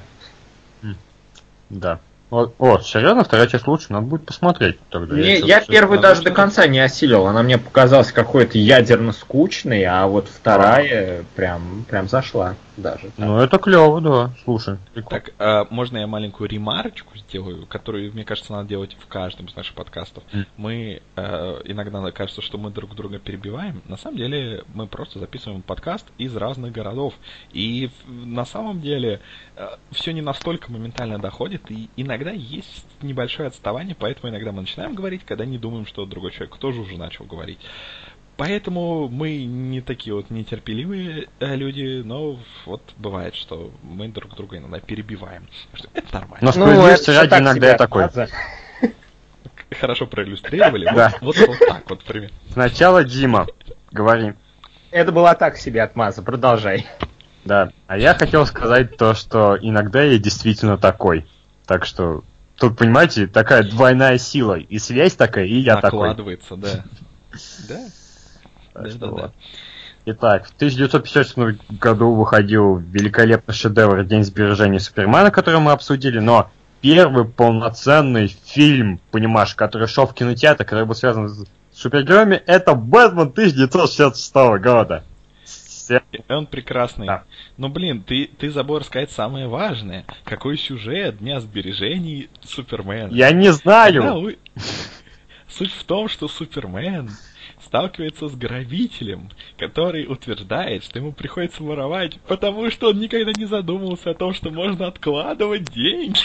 Да. Серьезно, вторая часть лучше, надо будет посмотреть тогда. Я первый даже до конца не осилил, она мне показалась какой-то ядерно скучной, а вот вторая прям зашла даже. Ну это клево, да, слушай. Так, можно я маленькую ремарочку сделаю, которую, мне кажется, надо делать в каждом из наших подкастов. Мы иногда кажется, что мы друг друга перебиваем. На самом деле мы просто записываем подкаст из разных городов. И на самом деле все не настолько моментально доходит, и иногда есть небольшое отставание, поэтому иногда мы начинаем говорить, когда не думаем, что другой человек тоже уже начал говорить. Поэтому мы не такие вот нетерпеливые люди, но вот бывает, что мы друг друга иногда перебиваем. Это нормально. Но справедливости ради иногда я такой. Хорошо проиллюстрировали. Вот так вот пример. Сначала Дима, говори. Это была так себе отмаза, продолжай. Да, а я хотел сказать то, что иногда я действительно такой. Так что Тут, понимаете, такая двойная сила. И связь такая, и я такой. Накладывается, да. Да. Да. Итак, в 1954 году выходил великолепный шедевр «День сбережения Супермена», который мы обсудили, но первый полноценный фильм, понимаешь, который шел в кинотеатр, который был связан с супергероями, это «Бэтмен» 1966 года. Он прекрасный. Да. Но, блин, ты забыл рассказать самое важное. Какой сюжет Дня сбережений Супермена? Я не знаю. Суть в том, что Супермен сталкивается с грабителем, который утверждает, что ему приходится воровать, потому что он никогда не задумывался о том, что можно откладывать деньги.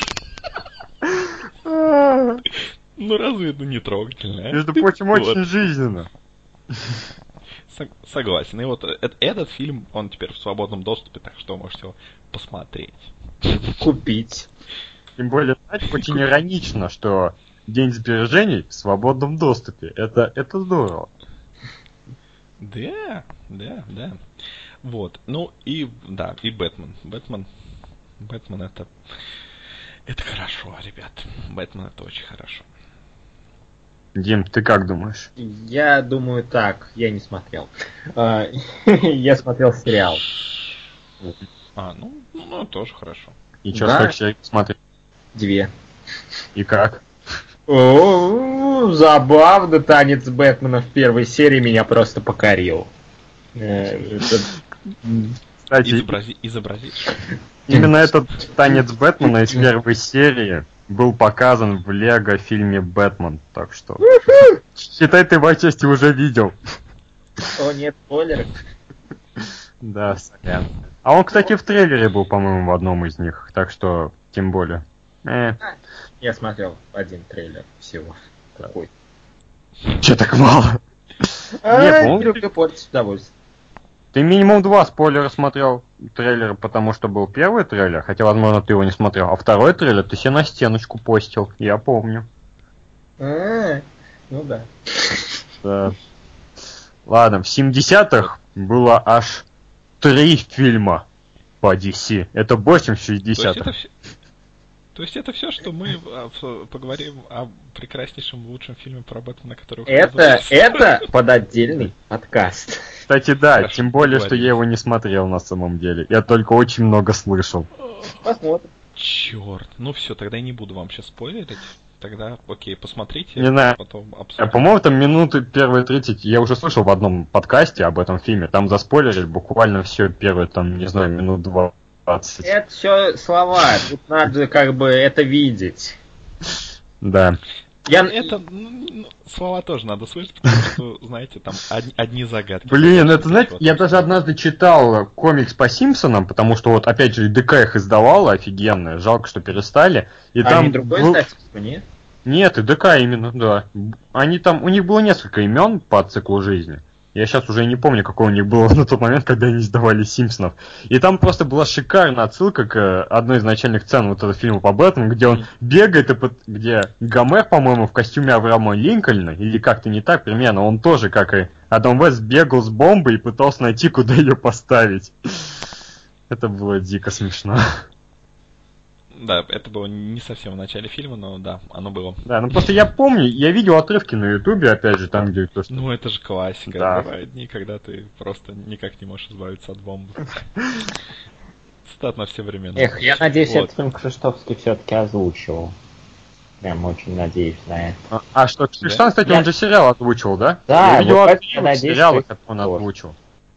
Ну разве это не трогательно? Между прочим, очень жизненно. Согласен. И вот этот фильм, он теперь в свободном доступе, так что можете его посмотреть. Купить. Тем более, знаете, очень иронично, что День сбережений в свободном доступе. Это здорово. Да. Вот. Ну и да, и Бэтмен. Бэтмен это хорошо, ребят. Бэтмен это очень хорошо. Дим, ты как думаешь? Я думаю так, я не смотрел. Я смотрел сериал. Ну тоже хорошо. И что, сколько серий посмотрел? 2. И как? О, забавно, танец Бэтмена в первой серии меня просто покорил. Кстати, изобразить. именно этот танец Бэтмена из первой серии был показан в Лего фильме «Бэтмен», так что считай, ты в отчасти уже видел. О, нет, спойлеры. Да, сорян. А он, кстати, в трейлере был, по-моему, в одном из них, так что тем более. Я смотрел один трейлер всего. Какой? Че так мало? Нет, не люблю портить удовольствие. Ты минимум 2 спойлера смотрел трейлера, потому что был первый трейлер, хотя, возможно, ты его не смотрел, а второй трейлер ты себе на стеночку постил, я помню. Ну да. Да. Ладно, в 70-х было аж 3 фильма по DC. Это больше, чем в 60-х. То есть это все, что мы поговорим о прекраснейшем лучшем фильме про Бэтмена, который... Это под отдельный подкаст. Кстати, да, Хорошо, тем более, говори. что я его не смотрел на самом деле. Я только очень много слышал. Посмотрим. Черт, ну все, тогда я не буду вам сейчас спойлерить. Тогда, окей, посмотрите, Не знаю. потом обсудим. По-моему, там минуты первые 30, я уже слышал в одном подкасте об этом фильме, там заспойлерили буквально все первые, там, не знаю, минут 20. Это все слова, тут надо как бы это видеть. Да. Это слова тоже надо слышать, потому что, знаете, там одни загадки. Блин, это, знаете, я даже однажды читал комикс по Симпсонам, потому что вот, опять же, ДК их издавала офигенная, жалко, что перестали. И там не другое издательство, нет? Нет, и ДК именно, да. Они там, у них было несколько имен по циклу жизни. Я сейчас уже не помню, какое у них было на тот момент, когда они издавали Симпсонов. И там просто была шикарная отсылка к одной из начальных сцен вот этого фильма по Бэтмену, где он бегает, где Гомер, по-моему, в костюме Авраама Линкольна, или как-то не так примерно, он тоже, как и Адам Вест, бегал с бомбой и пытался найти, куда ее поставить. Это было дико смешно. Да, это было не совсем в начале фильма, но да, оно было. Да, ну просто я помню, я видел отрывки на Ютубе, опять же, там, где то, что... Ну это же классика, Да. бывают дни, когда ты просто никак не можешь избавиться от бомбы. Цитат на все времена. Эх, я надеюсь, Вот. этот фильм Кшиштовский все-таки озвучивал. Прям очень надеюсь на это. А что, Кшиштан, кстати, он же сериал озвучивал, да? Да, я видел вот отрывок я надеюсь, сериала, что как он тоже. озвучил.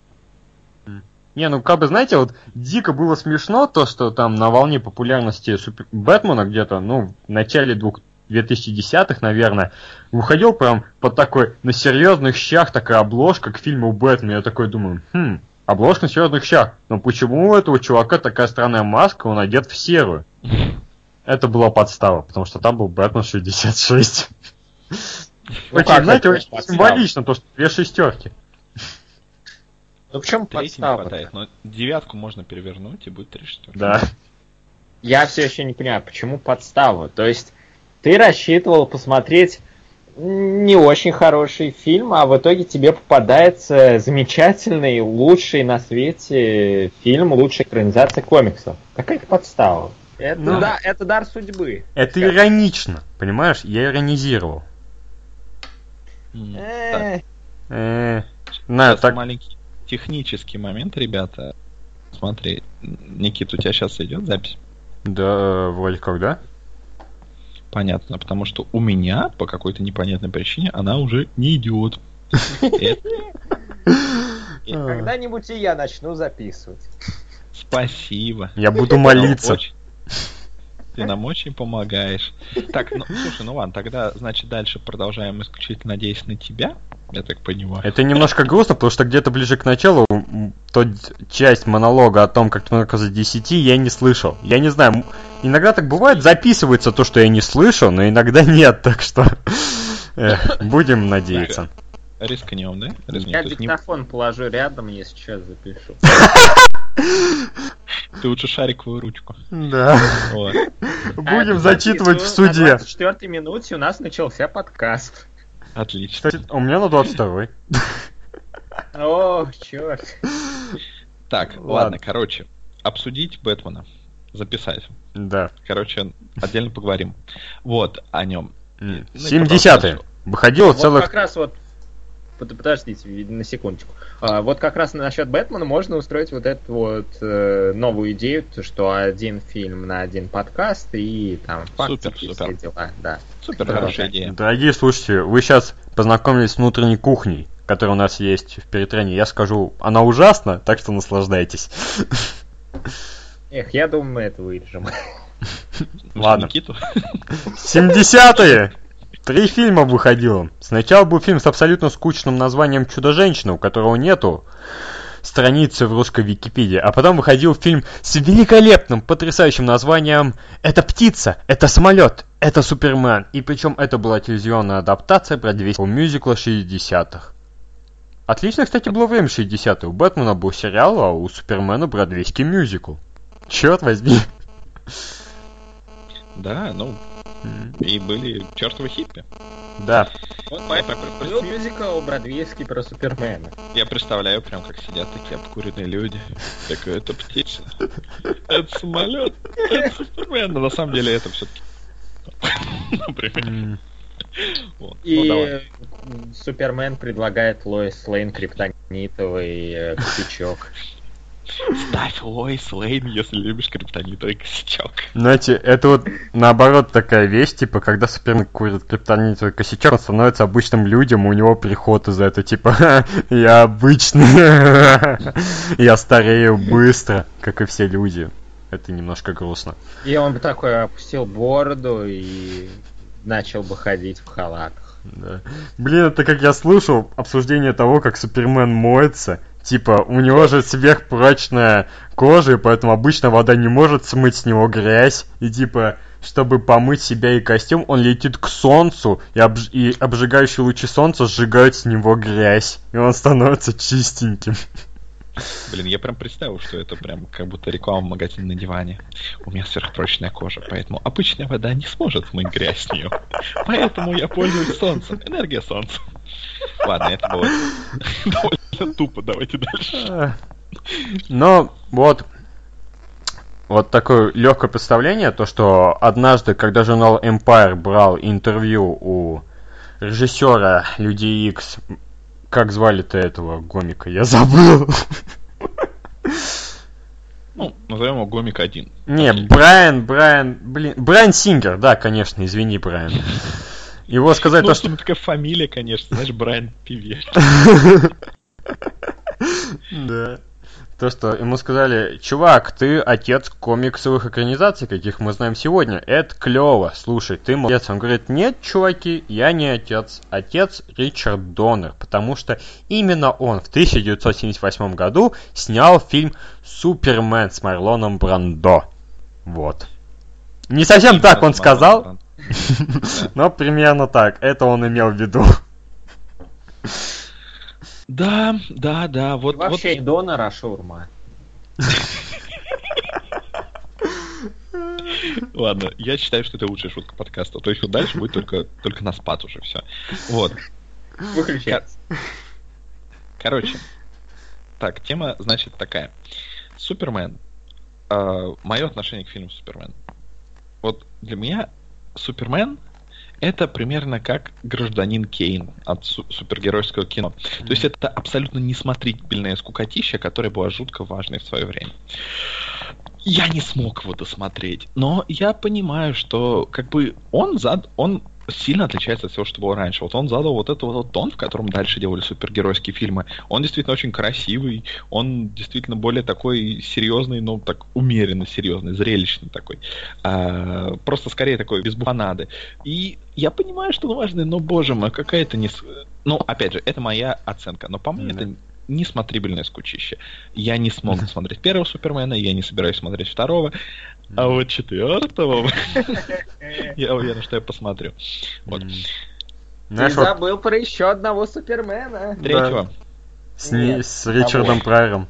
Не, ну как бы, знаете, вот дико было смешно то, что там на волне популярности Бэтмена где-то, ну, в начале 2010-х, наверное, выходил прям под такой, на серьезных щах такая обложка к фильму «Бэтмен». Я такой думаю, обложка на серьезных щах. Но почему у этого чувака такая странная маска, он одет в серую? Это была подстава, потому что там был Бэтмен 66. Очень, знаете, очень символично, то, что 2 шестерки. Ну почему Третий не подстава? хватает, но 9 можно перевернуть и будет 3 штуки. Да. Я все еще не понимаю, почему подстава. То есть ты рассчитывал посмотреть не очень хороший фильм, а в итоге тебе попадается замечательный, лучший на свете фильм, лучшая экранизация комиксов. Какая-то подстава. Это дар судьбы. Это иронично, понимаешь? Я иронизировал. Так, Знаю, сейчас так... маленький технический момент, ребята. Смотри, Никит, у тебя сейчас идет запись? Да, вроде как, да? Понятно, потому что у меня по какой-то непонятной причине она уже не идет. Когда-нибудь и я начну записывать. Спасибо. Я буду молиться. Ты нам очень помогаешь. Так, ну, слушай, ну ладно, тогда, значит, дальше продолжаем исключительно надеясь на тебя, я так понимаю. Это немножко грустно, потому что где-то ближе к началу часть монолога о том, как ты оказывается 10, я не слышал. Я не знаю, иногда так бывает, записывается то, что я не слышу, но иногда нет, так что будем надеяться. Рискнем, да? Я диктофон положу рядом, если сейчас запишу. Ты лучше шариковую ручку. Да. Вот. Будем зачитывать в суде. На 24-й минуте у нас начался подкаст. Отлично. Кстати, у меня на 22-й. О, черт. Так, ладно, короче, обсудить Бэтмена. Записать. Да. Короче, отдельно поговорим. Вот, о нем. 70-е. Выходило целых... Как раз вот... Подождите на секундочку. Вот как раз насчет Бэтмена можно устроить вот эту вот новую идею, что один фильм на один подкаст и там фактики, все дела. Да. Супер хорошая идея. Дорогие слушатели, вы сейчас познакомились с внутренней кухней, которая у нас есть в Перетране. Я скажу, она ужасна, так что наслаждайтесь. Эх, я думаю, мы это вырежем. Ладно. Никиту? 70-е! 3 фильма выходило. Сначала был фильм с абсолютно скучным названием «Чудо-женщина», у которого нету страницы в русской Википедии. А потом выходил фильм с великолепным, потрясающим названием «Это птица, это самолет, это Супермен». И причем это была телевизионная адаптация бродвейского мюзикла 60-х. Отлично, кстати, было время 60-е. У Бэтмена был сериал, а у Супермена бродвейский мюзикл. Черт возьми. Да, ну... И были чертовы хиппи. Да. Вот поэтому был мюзикл бродвейский про Супермена. Я представляю, прям как сидят такие обкуренные люди. Такое, это птица, это самолет, это Супермен. Но на самом деле это все-таки... Например. И Супермен предлагает Лоис Лейн криптонитовый косячок. Ставь Лоис Лейн, если любишь криптонитовый косячок. Знаете, это вот наоборот такая вещь, типа, когда Супермен курит криптонитовый косячок, он становится обычным людям, у него приход из-за этого, типа, я обычный, я старею быстро, как и все люди. Это немножко грустно. И он бы такой опустил бороду и начал бы ходить в халатах. Да. Блин, это как я слушал обсуждение того, как Супермен моется. Типа, у него же сверхпрочная кожа, и поэтому обычно вода не может смыть с него грязь. И типа, чтобы помыть себя и костюм, он летит к солнцу, и обжигающие лучи солнца сжигают с него грязь. И он становится чистеньким. Блин, я прям представил, что это прям как будто реклама в магазине на диване. У меня сверхпрочная кожа, поэтому обычная вода не сможет смыть грязь с нее. Поэтому я пользуюсь солнцем. Энергия солнца. Ладно, это было довольно тупо, давайте дальше. Но вот такое легкое представление, то что однажды, когда журнал Empire брал интервью у режиссера Людей Икс, как звали-то этого гомика, я забыл. Ну, назовем его Гомик 1. Не, Брайан Сингер, да, конечно, извини, Брайан. Его сказали то, что... Ну, такая фамилия, конечно, знаешь, Брайан Певец. Да. То, что ему сказали, чувак, ты отец комиксовых экранизаций, каких мы знаем сегодня. Это клево. Слушай, ты молодец. Он говорит, нет, чуваки, я не отец. Отец Ричард Доннер. Потому что именно он в 1978 году снял фильм «Супермен» с Марлоном Брандо. Вот. Не совсем так он сказал, но примерно так. Это он имел в виду. Да. Вот, вообще вот... Донор, а шаурма. Ладно, я считаю, что это лучшая шутка подкаста. То есть вот дальше будет только на спад уже все. Вот. Выключается. Короче. Так, тема, значит, такая. Супермен. мое отношение к фильму «Супермен». Вот для меня «Супермен» — это примерно как «Гражданин Кейн» от супергеройского кино. То есть это абсолютно несмотрибельная скукотища, которая была жутко важной в свое время. Я не смог его досмотреть, но я понимаю, что как бы он сильно отличается от всего, что было раньше. Вот он задал вот этот вот тон, в котором дальше делали супергеройские фильмы. Он действительно очень красивый, он действительно более такой серьезный, но так умеренно серьезный, зрелищный такой. Просто скорее такой, без буфонады. И я понимаю, что он важный, но, боже мой, какая-то не... Ну, опять же, это моя оценка, но по мне это несмотрибельное скучище. Я не смог смотреть первого Супермена, я не собираюсь смотреть второго, а вот четвертого я уверен, что я посмотрю. Вот. Ты забыл про еще одного Супермена. Третьего. С Ричардом Прайером.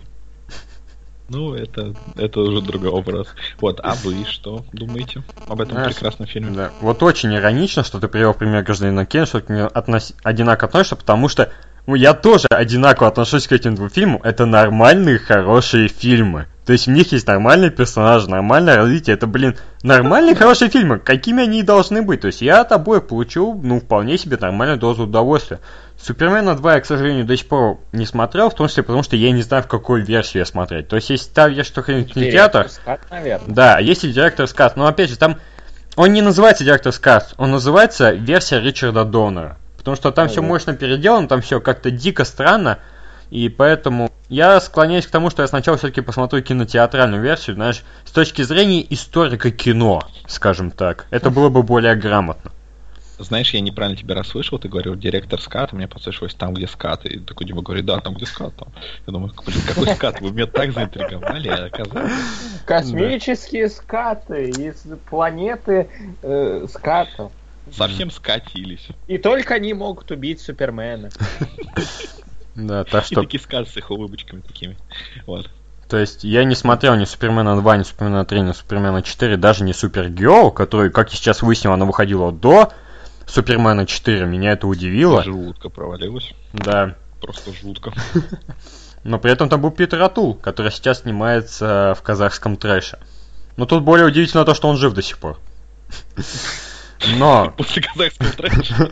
Ну, это уже другой вопрос. Вот, а вы что думаете об этом прекрасном фильме? Да. Вот очень иронично, что ты привел пример «Гражданина Кейна», что ты к нему одинаково относишься, потому что я тоже одинаково отношусь к этим двум фильмам. Это нормальные, хорошие фильмы. То есть в них есть нормальные персонажи, нормальное развитие. Это, нормальные, хорошие фильмы. Какими они и должны быть. То есть я от обоих получил, вполне себе нормальную дозу удовольствия. «Супермена 2» я, к сожалению, до сих пор не смотрел, в том числе потому, что я не знаю, в какой версии я смотреть. То есть есть та версия, что ходит в кинотеатр. Да, есть и Director's Cut. Но опять же, там он не называется Director's Cut, он называется версия Ричарда Доннера. Потому что там все мощно переделано, там все как-то дико странно. И поэтому я склоняюсь к тому, что я сначала все-таки посмотрю кинотеатральную версию, знаешь, с точки зрения историка кино, скажем так. Это было бы более грамотно. Знаешь, я неправильно тебя расслышал, ты говорил директор скат, мне послышалось там, где скат. И такой Дима говорит, да, там, где скат. Там. Я думаю, какой скат? Вы меня так заинтриговали, а оказалось... Космические скаты из планеты скатов. Совсем скатились. И только они могут убить Супермена. Да, так что... И такие скаты с их улыбочками такими. Вот. То есть я не смотрел ни Супермена 2, ни Супермена 3, ни Супермена 4, даже не Супергерл, который, как я сейчас выяснил, она выходила до Супермена 4. Меня это удивило. Жутко провалилось. Да. Просто жутко. Но при этом там был Питер Атул, который сейчас снимается в казахском трэше. Но тут более удивительно то, что он жив до сих пор. Но... После казахского трэша.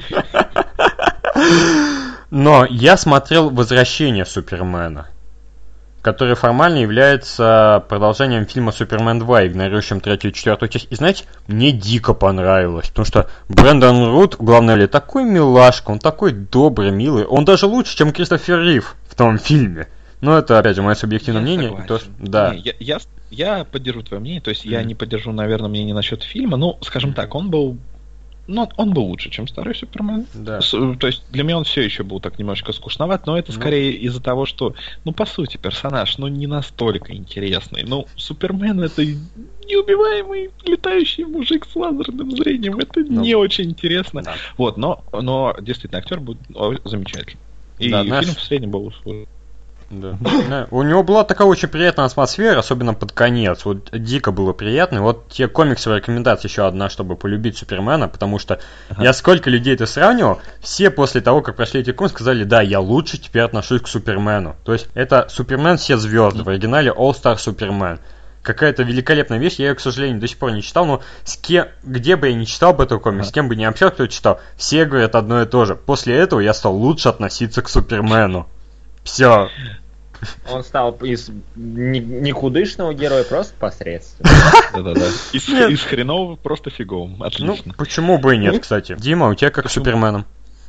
Но я смотрел «Возвращение Супермена», который формально является продолжением фильма «Супермен 2», игнорирующим третью и четвертую часть. И знаете, мне дико понравилось, потому что Брэндон Рут в главной роли такой милашка, он такой добрый, милый. Он даже лучше, чем Кристофер Рив в том фильме. Но это, опять же, мое субъективное мнение. То, да. Не, я поддержу твое мнение, то есть я не поддержу, наверное, мнение насчет фильма, но, скажем так, он был лучше, чем старый Супермен. Да. То есть для меня он все еще был так немножко скучноват, но это скорее из-за того, что, по сути, персонаж, не настолько интересный. Супермен — это неубиваемый летающий мужик с лазерным зрением. Это не очень интересно. Да. Вот, но действительно, актер будет замечательный. И фильм в среднем был условий. Да. У него была такая очень приятная атмосфера, особенно под конец. Вот дико было приятно. Вот те комиксовые рекомендации еще одна, чтобы полюбить Супермена, потому что я сколько людей это сравнивал, все после того, как прошли эти комиксы, сказали, да, я лучше теперь отношусь к Супермену. То есть это Супермен все звезды, в оригинале All Star Супермен. Какая-то великолепная вещь, я ее, к сожалению, до сих пор не читал, но где бы я не читал об этом комиксе, с кем бы не общался, кто читал, все говорят одно и то же. После этого я стал лучше относиться к Супермену. Все. Он стал из никудышного героя просто посредственно. Да-да-да. Из хренового просто фиговым. Отлично. Почему бы и нет, кстати. Дима, у тебя как с Суперменом?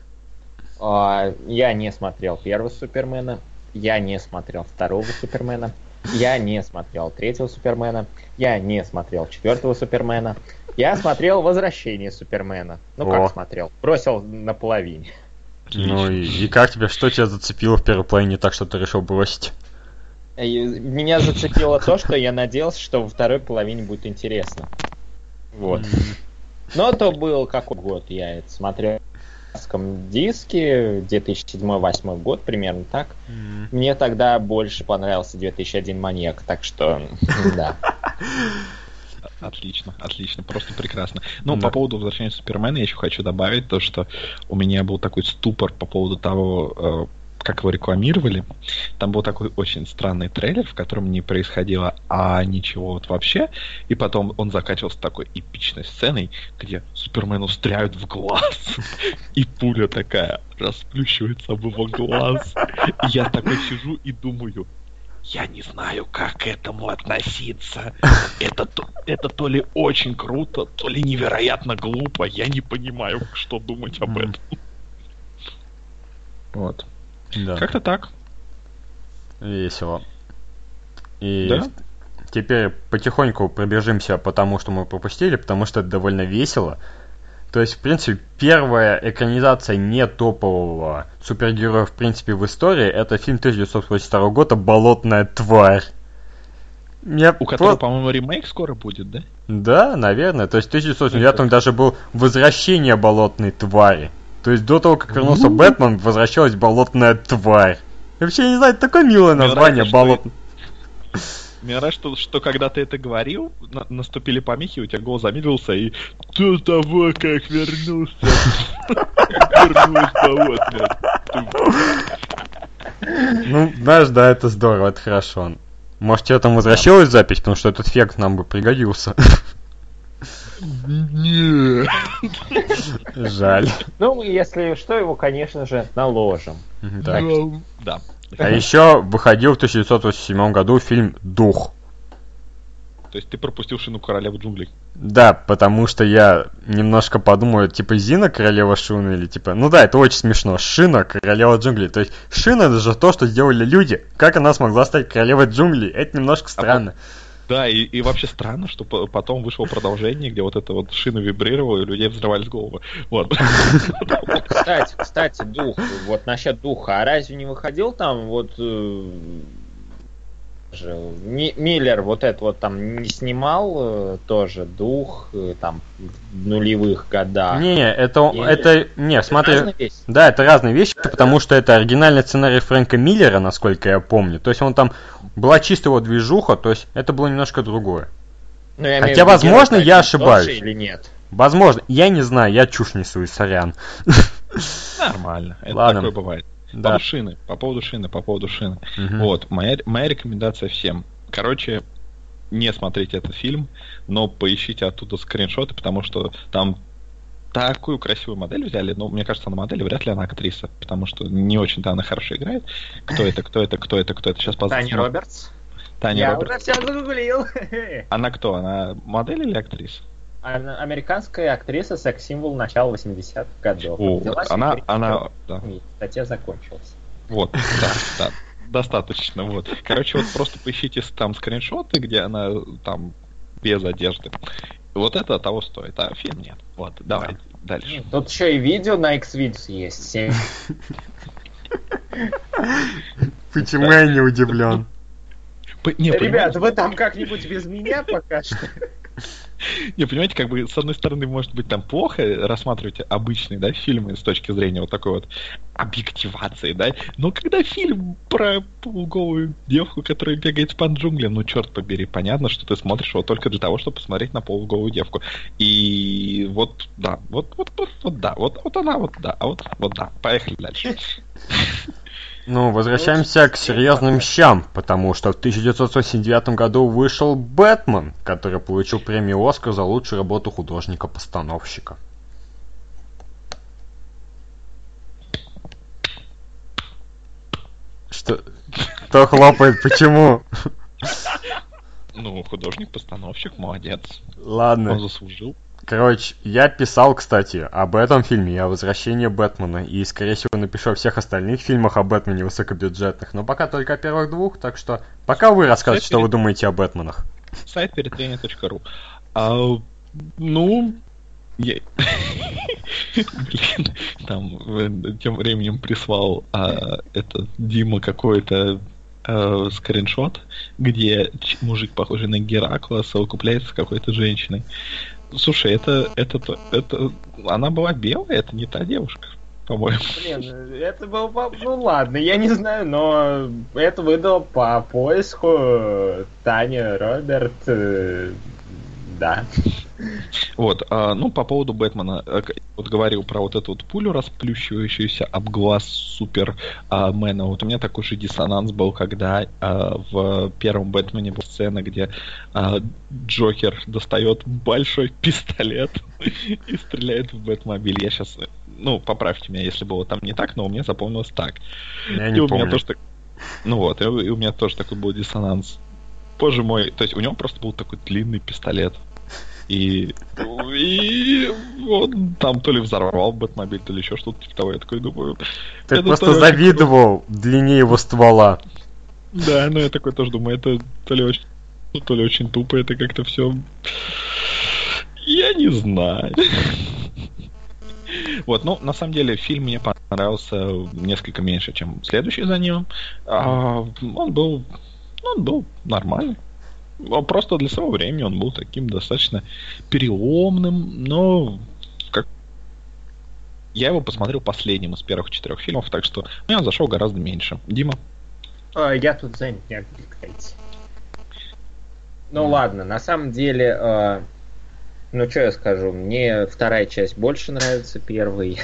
Я не смотрел первого Супермена. Я не смотрел второго Супермена. Я не смотрел третьего Супермена. Я не смотрел четвертого Супермена. Я смотрел «Возвращение Супермена». Как смотрел? Бросил наполовине. И как тебе, что тебя зацепило в первой половине так, что ты решил бросить? Меня зацепило то, что я надеялся, что во второй половине будет интересно. Вот. Но то был какой год? Я это смотрел на жестком диске, 2007-2008 год, примерно так. Мне тогда больше понравился 2001 «Маньяк», так что, да. Отлично, просто прекрасно. По поводу «Возвращения Супермена» я еще хочу добавить то, что у меня был такой ступор по поводу того, как его рекламировали, там был такой очень странный трейлер, в котором не происходило ничего вот вообще, и потом он заканчивался такой эпичной сценой, где Супермену стреляют в глаз, и пуля такая расплющивается об его глаз. И я такой сижу и думаю, я не знаю, как к этому относиться. Это то ли очень круто, то ли невероятно глупо. Я не понимаю, что думать об этом. Вот. Да. Как-то так. Весело. И Да? теперь потихоньку пробежимся по тому, что мы пропустили, потому что это довольно весело. То есть, в принципе, первая экранизация не топового супергероя, в принципе, в истории, это фильм 1982 года «Болотная тварь». У которого, по-моему, ремейк скоро будет, да? Да, наверное. То есть в 1989 даже был «Возвращение болотной твари». То есть до того, как вернулся Бэтмен, возвращалась болотная тварь. И вообще, я не знаю, это такое милое название, болотная. Мне нравится, что когда ты это говорил, наступили помехи, у тебя голос замедлился, и до того, как вернулся болотная. Ну, знаешь, да, это здорово, это хорошо. Может, тебе там возвращалась запись, потому что этот эффект нам бы пригодился. Нет. Жаль. Ну, если что, его, конечно же, наложим. Так. Да. А еще выходил в 1987 году фильм «Дух». То есть ты пропустил Шину королеву джунглей? Да, потому что я немножко подумаю, типа Зина королева Шуна или типа... Ну да, это очень смешно. Шина королева джунглей. То есть Шина это же то, что сделали люди. Как она смогла стать королевой джунглей? Это немножко странно. Да, и вообще странно, что потом вышло продолжение, где вот эта вот шина вибрировала, и у людей взрывались головы. Вот. Кстати, дух. Вот насчет духа. А разве не выходил там вот... Миллер вот это вот там не снимал тоже дух там в нулевых годах? Не, не, смотри, это да, это разные вещи, потому что это оригинальный сценарий Фрэнка Миллера, насколько я помню. То есть он там была чисто его движуха, то есть это было немножко другое. Хотя, возможно, я ошибаюсь. Или нет? Возможно, я не знаю, я чушь несу, сорян. Нормально, это Ладно. такое бывает. Да. По поводу шины. Угу. Вот, моя рекомендация всем. Короче, не смотрите этот фильм, но поищите оттуда скриншоты, потому что там такую красивую модель взяли, но мне кажется, она модель, вряд ли она актриса, потому что не очень-то она хорошо играет. Кто это? Сейчас Таня Робертс? Таня Робертс. Я уже все загуглил. Она кто? Она модель или актриса? Американская актриса, секс-символ начала 80-х годов. Она. Да. Статья закончилась. Вот, да. Достаточно, вот. Короче, вот просто поищите там скриншоты, где она там без одежды. Вот это того стоит, а фильм нет. Вот, давай дальше. Тут еще и видео на X-Videos есть. Почему я не удивлен? Ребят, вы там как-нибудь без меня пока что? Не, понимаете, как бы, с одной стороны, может быть, там плохо рассматривать обычные, да, фильмы с точки зрения вот такой вот объективации, да, но когда фильм про полуголую девку, которая бегает по джунглям, ну, черт побери, понятно, что ты смотришь его только для того, чтобы посмотреть на полуголую девку. И вот, да, вот она, да, поехали дальше. Ну, возвращаемся к серьезным щам, потому что в 1989 году вышел «Бэтмен», который получил премию «Оскар» за лучшую работу художника-постановщика. Что? Кто хлопает? Почему? Ну, художник-постановщик, молодец. Ладно. Он заслужил. Короче, я писал, кстати, об этом фильме, о возвращении Бэтмена, и, скорее всего, напишу о всех остальных фильмах о Бэтмене высокобюджетных, но пока только о первых двух, так что пока вы расскажете, что вы думаете о Бэтменах. Сайт перетрение.ру. Ну, блин, там тем временем прислал этот Дима какой-то скриншот, где мужик, похожий на Геракла, совокупляется с какой-то женщиной. Слушай, это она была белая, это не та девушка, по-моему. Блин, это был, ну ладно, я не знаю, но это выдал по поиску Таня Роберт да. Вот, ну, по поводу Бэтмена, вот говорил про вот эту вот пулю, расплющивающуюся об глаз Супермена. Вот у меня такой же диссонанс был, когда в первом Бэтмене была сцена, где Джокер достает большой пистолет и стреляет в Бэтмобиль. Я сейчас, ну, поправьте меня, если было там не так, но у меня запомнилось так. Я не помню. Меня тоже ну вот, и у меня тоже такой был диссонанс. Боже мой, то есть у него просто был такой длинный пистолет. И он там то ли взорвал Бэтмобиль, то ли еще что-то типа того. Я такой думаю... Ты просто завидовал длине его ствола. Да, ну я такой тоже думаю, это то ли очень тупо, это как-то все... Я не знаю. Вот, ну, на самом деле, фильм мне понравился несколько меньше, чем следующий за ним. Он был нормальный. Просто для своего времени он был таким достаточно переломным, но я его посмотрел последним из первых 4 фильмов, так что мне он зашел гораздо меньше. Дима? Я тут занят, не отвлекайте. Ну ладно, на самом деле, ну что я скажу, мне вторая часть больше нравится первой.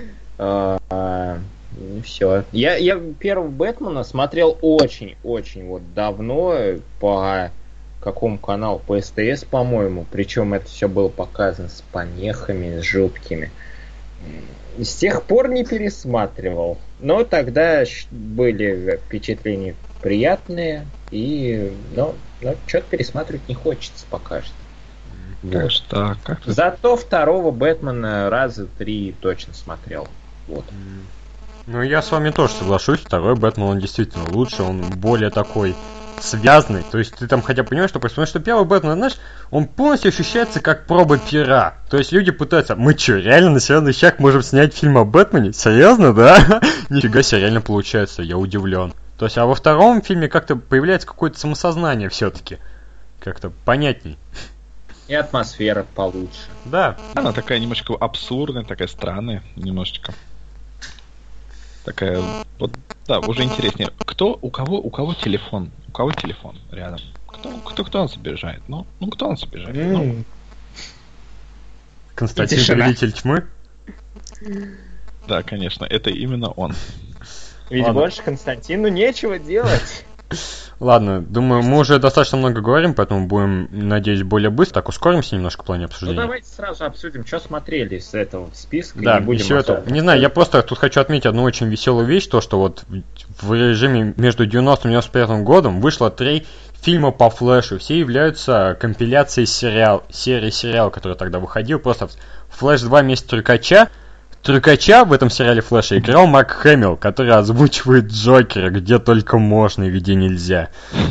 Все. Я первого Бэтмена смотрел очень-очень вот давно по какому каналу? По СТС, по-моему. Причем это все было показано с помехами, с жуткими. С тех пор не пересматривал. Но тогда были впечатления приятные. Но что-то пересматривать не хочется пока что. Вот. Так, как Зато второго Бэтмена раза 3 точно смотрел. Вот. Ну, я с вами тоже соглашусь. Второй Бэтмен, он действительно лучше. Он более такой связанный. То есть ты там хотя бы понимаешь, что происходит. Потому что первый Бэтмен, знаешь, он полностью ощущается как проба пера. То есть люди пытаются... Мы что, реально на серьезных вещах можем снять фильм о Бэтмене? Серьезно, да? Нифига себе, реально получается. Я удивлен. То есть, а во втором фильме как-то появляется какое-то самосознание все-таки. Как-то понятней. И атмосфера получше. Да. Она такая немножко абсурдная, такая странная, немножечко. Такая, вот, да, уже интереснее. У кого телефон? У кого телефон рядом? Кто нас обижает? Ну, кто нас обижает? Ну. Константин, Повелитель тьмы? Да, конечно, это именно он. Ведь больше Константину нечего делать. Ладно, думаю, мы уже достаточно много говорим, поэтому будем, надеюсь, более быстро. Так, ускоримся немножко в плане обсуждения. Ну, давайте сразу обсудим, что смотрели с этого списка. Да, и не будем все это. Не знаю, я просто тут хочу отметить одну очень веселую вещь, то, что вот в режиме между 90 и 95 годом вышло 3 фильма по Флэшу. Все являются компиляцией серии сериала, который тогда выходил. Просто Флэш 2 месяц Трюкача в этом сериале Флэша играл Марк Хэмилл, который озвучивает Джокера, где только можно и где нельзя.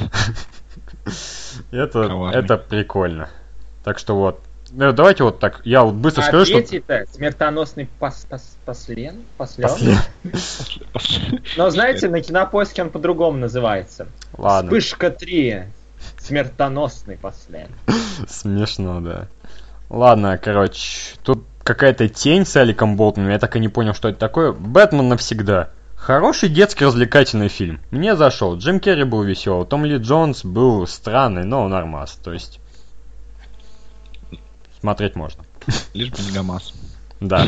Это прикольно. Так что вот. Давайте вот так. Я вот быстро скажу, что... третий-то смертоносный послен? Но знаете, на Кинопоиске он по-другому называется. Ладно. Вспышка 3. Смертоносный послен. Смешно, да. Ладно, короче, тут какая-то тень с Аликом Болтоном, я так и не понял, что это такое. «Бэтмен навсегда». Хороший детский развлекательный фильм. Мне зашел. Джим Керри был веселый, Том Ли Джонс был странный, но нормас. То есть, смотреть можно. Лишь бы не ГАМАЗ. Да.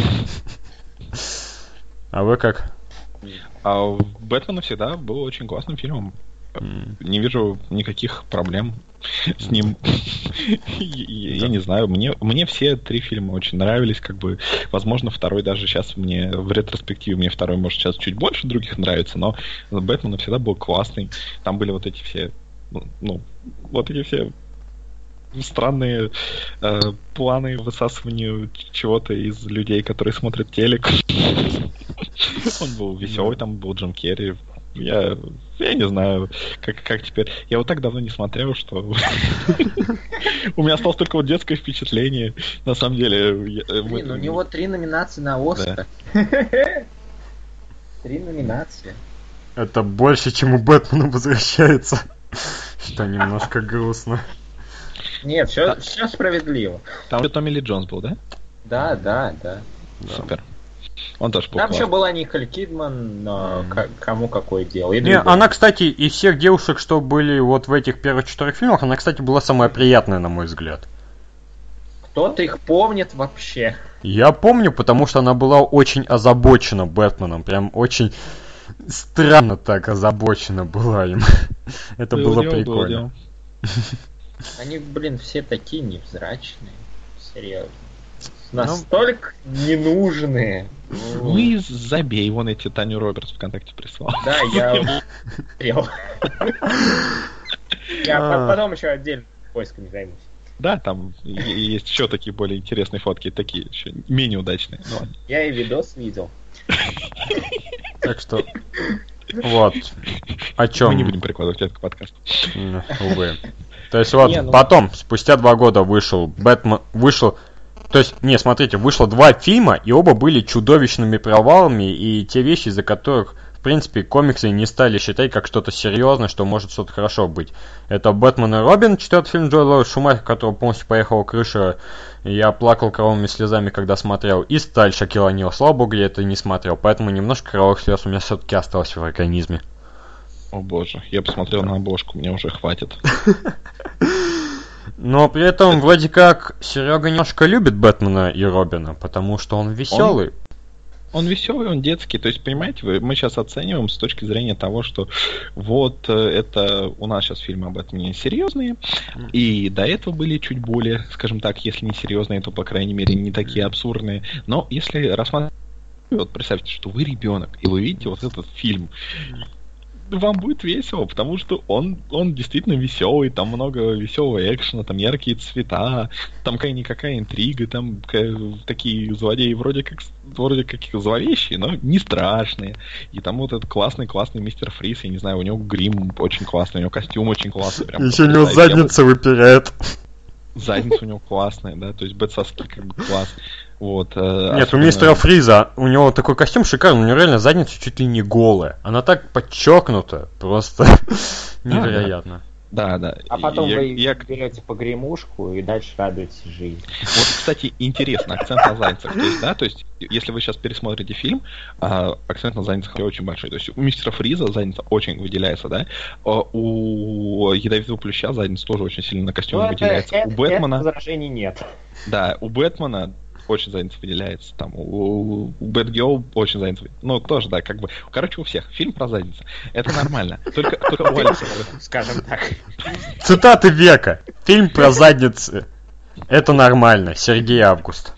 А вы как? «Бэтмен навсегда» был очень классным фильмом. Не вижу никаких проблем с ним. Я не знаю, мне все 3 фильма очень нравились, как бы, возможно, второй даже сейчас мне, в ретроспективе, мне второй, может, сейчас чуть больше других нравится, но Бэтмен всегда был классный. Там были вот эти все, вот эти все странные планы высасывания чего-то из людей, которые смотрят телек. Он был веселый, там был Джим Керри. Я не знаю, как теперь. Я вот так давно не смотрел, что у меня осталось только вот детское впечатление. На самом деле... Блин, у него 3 номинации на Оскар. 3 номинации. Это больше, чем у Бэтмена возвращается. Что немножко грустно. Не, все справедливо. Там Томми Ли Джонс был, да? Да. Супер. Он тоже был Там классный. еще была Николь Кидман, но кому какое дело. Не, она, кстати, из всех девушек, что были вот в этих первых 4 фильмах, она, кстати, была самая приятная, на мой взгляд. Кто-то их помнит вообще. Я помню, потому что она была очень озабочена Бэтменом. Прям очень странно так озабочена была им. Это было прикольно. Они, блин, все такие невзрачные. Серьезно. Настолько ненужные. Ну и забей, вон эти Таню Робертс ВКонтакте прислал. Да, я смотрел. Я потом еще отдельно поисками займусь. Да, там есть еще такие более интересные фотки, такие еще менее удачные. Я и видос видел. Так что, вот, о чем... Мы не будем прикладывать этот подкаст. Увы. То есть вот, потом, спустя 2 года вышел Бэтмен, то есть, не, смотрите, вышло 2 фильма, и оба были чудовищными провалами, и те вещи, из-за которых, в принципе, комиксы не стали считать как что-то серьезное, что может что-то хорошо быть. Это «Бэтмен и Робин», 4-й фильм Джоэла Шумахера, которого полностью поехала крыша, и я плакал кровавыми слезами, когда смотрел, и «Сталь» Шакила О'Нила. Слава богу, я это не смотрел, поэтому немножко кровавых слез у меня все-таки осталось в организме. О боже, я посмотрел на обложку, мне уже хватит. Но при этом вроде как Серега немножко любит Бэтмена и Робина, потому что он веселый. Он веселый, он детский. То есть, понимаете, мы сейчас оцениваем с точки зрения того, что вот это у нас сейчас фильмы об Бэтмене серьезные, и до этого были чуть более, скажем так, если не серьезные, то, по крайней мере, не такие абсурдные. Но если рассматривать, вот представьте, что вы ребенок, и вы видите вот этот фильм, вам будет весело, потому что он действительно веселый, там много веселого экшена, там яркие цвета, там какая-никакая интрига, там такие злодеи вроде как зловещие, но не страшные. И там вот этот классный мистер Фриз, я не знаю, у него грим очень классный, у него костюм очень классный. Еще у него задница выпирает. Задница у него классная, да, то есть бэт-соски как бы класс. Вот, нет, у мистера Фриза, у него такой костюм шикарный, у него реально задница чуть ли не голая. Она так подчеркнута, просто невероятно. Да. А потом вы берете погремушку и дальше радуетесь жизни. Вот, кстати, интересно, акцент на задницах. То есть, да, то есть, если вы сейчас пересмотрите фильм, акцент на задницах очень большой. То есть у мистера Фриза задница очень выделяется, да. У Ядовитого Плюща задница тоже очень сильно на костюме выделяется. У Бэтмена... возражений нет. Да, у Бэтмена очень задница выделяется, там, у Бэтгерл очень задница выделяется. Ну, тоже, да, как бы, короче, у всех. Фильм про задницу. Это нормально. Только у Альцера, скажем так. Цитаты века. Фильм про задницы. Это нормально. Сергей Август.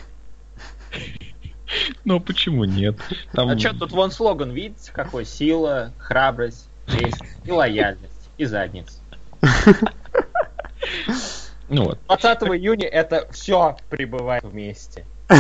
Ну, почему нет? Там... А что, тут вон слоган, видите, какой? Сила, храбрость, честь и лояльность. И задница. Ну вот. 20 июня это все прибывает вместе.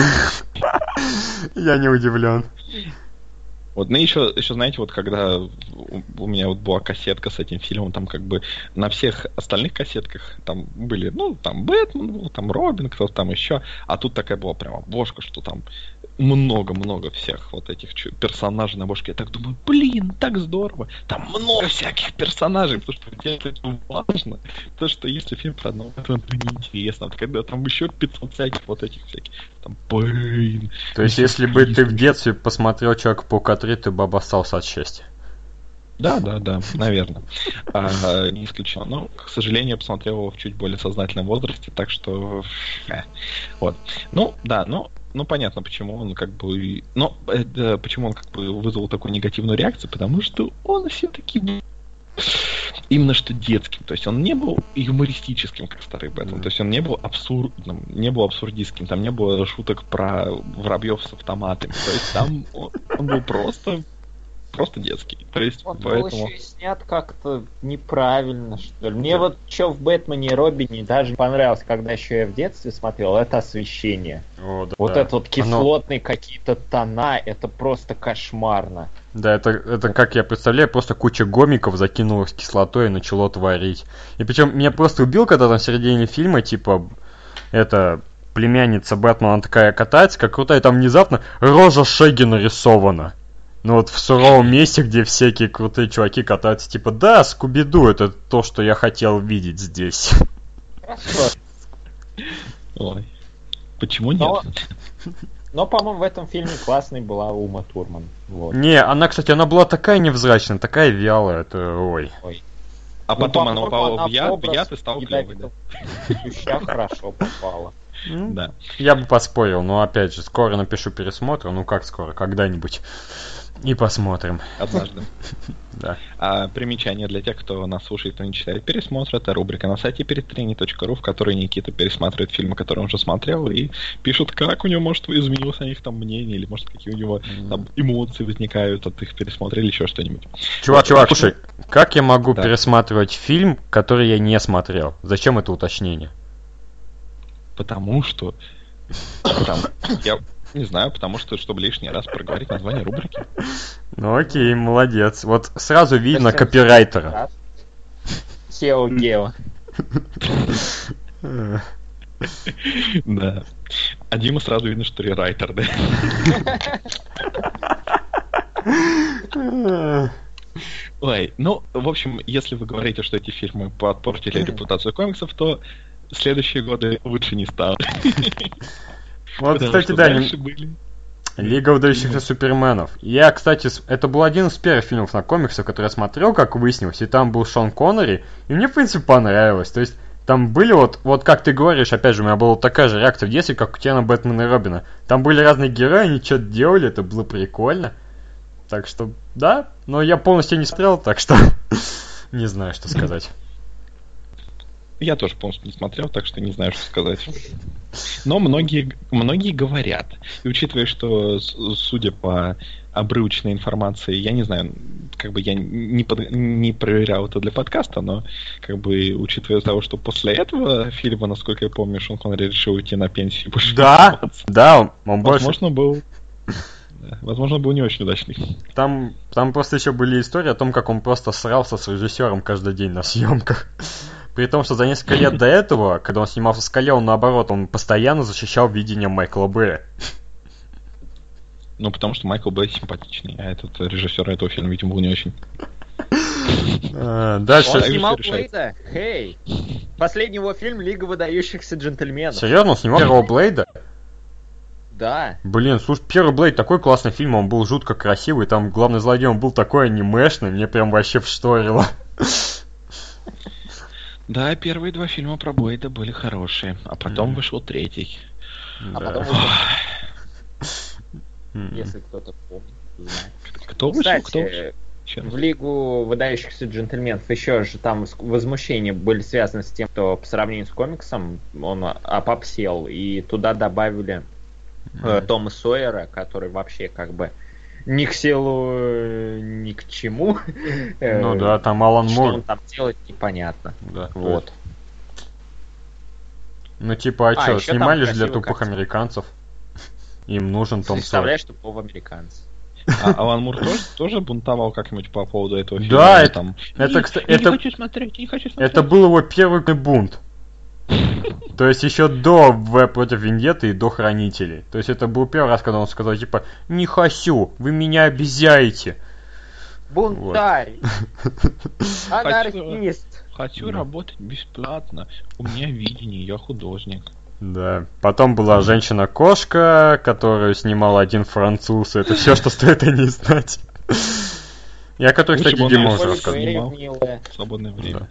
Я не удивлен. Вот, ну еще, знаете, вот когда у меня вот была кассетка с этим фильмом, там как бы на всех остальных кассетках там были, ну, там Бэтмен был, там Робин, кто-то там еще, а тут такая была прям обложка, что там много-много всех вот этих персонажей на обложке. Я так думаю, блин, так здорово, там много всяких персонажей, потому что мне это важно, то, что если фильм про одного, то неинтересно, когда там еще 500 всяких вот этих всяких, там, блин. То есть, если бы ты в детстве посмотрел Человека-паука 3, ты бы обоссался от счастья. Да, наверное. Не исключено. Но, к сожалению, я посмотрел его в чуть более сознательном возрасте, так что... Вот. Ну, да, ну, понятно, почему он как бы... Но почему он как бы вызвал такую негативную реакцию, потому что он все-таки был именно что детским. То есть он не был юмористическим, как старый Бэтмен. То есть он не был абсурдным, не был абсурдистским. Там не было шуток про воробьев с автоматами. То есть там он был просто детский. То есть, он поэтому... был еще и снят как-то неправильно, что ли. Мне вот что в Бэтмене и Робине даже не понравилось, когда еще я в детстве смотрел, это освещение. Да. Вот это вот кислотные какие-то тона, это просто кошмарно. Да, это как я представляю, просто куча гомиков закинулась кислотой и начало творить. И причем меня просто убил, когда там в середине фильма, типа, это... племянница Бэтмена, она такая катается, как крутая, там внезапно рожа Шеги нарисована. Ну вот в суровом месте, где всякие крутые чуваки катаются, типа, да, Скуби-Ду, это то, что я хотел видеть здесь. Хорошо. Ой, почему нет? Но, по-моему, в этом фильме классной была Ума Турман. Вот. Не, она, кстати, она была такая невзрачная, такая вялая, это ой. А потом она упала в яд и стала клевой, да? Плюща хорошо попала. Да. Я бы поспорил, но опять же, скоро напишу пересмотр. Ну как скоро? Когда-нибудь. И посмотрим. Однажды. Да. А примечание для тех, кто нас слушает, но не читает пересмотр, это рубрика на сайте передтрени.ру, в которой Никита пересматривает фильмы, которые он уже смотрел, и пишет, как у него, может, изменилось о них там мнение, или, может, какие у него там эмоции возникают от их пересмотра, или еще что-нибудь. Чувак, слушай, как я могу пересматривать фильм, который я не смотрел? Зачем это уточнение? Потому что... Я не знаю, потому что, чтобы лишний раз проговорить название рубрики. Ну окей, молодец. Вот сразу видно копирайтера. Сео Гео. Да. А Дима сразу видно, что рерайтер, да? Ой, ну, в общем, если вы говорите, что эти фильмы подпортили репутацию комиксов, то следующие годы лучше не станут. Вот, кстати, да, Лига выдающихся суперменов. Я, кстати, это был один из первых фильмов на комиксах, который я смотрел, как выяснилось, и там был Шон Коннери, и мне, в принципе, понравилось. То есть, там были вот как ты говоришь, опять же, у меня была такая же реакция в детстве, как у тебя на Бэтмена и Робина. Там были разные герои, они что-то делали, это было прикольно. Так что, да, но я полностью не смотрел, так что не знаю, что сказать. Я тоже полностью не смотрел, так что не знаю, что сказать. Но многие говорят. И учитывая, что, судя по обрывочной информации, я не знаю, как бы я не проверял это для подкаста, но как бы учитывая того, что после этого фильма, насколько я помню, Шон Коннери решил уйти на пенсию. Да, он больше... Возможно, был не очень удачный. Там просто еще были истории о том, как он просто срался с режиссером каждый день на съемках. При том, что за несколько лет до этого, когда он снимался в «Скале», он наоборот, он постоянно защищал видение Майкла Бэя. Ну, потому что Майкл Бэй симпатичный, а этот режиссер этого фильма, видимо, был не очень. Дальше. Он снимал Блейда. Хей! Последний его фильм «Лига выдающихся джентльменов». Серьезно, он снимал первого Блейда? Да. Блин, слушай, первый Блейд такой классный фильм, он был жутко красивый, там главный злодей, он был такой анимешный, мне прям вообще вшторило. Да, первые два фильма про Блейда были хорошие, а потом вышел третий. А потом если кто-то помнит, знает. Кто вышел? Кстати, в Лигу выдающихся джентльменов еще же там возмущения были связаны с тем, что по сравнению с комиксом он опопсел, и туда добавили Тома Сойера, который вообще как бы ни к селу, ни к чему. Ну да, там Алан Мур. Что он там делает, непонятно. Да. Вот. Ну типа, а что, снимали же для тупых американцев? Им нужен Том Сойер. Представляешь, тупого американца. А Алан Мур тоже бунтовал как-нибудь по поводу этого фильма? Да, это, я не хочу смотреть, не хочу смотреть. Это был его первый бунт. То есть еще до В против Вендетты и до Хранителей. То есть это был первый раз, когда он сказал, типа, не хочу, вы меня обязяете. Бунтарь. Анархист. Хочу работать бесплатно. У меня видение, я художник. Да. Потом была женщина-кошка, которую снимал один француз. Это все, что стоит о ней знать. Я который, кстати, Дима уже рассказал. Свободное время.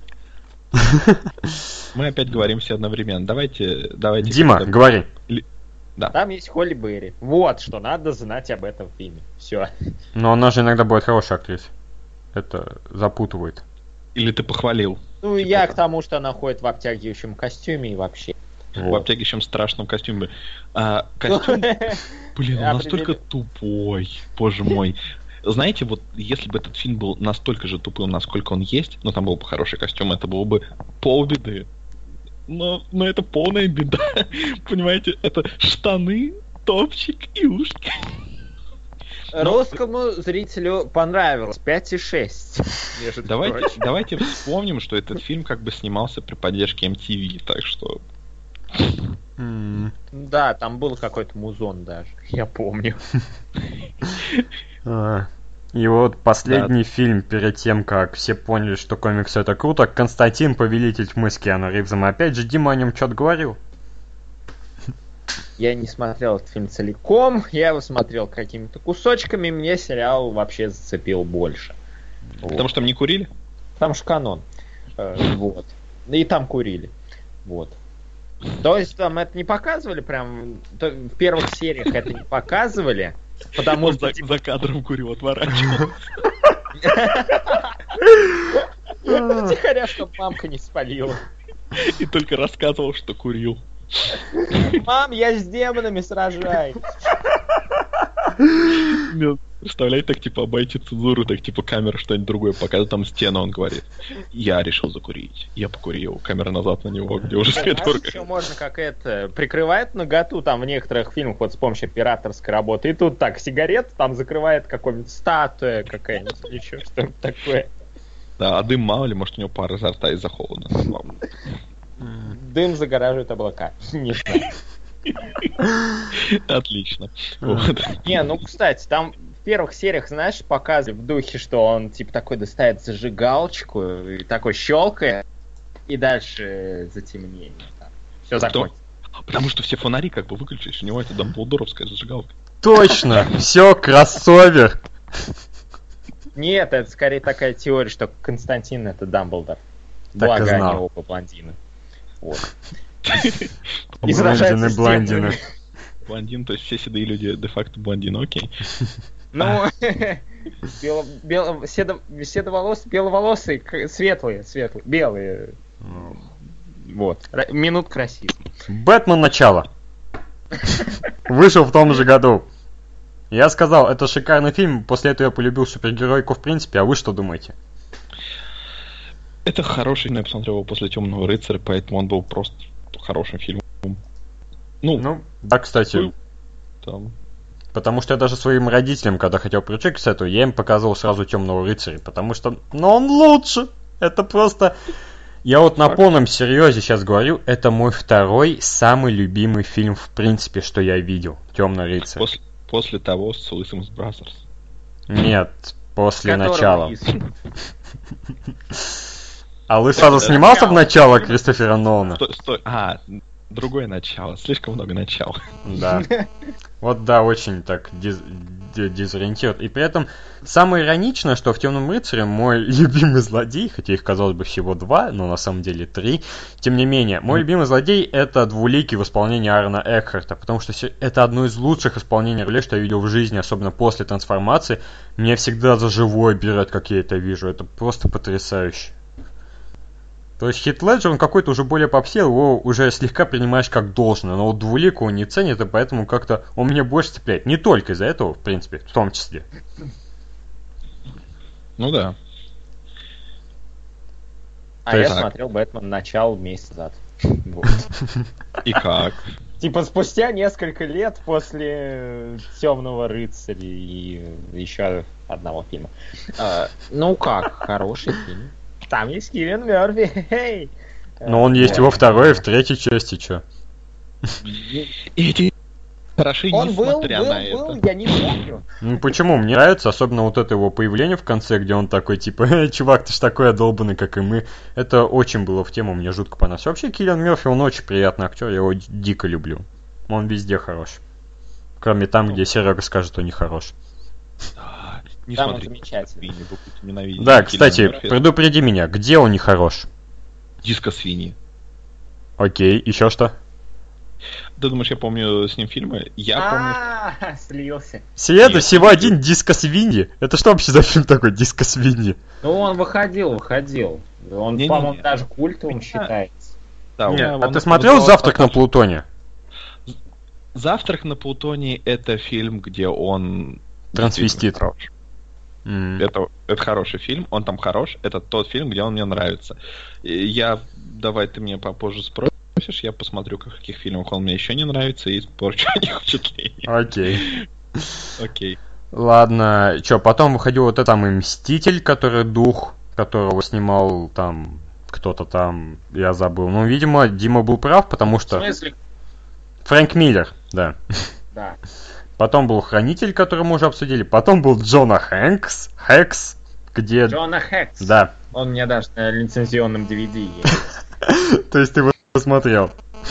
Мы опять говорим все одновременно. Давайте. Дима, говори. Да. Там есть Холли Берри. Вот что надо знать об этом фильме. Все. Но она же иногда будет хорошей актрисой. Это запутывает. Или ты похвалил? Ну, типа я к тому, что она ходит в обтягивающем костюме и вообще. В обтягивающем страшном костюме. Костюм, блин, он настолько тупой, боже мой. Знаете, вот если бы этот фильм был настолько же тупым, насколько он есть, но там был бы хороший костюм, это было бы полбеды. Но это полная беда. Понимаете, это штаны, топчик и ушки. Русскому зрителю понравилось 5,6. Давайте вспомним, что этот фильм как бы снимался при поддержке MTV, так что... Да, там был какой-то музон даже, я помню. И вот последний фильм перед тем, как все поняли, что комиксы это круто, «Константин. Повелитель тьмы» с Киану Ривзом. Опять же, Дима о нем что-то говорил? Я не смотрел этот фильм целиком, я его смотрел какими-то кусочками, мне сериал вообще зацепил больше. Потому что там не курили? Там же канон. Вот. И там курили. Вот. То есть там это не показывали прям, в первых сериях это не показывали, потому что... За кадром курил, отворачивал. Тихоря, чтоб мамка не спалила. И только рассказывал, что курил. Мам, я с демонами сражаюсь. Представляй, так типа обойти цензуру, так типа камера что-нибудь другое показывает, там стена, он говорит: я решил закурить, я покурил, камера назад на него, где уже свет оркает. Еще можно как это, прикрывает наготу там в некоторых фильмах вот с помощью операторской работы, и тут так, сигарет там закрывает какой-нибудь статуя какая-нибудь или еще что-нибудь такое. Да, а дым мало ли, может у него пар изо рта из-за холода. Дым загораживает облака, не знаю. Отлично. Не, ну, кстати, там в первых сериях, знаешь, показывали в духе, что он, типа, такой достает зажигалочку, и такой щелкает, и дальше затемнение. Все закончится. Потому что все фонари как бы выключились, у него это дамблдоровская зажигалка. Точно! Все, кроссовер! Нет, это скорее такая теория, что Константин — это Дамблдор. Благо они оба блондины. Вот. Блондины. Блондин, то есть все седые люди де-факто блондины, окей. Ну, седоволосые, беловолосые, светлые, белые. Вот. Минут красиво. Бэтмен начало. Вышел в том же году. Я сказал, это шикарный фильм, после этого я полюбил супергеройку в принципе, а вы что думаете? Это хороший, я посмотрел его после «Темного рыцаря», поэтому он был просто хорошим фильмом. Ну, да, кстати. Там. Потому что я даже своим родителям, когда хотел приучить к этому, я им показывал сразу «Темного рыцаря», потому что, он лучше. Это просто... Я вот на полном серьезе сейчас говорю, это мой второй самый любимый фильм в принципе, что я видел. «Темный рыцарь». После того с Лысым Бразерс. Нет, после начала. А Лысый снимался в начало Кристофера Нолана? Стой. Другое начало. Слишком много начал. Да. Вот да, очень так дезориентирует. И при этом самое ироничное, что в «Темном рыцаре» мой любимый злодей, хотя их казалось бы всего 2, но на самом деле 3, тем не менее, мой любимый злодей — это Двуликий в исполнении Аарона Экхарта, потому что это одно из лучших исполнений ролей, что я видел в жизни, особенно после трансформации. Меня всегда за живое берет, как я это вижу. Это просто потрясающе. То есть Хит Леджер, он какой-то уже более попсел, его уже слегка принимаешь как должное, но вот Двуликого не ценит, и поэтому как-то он меня больше цепляет. Не только из-за этого, в принципе, в том числе. Ну да. Я смотрел «Бэтмен. Начало» месяц назад. И как? Типа спустя несколько лет после «Темного рыцаря» и еще одного фильма. Ну как, хороший фильм. Там есть Киллиан Мерфи, хей! Но он есть и во второй, и в третьей части, чё? Эти хороши, несмотря на это. Я не помню. Ну почему? Мне нравится, особенно вот это его появление в конце, где он такой, типа, чувак, ты ж такой одолбанный, как и мы. Это очень было в тему, мне жутко понравилось. Вообще, Киллиан Мерфи, он очень приятный актер, я его дико люблю. Он везде хорош. Кроме там, где Серега скажет, что не хорош. Не там смотри, он замечательный. Да, кстати, предупреди меня, где он не хорош? Диско Свиньи. Окей, еще что? Ты думаешь, я помню с ним фильмы? Я помню... Слился. Это всего один «Диско Свиньи». Это что вообще за фильм такой, «Диско Свиньи»? Ну, он выходил. Он, по-моему, даже культовым считается. Да, а ты смотрел «Завтрак на Плутоне»? «Завтрак на Плутоне» — это фильм, где он... Трансвестит. Это хороший фильм, он там хорош, это тот фильм, где он мне нравится. Давай ты мне попозже спросишь, я посмотрю, в каких фильмах он мне еще не нравится, и испорчу о них впечатление. Окей. Ладно, потом выходил вот этот самый «Мститель», который дух, которого снимал там кто-то там, я забыл. Ну, видимо, Дима был прав, потому что... В смысле? Фрэнк Миллер, да. Да. Потом был «Хранитель», который мы уже обсудили. Потом был Джона Хэкс, где... Джона Хэкс? Да. Он у меня даже на лицензионном DVD есть. То есть ты его посмотрел?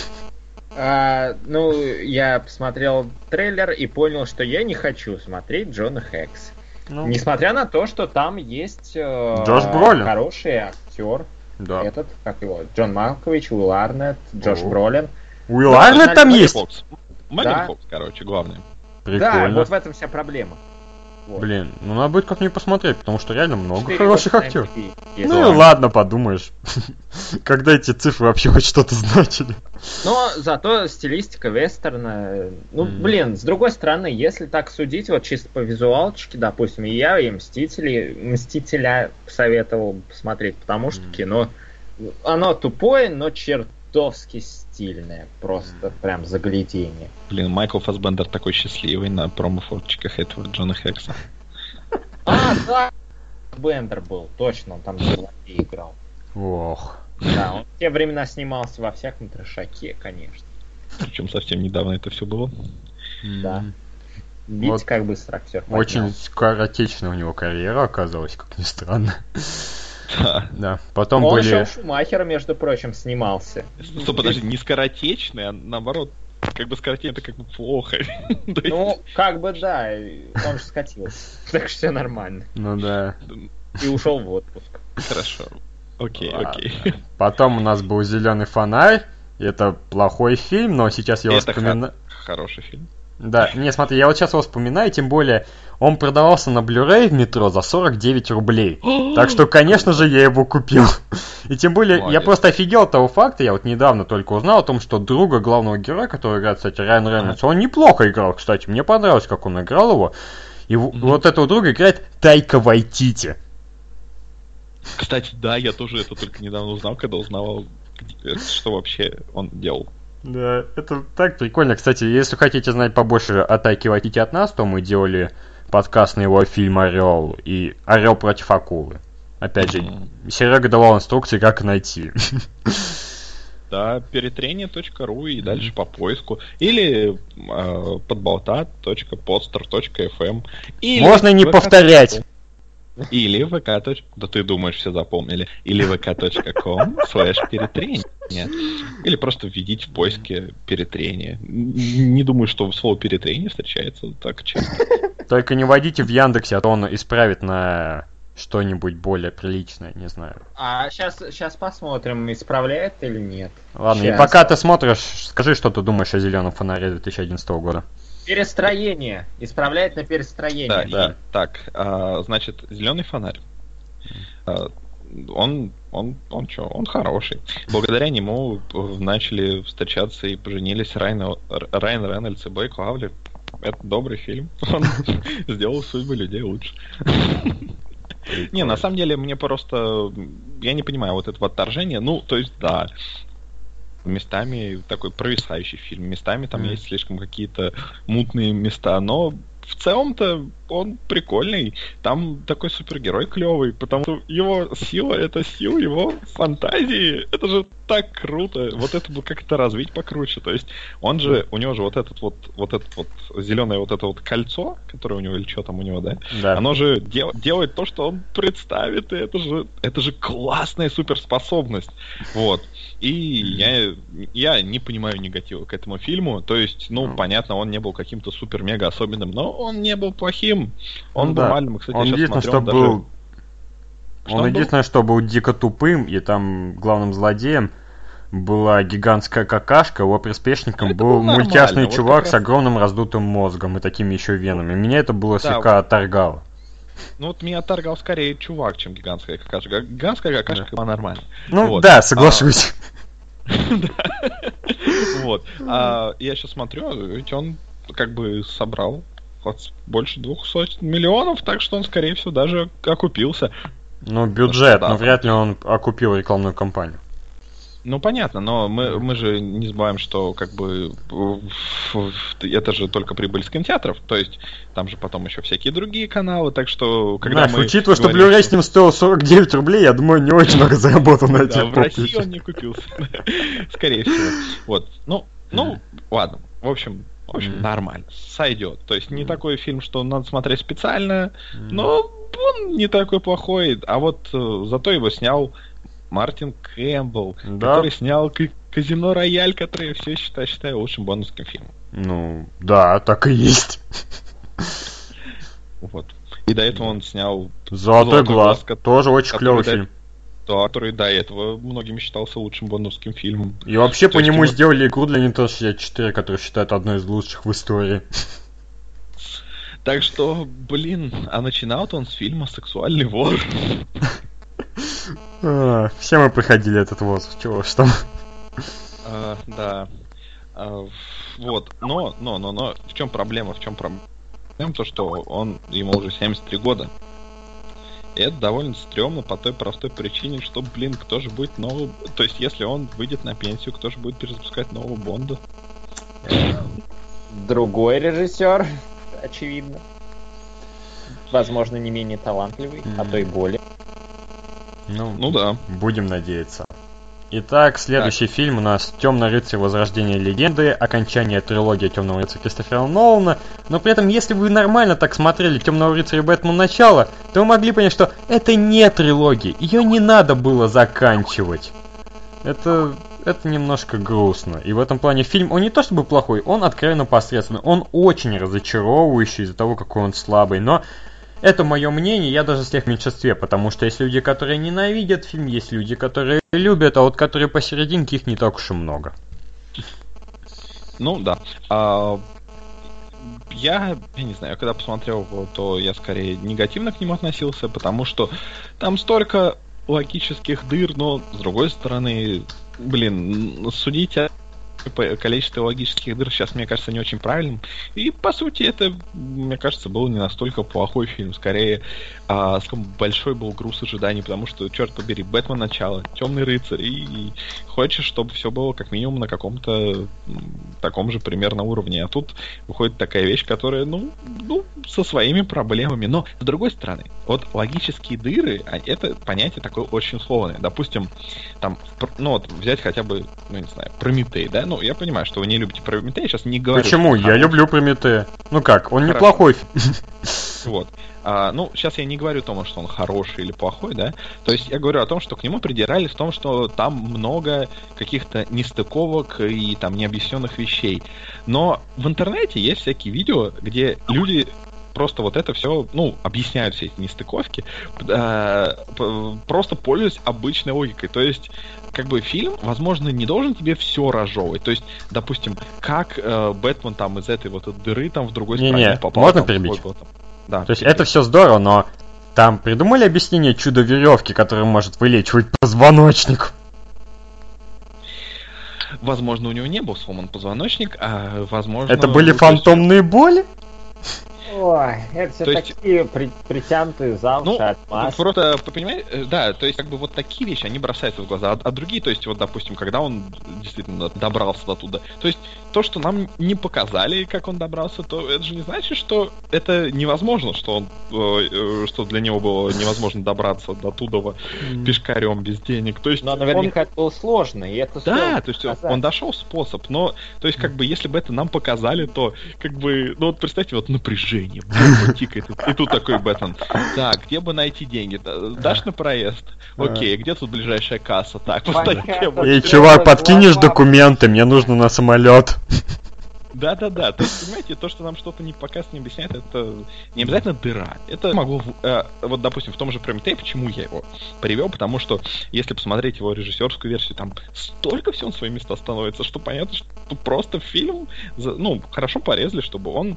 Ну, я посмотрел трейлер и понял, что я не хочу смотреть Джона Хэкс. Несмотря на то, что там есть Джош Бролин. Хороший актер. Да. Этот, как его, Джон Малкович, Уилл Арнетт, Джош Бролин. Уилл Арнетт там есть? Меган Фокс, короче, главный. Прикольно. Да, вот в этом вся проблема. Вот. Блин, ну надо будет как-нибудь посмотреть, потому что реально много хороших актеров. Если Ну и ладно, подумаешь. Когда эти цифры вообще хоть что-то значили. Но зато стилистика вестерна. Ну, блин, с другой стороны, если так судить, вот чисто по визуалочке, допустим, и я, и Мстителя советовал посмотреть, потому что кино, оно тупое, но чертовски стильное. Просто прям заглядение. Блин, Майкл Фассбендер такой счастливый на промо-фоточках этого Джона Хекса. А, да, Бендер был, точно, он там злодей играл. Ох. Да, он в те времена снимался во всяком трешаке, конечно. Причем совсем недавно это все было. Да. Видите, Вот как быстро актер поднялся. очень скоротечная у него карьера оказалась, как ни странно. Да. Потом Он были... еще у Шумахера, между прочим, снимался. Стоп, подожди, не скоротечный, а наоборот, как бы скоротечный, это как бы плохо. Ну, как бы да, он же скатился. Так что все нормально. Ну да. И ушел в отпуск. Хорошо. Окей. Потом у нас был «Зеленый фонарь». Это плохой фильм, но сейчас я его вспоминаю. Это хороший фильм. Да, не, смотри, я вот сейчас его вспоминаю, тем более он продавался на Blu-ray в метро за 49 рублей. Так что, конечно же, я его купил. И тем более, я просто офигел от того факта, я вот недавно только узнал о том, что друга главного героя, который играет, кстати, Райан Рейнольдс, он неплохо играл, кстати, мне понравилось, как он играл его. И вот этого друга играет Тайка Вайтити. Кстати, да, я тоже это только недавно узнал, когда узнавал, что вообще он делал. Да, это так прикольно. Кстати, если хотите знать побольше о Тайке Вайтити от нас, то мы делали подкаст на его фильм «Орел» и «Орел против акулы». Опять же, Серега давал инструкции, как найти. Да, перетрение.ру и дальше по поиску. Или подболтат.podster.fm. Можно не повторять. Или vk. Да ты думаешь, все запомнили. Или vk.com/перетрение. Или просто введите в поиске перетрение. Не думаю, что слово перетрение встречается так часто. Только не вводите в Яндексе, а то он исправит на что-нибудь более приличное, не знаю. А сейчас посмотрим, исправляет или нет. Ладно, Щас. и пока ты смотришь, скажи, что ты думаешь о «Зеленом фонаре» 2011 года. Перестроение. Исправляет на перестроение. Да. Так, значит, «Зеленый фонарь». Он хороший. Благодаря нему начали встречаться и поженились Райан Рейнольдс и Блейк Лавли. Это добрый фильм. Он сделал судьбы людей лучше. Не, на самом деле, мне просто... Я не понимаю вот этого отторжения. Ну, то есть, да, местами такой провисающий фильм. Местами там есть слишком какие-то мутные места, но в целом-то он прикольный. Там такой супергерой клевый, потому что его сила — это сила его фантазии. Это же так круто. Вот это бы как-то развить покруче. То есть он же, у него же вот этот вот зеленое вот это вот кольцо, которое у него, или что там у него, да? Оно же делает то, что он представит, и это же классная суперспособность. Вот. И я не понимаю негатива к этому фильму. То есть, понятно, он не был каким-то супер-мега особенным, но он не был плохим. Он был нормальным. Кстати, он единственное, что был дико тупым, и там главным злодеем была гигантская какашка, его приспешником был мультяшный чувак с огромным раздутым мозгом и такими еще венами. Меня это было слегка отторгало. Ну вот меня отторгал скорее чувак, чем гигантская какашка. Гигантская какашка была нормальная. Ну да, соглашусь. Вот. Я сейчас смотрю, ведь он как бы собрал больше 200 миллионов, так что он, скорее всего, даже окупился. Ну, бюджет, но вряд ли он окупил рекламную кампанию. Ну, понятно, но мы же не забываем, что как бы это же только прибыль с кинотеатров, то есть там же потом еще всякие другие каналы, так что... когда мы учитывая, что Blu-ray с ним стоил 49 рублей, я думаю, не очень много заработал на этих. Да, в России он не купился, скорее всего. Вот, ну, ладно, в общем, нормально, сойдет. То есть не такой фильм, что надо смотреть специально, но он не такой плохой, а вот зато его снял Мартин Кэмпбелл, который снял «Казино Рояль», который я все считаю лучшим бонусским фильмом. Ну, да, так и есть. Вот. И до этого он снял «Золотой глаз», тоже очень клевый фильм. Да, который до этого многими считался лучшим бондовским фильмом. И вообще То по есть нему его- сделали игру для Nintendo 64, которую считают одной из лучших в истории. Так что, блин, а начинал-то он с фильма «Сексуальный вор». Все мы проходили этот возраст, чего ж там. Да. Вот. Но, в чем проблема? То, что ему уже 73 года. И это довольно стрёмно по той простой причине, что, блин, кто же будет новый... То есть, если он выйдет на пенсию, кто же будет перезапускать нового Бонда? Другой режиссер, очевидно. Возможно, не менее талантливый, а то и более. Ну да. Будем надеяться. Итак, следующий фильм у нас «Темный рыцарь. Возрождение легенды», окончание трилогии «Темного рыцаря» Кристофера Нолана. Но при этом, если вы нормально так смотрели «Темного рыцаря» и «Бэтмен. Начало», то вы могли понять, что это не трилогия, ее не надо было заканчивать. Это немножко грустно. И в этом плане фильм, он не то чтобы плохой, он откровенно посредственный. Он очень разочаровывающий из-за того, какой он слабый. Но это мое мнение, я даже в меньшинстве, потому что есть люди, которые ненавидят фильм, есть люди, которые любят, а вот которые посерединке, их не так уж и много. Ну да. Я не знаю, когда посмотрел его, то я скорее негативно к нему относился, потому что там столько логических дыр, но с другой стороны, блин, судить о количестве логических дыр сейчас, мне кажется, не очень правильным. И, по сути, это, мне кажется, был не настолько плохой фильм. Скорее, слишком большой был груз ожиданий, потому что, черт побери, «Бэтмен. Начало», «Темный рыцарь», и хочешь, чтобы все было как минимум на каком-то таком же примерно уровне. А тут выходит такая вещь, которая, со своими проблемами. Но, с другой стороны, вот логические дыры, это понятие такое очень условное. Допустим, там, взять хотя бы, не знаю, Прометей, да? Я понимаю, что вы не любите Прометея, сейчас не говорю. Почему? Я люблю Прометея. Он неплохой. Вот. Сейчас я не говорю о том, что он хороший или плохой, да? То есть я говорю о том, что к нему придирались в том, что там много каких-то нестыковок и там необъясненных вещей. Но в интернете есть всякие видео, где люди просто вот это все, объясняют все эти нестыковки, просто пользуясь обычной логикой. То есть, фильм, возможно, не должен тебе все разжевывать. То есть, допустим, как Бэтмен там из этой вот дыры там в другой стране попал. Можно перебить? Да. То есть, это все здорово, но там придумали объяснение чудо-веревки, которое может вылечивать позвоночник? Возможно, у него не был сломан позвоночник, а возможно... Это были фантомные боли? Ой, это все такие притянутые за уши отмазки. Просто, понимаешь, да, то есть вот такие вещи, они бросаются в глаза, а другие, то есть допустим, когда он действительно добрался до туда, то есть то, что нам не показали, как он добрался, то это же не значит, что это невозможно, что для него было невозможно добраться до туда пешкарем без денег. То есть но наверняка это было сложно, и это да, то есть он нашел способ, но, то есть если бы это нам показали, то представьте, напряжение. Тикает. И тут такой Бэтмен. Так, где бы найти деньги? Дашь на проезд? Окей, где тут ближайшая касса? Так, Эй, чувак, подкинешь документы, мне нужно на самолет. Да. То есть, понимаете, то, что нам что-то не показывает, не объясняет, это не обязательно дыра. Это могло... вот, допустим, в том же Прометее, почему я его привел? Потому что, если посмотреть его режиссерскую версию, там столько всего на свои места становится, что понятно, что просто фильм, хорошо порезали, чтобы он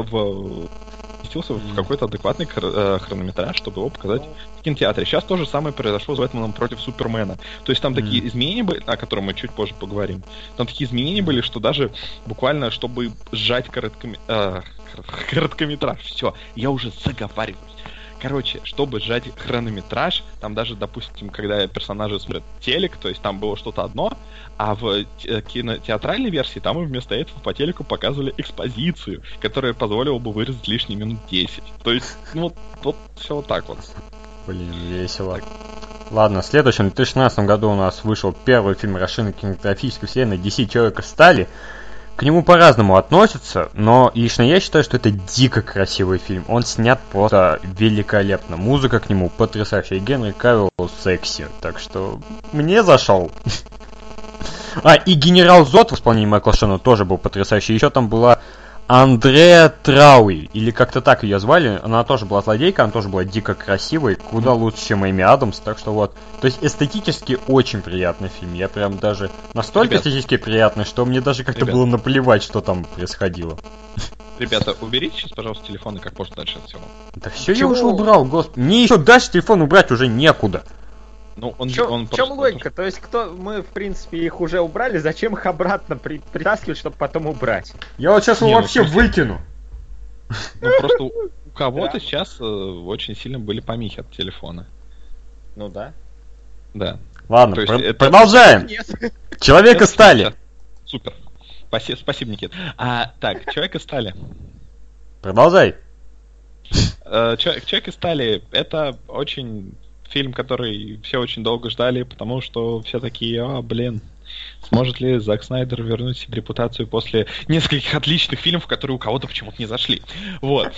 вместился в какой-то адекватный хронометраж, чтобы его показать в кинотеатре. Сейчас то же самое произошло с «Бэтменом против Супермена». То есть там такие изменения были, о которых мы чуть позже поговорим. Там такие изменения были, что даже буквально, чтобы сжать короткометраж. Все, я уже заговариваюсь. Короче, чтобы сжать хронометраж, там даже, допустим, когда персонажи смотрят телек, то есть там было что-то одно, а в кинотеатральной версии там им вместо этого по телеку показывали экспозицию, которая позволила бы вырезать лишние минут 10. То есть, вот все вот так вот. Блин, весело. Ладно, в следующем 2016 году у нас вышел первый фильм расширенной кинематографической вселенной DC «Человека стали». К нему по-разному относятся, но лично я считаю, что это дико красивый фильм. Он снят просто великолепно. Музыка к нему потрясающая. И Генри Кавилл секси. Так что мне зашел. И «Генерал Зод» в исполнении Майкла Шена тоже был потрясающий. Еще там была Андреа Трауи, или как-то так ее звали. Она тоже была злодейка, она тоже была дико красивой, куда лучше, чем Эми Адамс, так что вот. То есть эстетически очень приятный фильм. Я прям даже настолько эстетически приятный, что мне даже как-то было наплевать, что там происходило. Ребята, уберите сейчас, пожалуйста, телефоны как можно дальше от всего. Да все я уже убрал, господи. Мне еще дальше телефон убрать уже некуда. Ну, в чем логика? То есть мы, в принципе, их уже убрали, зачем их обратно притаскивать, чтобы потом убрать? Я вот сейчас его вообще выкину. Ну, просто у кого-то сейчас очень сильно были помехи от телефона. Ну да. Да. Ладно, продолжаем. Человек из стали. Супер. Спасибо, Никит. Так, Человек из стали. Продолжай. Человек из стали — это очень фильм, который все очень долго ждали, потому что все такие: блин, сможет ли Зак Снайдер вернуть себе репутацию после нескольких отличных фильмов, которые у кого-то почему-то не зашли. Вот.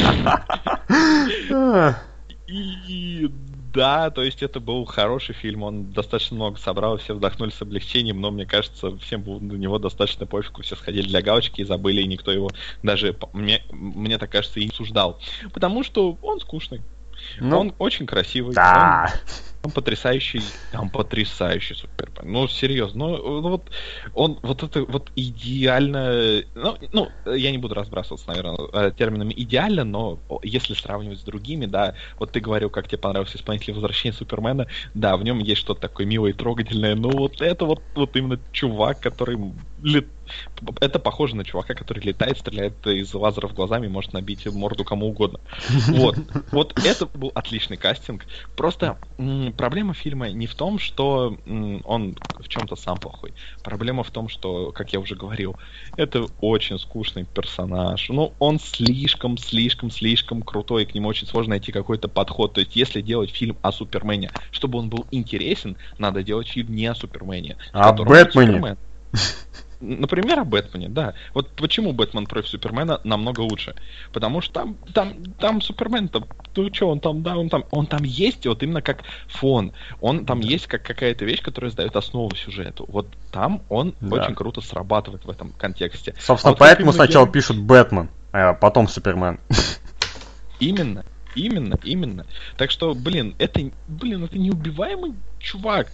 И да, то есть это был хороший фильм, он достаточно много собрал, все вздохнули с облегчением, но мне кажется, всем было на него достаточно пофигу, все сходили для галочки и забыли, и никто его даже, мне так кажется, и не осуждал. Потому что он скучный. Ну, он очень красивый. Да. Он потрясающий Супермен. Ну, серьезно. Он это идеально... Ну, я не буду разбрасываться, наверное, терминами идеально, но если сравнивать с другими, да, вот ты говорил, как тебе понравился исполнитель «Возвращение Супермена», да, в нем есть что-то такое милое и трогательное, но вот это вот именно чувак, который... Это похоже на чувака, который летает, стреляет из лазеров глазами и может набить морду кому угодно. Вот это был отличный кастинг. Просто проблема фильма не в том, что он в чем-то сам плохой. Проблема в том, что, как я уже говорил, это очень скучный персонаж. Ну, он слишком крутой, и к нему очень сложно найти какой-то подход. То есть, если делать фильм о Супермене, чтобы он был интересен, надо делать фильм не о Супермене. А Бэтмене. Например, о Бэтмене, да. Вот почему Бэтмен против Супермена намного лучше? Потому что там Супермен-то, ну что, он там есть, вот именно как фон. Он там есть как какая-то вещь, которая задает основу сюжету. Вот там он очень круто срабатывает в этом контексте. Собственно, поэтому сначала пишут Бэтмен, а потом Супермен. Именно. Так что, это неубиваемый чувак.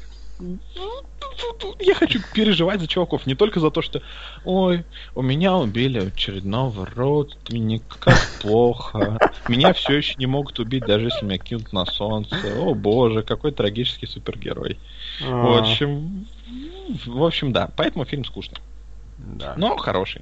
Я хочу переживать за чуваков, не только за то, что ой, у меня убили очередного родственника, как плохо. Меня все еще не могут убить, даже если меня кинут на солнце. О боже, какой трагический супергерой. В общем, да. Поэтому фильм скучный. Да. Но хороший.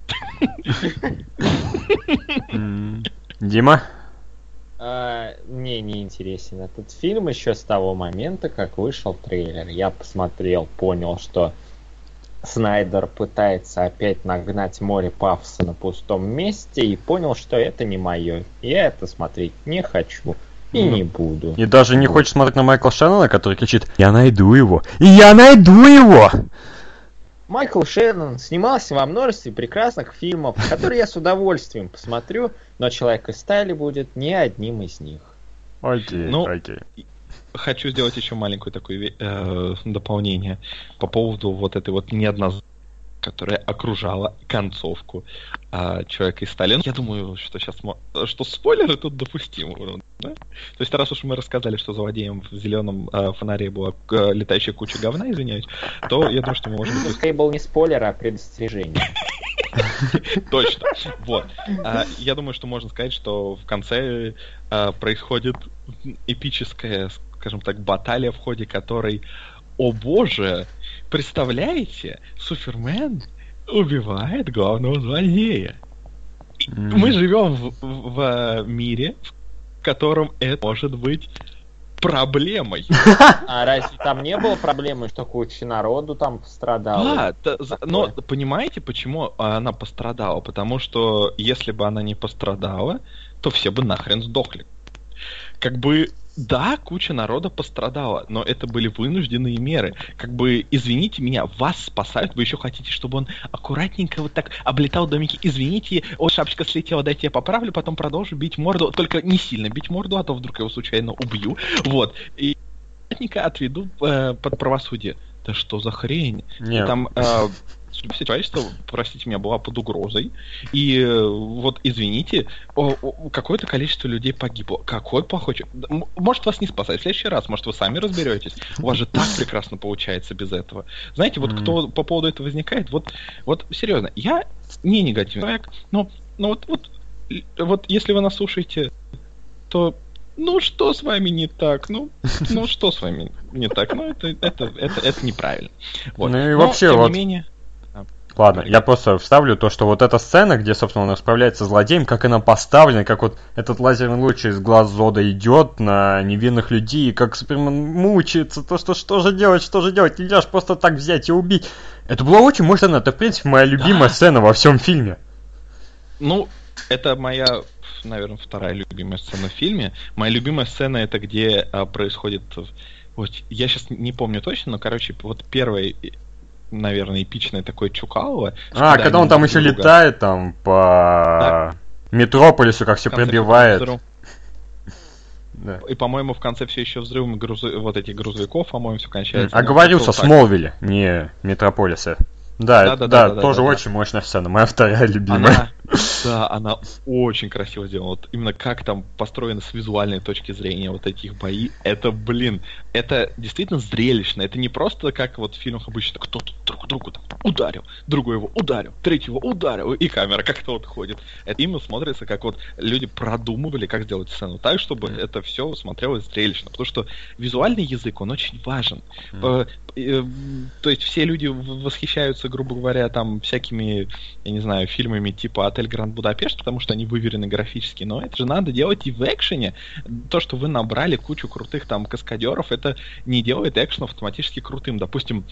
Дима? Мне не интересен этот фильм еще с того момента, как вышел трейлер. Я посмотрел, понял, что Снайдер пытается опять нагнать море пафоса на пустом месте, и понял, что это не мое. Я это смотреть не хочу и не буду. И даже не хочешь смотреть на Майкла Шеннона, который кричит: «Я найду его! И я найду его!» Майкл Шеннон снимался во множестве прекрасных фильмов, которые я с удовольствием посмотрю, но «Человек из стали» будет не одним из них. Окей. Хочу сделать еще маленькое такое дополнение по поводу вот этой вот неоднозначности, которая окружала концовку «Человека из стали». Я думаю, что сейчас что спойлеры тут допустимы. Да? То есть, раз уж мы рассказали, что злодеем в зеленом фонаре была летающая куча говна, извиняюсь, то я думаю, что мы можем... Это скорее был не спойлер, а предостережение. Точно. Вот. Я думаю, что можно сказать, что в конце происходит эпическая, скажем так, баталия, в ходе которой, о боже, представляете, Супермен убивает главного злодея. Мы живем в мире, в котором это может быть проблемой. А разве там не было проблемы, что куча народу там пострадала? Да, но понимаете, почему она пострадала? Потому что если бы она не пострадала, то все бы нахрен сдохли. Как бы, да, куча народа пострадала, но это были вынужденные меры. Как бы, извините меня, вас спасают, вы еще хотите, чтобы он аккуратненько вот так облетал домики. Извините, шапочка слетела, дайте я поправлю, потом продолжу бить морду. Только не сильно бить морду, а то вдруг я его случайно убью. Вот. И аккуратненько отведу под правосудие. Да что за хрень? Нет. Там судьба человечества, простите меня, была под угрозой. И вот, извините, какое-то количество людей погибло. Какой плохой человек. Может, вас не спасать в следующий раз, может, вы сами разберетесь. У вас же так прекрасно получается без этого. Знаете, вот кто по поводу этого возникает, вот серьезно, я не негативный человек, но вот если вы нас слушаете, то что с вами не так? Что с вами не так? Это неправильно. Вот. Ну и вообще, тем вот... не менее... Ладно, я просто вставлю то, что вот эта сцена, где, собственно, он расправляется с злодеем, как она поставлена, как вот этот лазерный луч из глаз Зода идет на невинных людей, и как Супермен мучается, то, что же делать, нельзя ж просто так взять и убить. Это было очень мощно, это, в принципе, моя любимая сцена во всем фильме. Ну, это моя, наверное, вторая любимая сцена в фильме. Моя любимая сцена это где происходит... Вот, я сейчас не помню точно, но, короче, вот первая, наверное, эпичное такое Чукалово. Когда он там еще летает там по Метрополису, как все пробивает. Да. И, по-моему, в конце все еще взрывом вот этих грузовиков, по-моему, все кончается. Оговорился, Смолвилля, не Метрополиса. Да, тоже очень мощная сцена, моя вторая любимая. Она очень красиво сделана. Вот именно как там построено с визуальной точки зрения вот этих бои. Это действительно зрелищно. Это не просто как вот в фильмах обычно кто-то друг другу там ударил, другой его ударил, третьего ударил, и камера как-то вот ходит. Это именно смотрится, как вот люди продумывали, как сделать сцену так, чтобы это все смотрелось зрелищно. Потому что визуальный язык, он очень важен. То есть все люди восхищаются, грубо говоря, там всякими, я не знаю, фильмами типа «Отель Гранд Будапешт», потому что они выверены графически, но это же надо делать и в экшене. То, что вы набрали кучу крутых там каскадеров, это не делает экшен автоматически крутым. Допустим,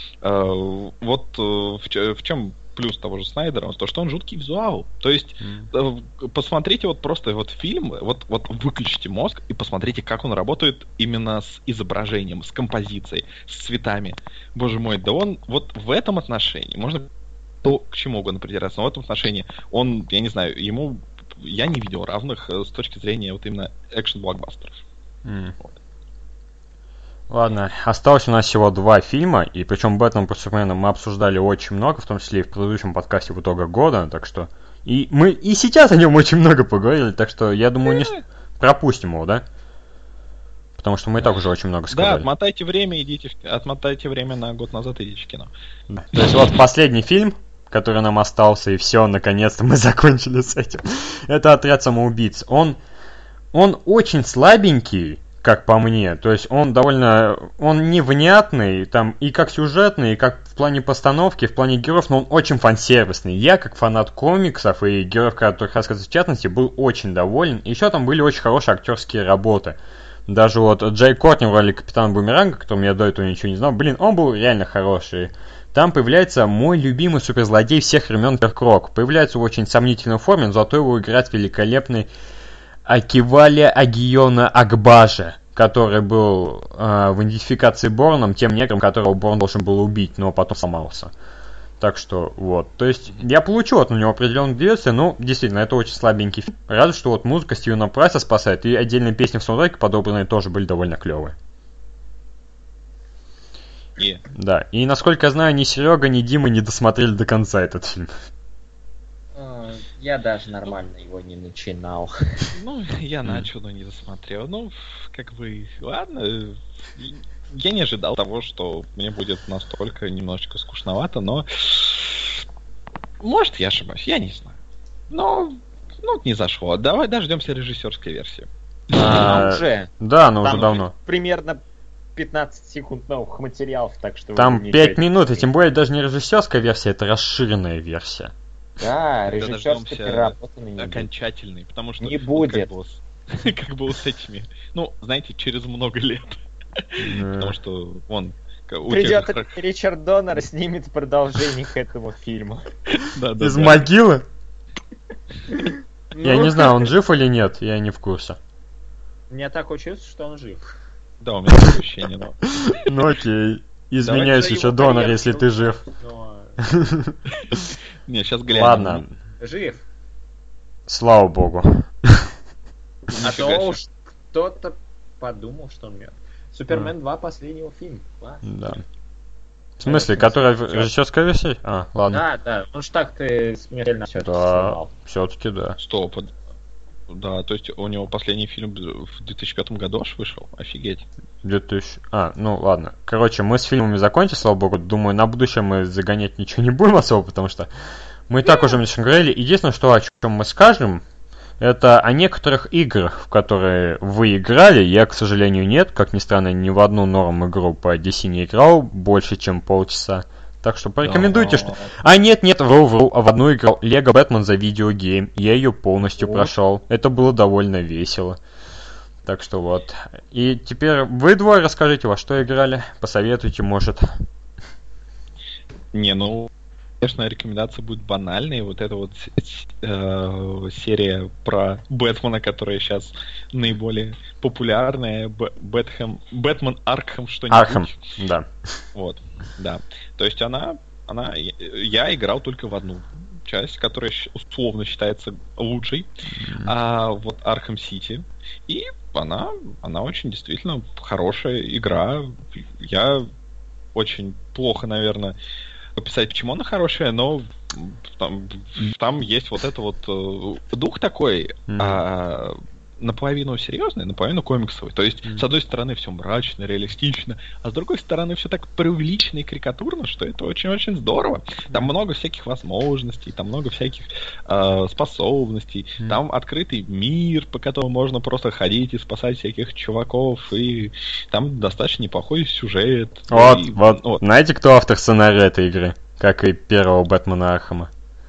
в чем плюс того же Снайдера, то, что он жуткий визуал. То есть, посмотрите вот просто вот фильм, вот выключите мозг и посмотрите, как он работает именно с изображением, с композицией, с цветами. Боже мой, да он вот в этом отношении, можно то к чему угодно придираться, но в этом отношении он, я не знаю, я не видел равных с точки зрения вот именно экшен-блокбастеров. Вот. Ладно, осталось у нас всего 2 фильма, и причем Бэтмен против Супермена мы обсуждали очень много, в том числе и в предыдущем подкасте в итоге года, так что... И мы и сейчас о нем очень много поговорили, так что я думаю, не пропустим его, да? Потому что мы и так уже очень много сказали. Да, отмотайте время на год назад, идите в кино. Да. То есть вот последний фильм, который нам остался, и все, наконец-то мы закончили с этим. Это «Отряд самоубийц». Он очень слабенький, как по мне, то есть он невнятный, там, и как сюжетный, и как в плане постановки, в плане героев, но он очень фан-сервисный. Я, как фанат комиксов и героев, которых рассказывают в частности, был очень доволен. Еще там были очень хорошие актерские работы. Даже вот Джей Кортни в роли Капитана Бумеранга, которым я до этого ничего не знал, он был реально хороший. Там появляется мой любимый суперзлодей всех времен Перкрок. Появляется в очень сомнительной форме, но зато его играет великолепный Акивале Агиона Агбажа, который был в идентификации Борном, тем негром, которого Борн должен был убить, но потом сломался. Так что, вот. То есть, я получил от него определенную удовольствие, но, действительно, это очень слабенький фильм. Рад, что вот музыка Стивена Прайса спасает, и отдельные песни в саундтреке подобранные тоже были довольно клевые. Да, и, насколько я знаю, ни Серега, ни Дима не досмотрели до конца этот фильм. Я даже нормально его не начинал. Я начал, но не досмотрел. Ладно. Я не ожидал того, что мне будет настолько немножечко скучновато, но... Может, я ошибаюсь, я не знаю. Но не зашло. Давай дождемся режиссерской версии. Уже. Да, но уже давно. Примерно 15 секунд новых материалов, так что... Там 5 минут, и тем более даже не режиссерская версия, это расширенная версия. Да, режиссерский переработанный не окончательный, потому что... Не будет. Как было с этими... знаете, через много лет. Потому что, придет Ричард Доннер, снимет продолжение к этому фильму. Из могилы? Я не знаю, он жив или нет, я не в курсе. У меня такое чувство, что он жив. Да, у меня такое ощущение, но... Ну окей. Извиняюсь еще, Доннер, если ты жив. Не, сейчас глянем. Ладно. Жив. Слава богу. А то уж кто-то подумал, что он мертв. Супермен 2 последнего фильма. Да. В смысле, которая в режиссерской версии? Ладно. Да. Ну ж так ты смертельно все это Да, снимал. все-таки да. Стоп. Да, то есть у него последний фильм в 2005 году аж вышел? Офигеть. 2000... ну ладно. Короче, мы с фильмами закончили, слава богу. Думаю, на будущее мы загонять ничего не будем особо, потому что мы и так уже меньше говорили. Единственное, о чем мы скажем, это о некоторых играх, в которые вы играли. Я, к сожалению, нет. Как ни странно, ни в одну норм игру по DC не играл больше, чем полчаса. Так что порекомендуйте, что... Нет, вру. В одну играл Lego Batman за видеогейм. Я ее полностью прошел. Это было довольно весело. Так что вот. И теперь вы двое расскажите, во что играли. Посоветуйте, может. Конечно, рекомендация будет банальной. Вот эта вот серия про Бэтмена, которая сейчас наиболее популярная. Бэтмен Аркхэм что-нибудь. Аркхэм, да. Вот, да. То есть я играл только в одну часть, которая условно считается лучшей. Вот Аркхэм Сити. И она очень действительно хорошая игра. Я очень плохо, наверное, описать, почему она хорошая, но там есть вот это вот дух такой, наполовину серьезный, наполовину комиксовый. То есть, с одной стороны, все мрачно, реалистично, а с другой стороны, все так преувеличено и карикатурно, что это очень-очень здорово. Там много всяких возможностей, там много всяких способностей, там открытый мир, по которому можно просто ходить и спасать всяких чуваков, и там достаточно неплохой сюжет. Вот. Знаете, кто автор сценария этой игры? Как и первого Бэтмена Аркхэма?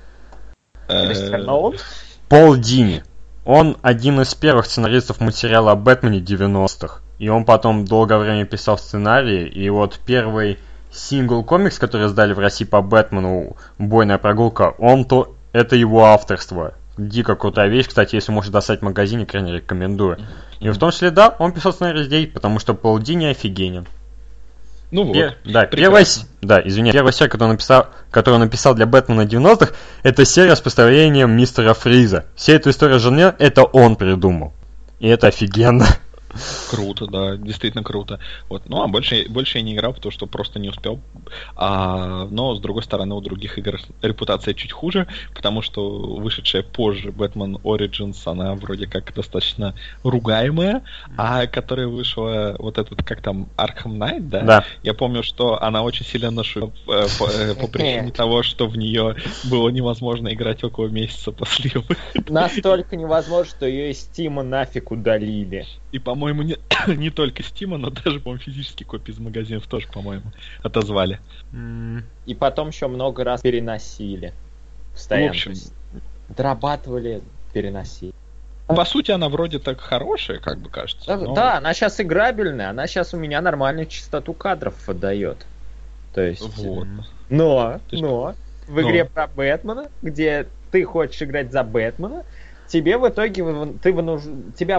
Пол Дини. Он один из первых сценаристов мультсериала о Бэтмене 90-х. И он потом долгое время писал сценарии. И вот первый сингл-комикс, который издали в России по Бэтмену, «Убойная прогулка», это его авторство. Дико крутая вещь. Кстати, если можешь достать в магазине, крайне рекомендую. И в том числе, да, он писал сценарий здесь, потому что Пол Дини офигенен. Первая серия, которую он написал для Бэтмена 90-х, это серия с представлением мистера Фриза. Вся эта история жены, это он придумал. И это офигенно. Круто, да, действительно круто. Вот. Ну, а больше я не играл, потому что просто не успел. Но, с другой стороны, у других игр репутация чуть хуже, потому что вышедшая позже Batman Origins, она вроде как достаточно ругаемая, а которая вышла, вот этот, как там, Arkham Knight, да? Да. Я помню, что она очень сильно нашла по причине того, что в нее было невозможно играть около месяца после выхода. Настолько невозможно, что ее из Steam нафиг удалили. И, по-моему, не только Steam, но даже, по-моему, физические копии из магазинов тоже, по-моему, отозвали. И потом еще много раз переносили. Постоянно. В общем, дорабатывали, переносили. По сути, она вроде так хорошая, как бы кажется. Да, она сейчас играбельная, она сейчас у меня нормальную частоту кадров выдает. То есть... Вот. Но в игре про Бэтмена, где ты хочешь играть за Бэтмена, тебе в итоге тебя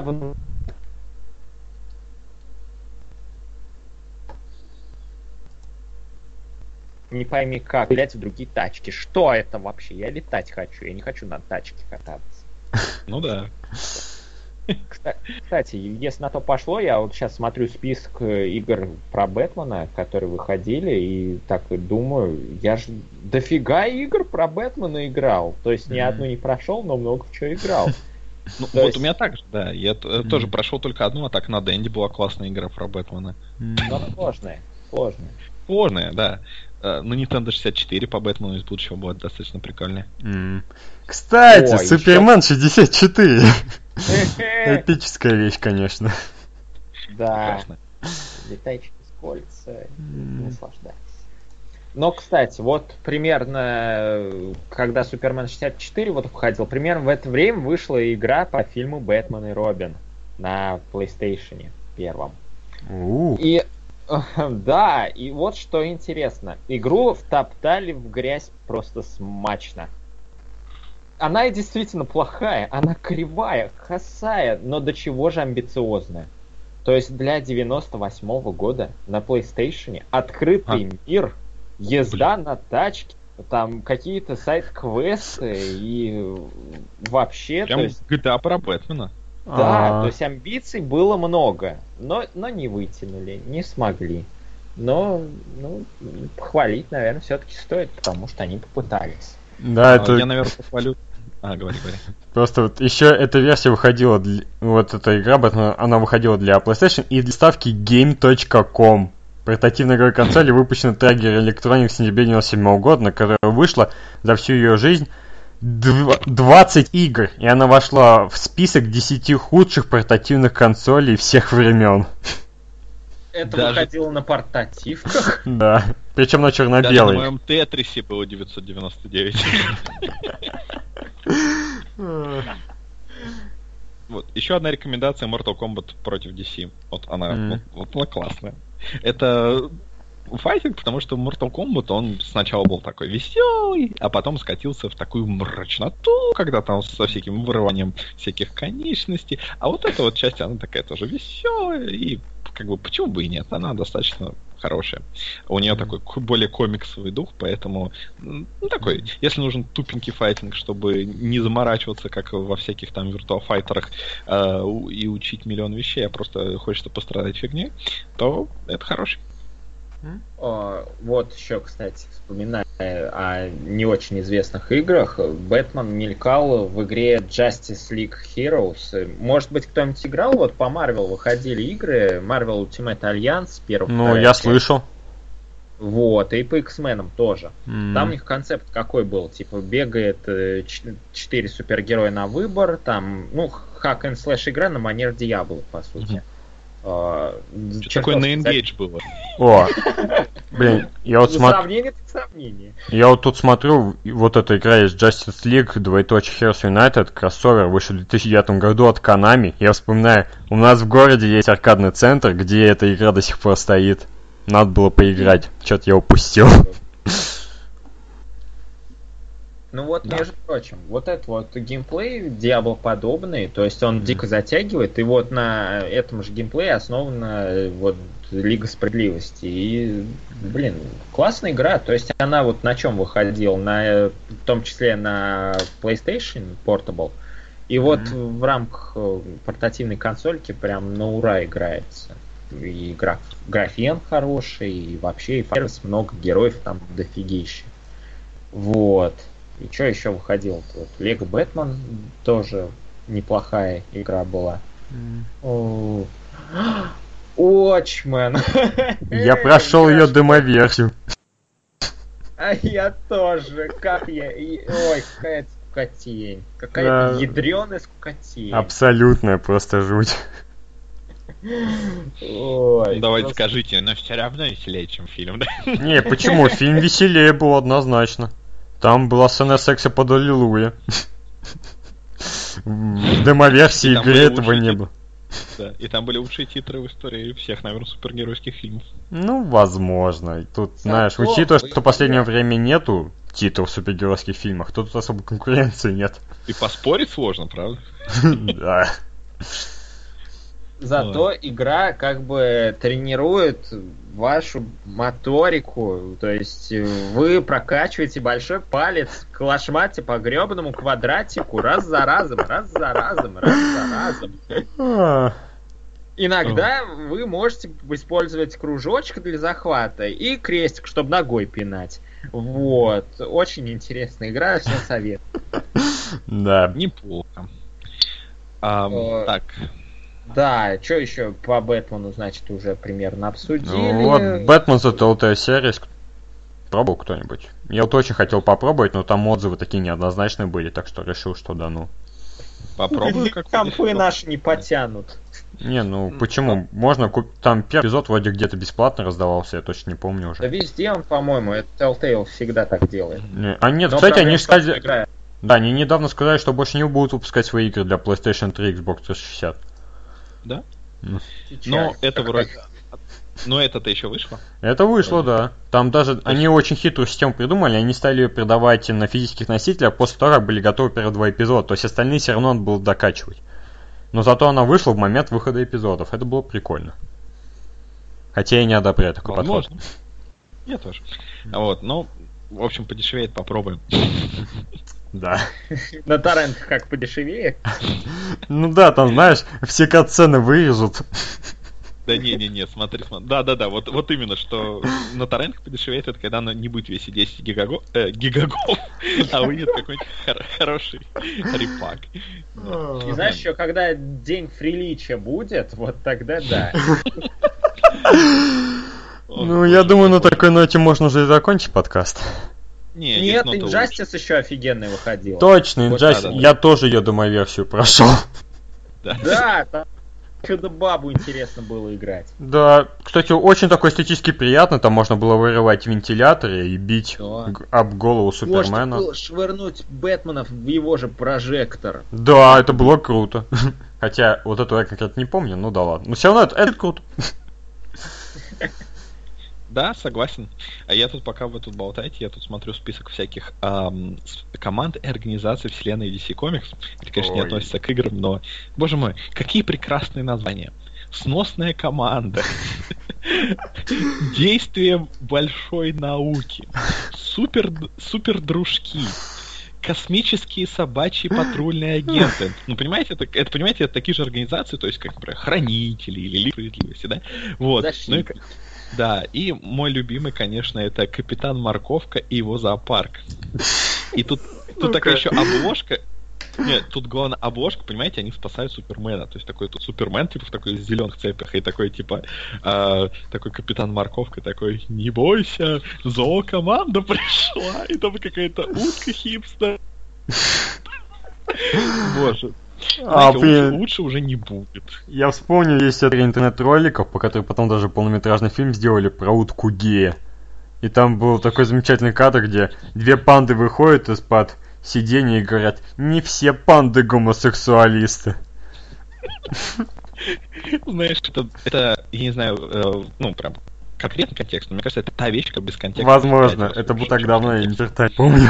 не пойми как, блять, в другие тачки. Что это вообще? Я летать хочу, я не хочу на тачке кататься. Ну да. Кстати, если на то пошло, я вот сейчас смотрю список игр про Бэтмена, которые выходили, и так и думаю, я же дофига игр про Бэтмена играл. То есть ни одну не прошел, но много в чего играл. Ну, вот у меня так же, да. Я тоже прошел только одну, а так на Денди была классная игра про Бэтмена. Но Сложная, да. На Nintendo 64 по Бэтмену из будущего была достаточно прикольная. Кстати, Супермен 64. Эпическая вещь, конечно. Да. Летай через кольца, наслаждайся. Но, кстати, вот примерно, когда Супермен 64 вот выходил, примерно в это время вышла игра по фильму «Бэтмен и Робин» на PlayStation 1. И да, и вот что интересно. Игру втоптали в грязь просто смачно. Она действительно плохая, она кривая, косая, но до чего же амбициозная. То есть для 98-го года на PlayStation открытый мир, езда на тачке, там какие-то сайт-квесты и вообще... Прям то есть... GTA про Бэтмена. Да, то есть амбиций было много, но не вытянули, не смогли. Но, похвалить, наверное, все-таки стоит, потому что они попытались. Да, это... Я, наверное, похвалю. Говори. Просто вот еще эта версия выходила, вот эта игра, она выходила для PlayStation и для ставки Game.com. Портативная игровая консоль, выпущена Tiger Electronics в сентябре 1997 года, на которая вышла за всю ее жизнь 20 игр, и она вошла в список 10 худших портативных консолей всех времен. Это выходило на портативках? Да, причем на черно-белой. Даже на моем Тетрисе было 999. Вот, еще одна рекомендация: Mortal Kombat против DC. Вот она классная. Это файтинг, потому что Mortal Kombat, он сначала был такой веселый, а потом скатился в такую мрачноту, когда там со всяким вырыванием всяких конечностей. А вот эта вот часть, она такая тоже веселая, и как бы почему бы и нет, она достаточно хорошая. У нее такой более комиксовый дух, поэтому такой, если нужен тупенький файтинг, чтобы не заморачиваться, как во всяких там виртуал-файтерах, и учить миллион вещей, а просто хочется пострадать фигней, то это хороший. Вот еще, кстати, вспоминая о не очень известных играх, Бэтмен мелькал в игре Justice League Heroes. Может быть, кто-нибудь играл? Вот по Marvel выходили игры, Marvel Ultimate Alliance, первый. Ну, я слышал. Вот, и по X-Men тоже. Там у них концепт какой был? Типа, бегает 4 супергероя на выбор, там, hack and slash игра на манер Диабло, по сути. Такое на Engage было. О, блин, я вот сравнение так сравнение. Я вот тут смотрю, вот эта игра есть Justice League, Heroes United, кроссовер, вышел в 2009 году от Konami. Я вспоминаю, у нас в городе есть аркадный центр, где эта игра до сих пор стоит. Надо было поиграть, что-то я упустил. Ну вот, между прочим, вот этот вот геймплей Diablo-подобный, то есть он дико затягивает, и вот на этом же геймплее основана вот Лига Справедливости. И, блин, классная игра, то есть она вот на чем выходила, в том числе на PlayStation Portable, и вот в рамках портативной консольки прям на ура играется. И графен хороший, и вообще, и много героев там дофигища. Вот. И что еще выходило? Вот Лего Бэтмен тоже неплохая игра была. Watchmen. Я прошел ее демоверсию. А я тоже. Ой, какая скукотень. Какая ядреная скукотень. Абсолютная просто жуть. Ой, давайте скажите, но все равно веселее, чем фильм, да? Не, почему? Фильм веселее был однозначно. Там была сцена секса под Аллилуйя. В демоверсии игры этого не было. Да, и там были лучшие титры в истории всех, наверное, супергеройских фильмов. Ну, возможно. Тут, знаешь, учитывая, что в последнее время нету титров в супергеройских фильмах, тут особо конкуренции нет. И поспорить сложно, правда? Да. Зато игра как бы тренирует вашу моторику, то есть вы прокачиваете большой палец, клашмате по гребаному квадратику раз за разом. Иногда вы можете использовать кружочек для захвата и крестик, чтобы ногой пинать. Вот. Очень интересная игра, всем совет. Да. Неплохо. Так. Да, что еще по Бэтмену, значит, уже примерно обсудили. Ну, вот Бэтмен The Telltale Series. Пробовал кто-нибудь? Я вот очень хотел попробовать, но там отзывы такие неоднозначные были, так что решил, что да ну. Попробую, как компы наши не потянут. Не, ну почему? Можно там первый эпизод вроде где-то бесплатно раздавался, я точно не помню уже. Да везде он, по-моему, это Telltale всегда так делает. Нет, но кстати, они сказали... Да, они недавно сказали, что больше не будут выпускать свои игры для PlayStation 3 и Xbox 360. Да? Но это вроде... Но это-то еще вышло? Это вышло, да. Там даже они очень хитрую систему придумали, они стали ее продавать на физических носителях после того, как были готовы первые 2 эпизода. То есть остальные все равно надо было докачивать. Но зато она вышла в момент выхода эпизодов. Это было прикольно. Хотя я не одобряю такой подход. Я тоже. Вот, ну, в общем, подешевеет, попробуем. Да. На торрентах как подешевеет? Ну да, там, знаешь, все катсцены вырежут. Да не, смотри. Да, вот именно, что на торрентах подешевеет, это когда оно не будет весить 10 гигагов, а выйдет какой-нибудь хороший репак. И знаешь, еще когда день приличия будет, вот тогда да. Ну, я думаю, на такой ноте можно уже и закончить подкаст. Нет, Injustice еще офигенный выходил. Точно, Injustice. Я тоже ее домоверсию прошел. Да, там Чудо-бабу интересно было играть. Да, кстати, очень такой эстетически приятно. Там можно было вырывать вентиляторы и бить об голову Супермена. Можно было швырнуть Бэтменов в его же прожектор. Да, это было круто. Хотя вот этого я конкретно не помню, ну да ладно. Но все равно это круто. Да, согласен. А я тут, пока вы тут болтаете, я тут смотрю список всяких команд и организаций вселенной DC Comics. Это, конечно, не относится к играм, но, боже мой, какие прекрасные названия. Сносная команда. Действие большой науки. Супер дружки. Космические собачьи патрульные агенты. Ну, понимаете, это такие же организации, то есть, как, например, Хранители или Лига Справедливости, да? Вот. Да, и мой любимый, конечно, это Капитан Морковка и его зоопарк. И тут такая еще обложка. Нет, тут главное обложка, понимаете, они спасают Супермена. То есть такой тут Супермен, типа, в такой зеленых цепях, и такой, типа, такой Капитан Морковка, такой, не бойся, зоокоманда пришла, и там какая-то утка хипстер. Боже. Лучше уже не будет. Я вспомнил, есть серия интернет-роликов, по которым потом даже полнометражный фильм сделали про утку гея. И там был такой замечательный кадр, где две панды выходят из-под сиденья и говорят: не все панды гомосексуалисты. Знаешь, это я не знаю, ну прям конкретный контекст, но мне кажется, это та вещь, как без контекста. Возможно, это было так давно, я ни черта не помню.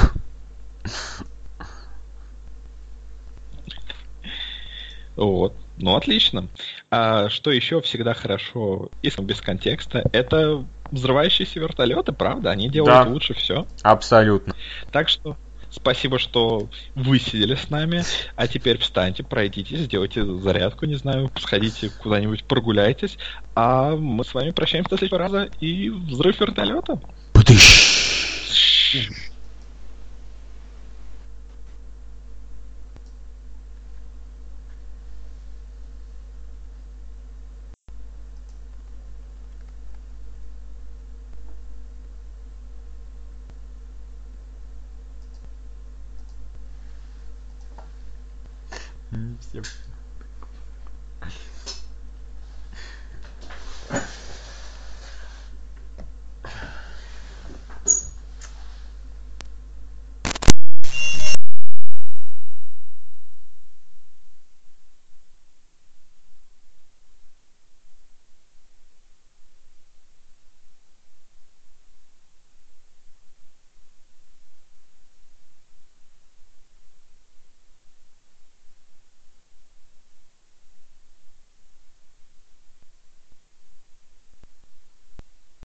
Вот. Ну, отлично. А что еще всегда хорошо, если без контекста, это взрывающиеся вертолеты, правда? Они делают лучше все. Абсолютно. Так что спасибо, что вы сидели с нами. А теперь встаньте, пройдите, сделайте зарядку, не знаю, сходите куда-нибудь, прогуляйтесь. А мы с вами прощаемся до следующего раза. И взрыв вертолета. Всем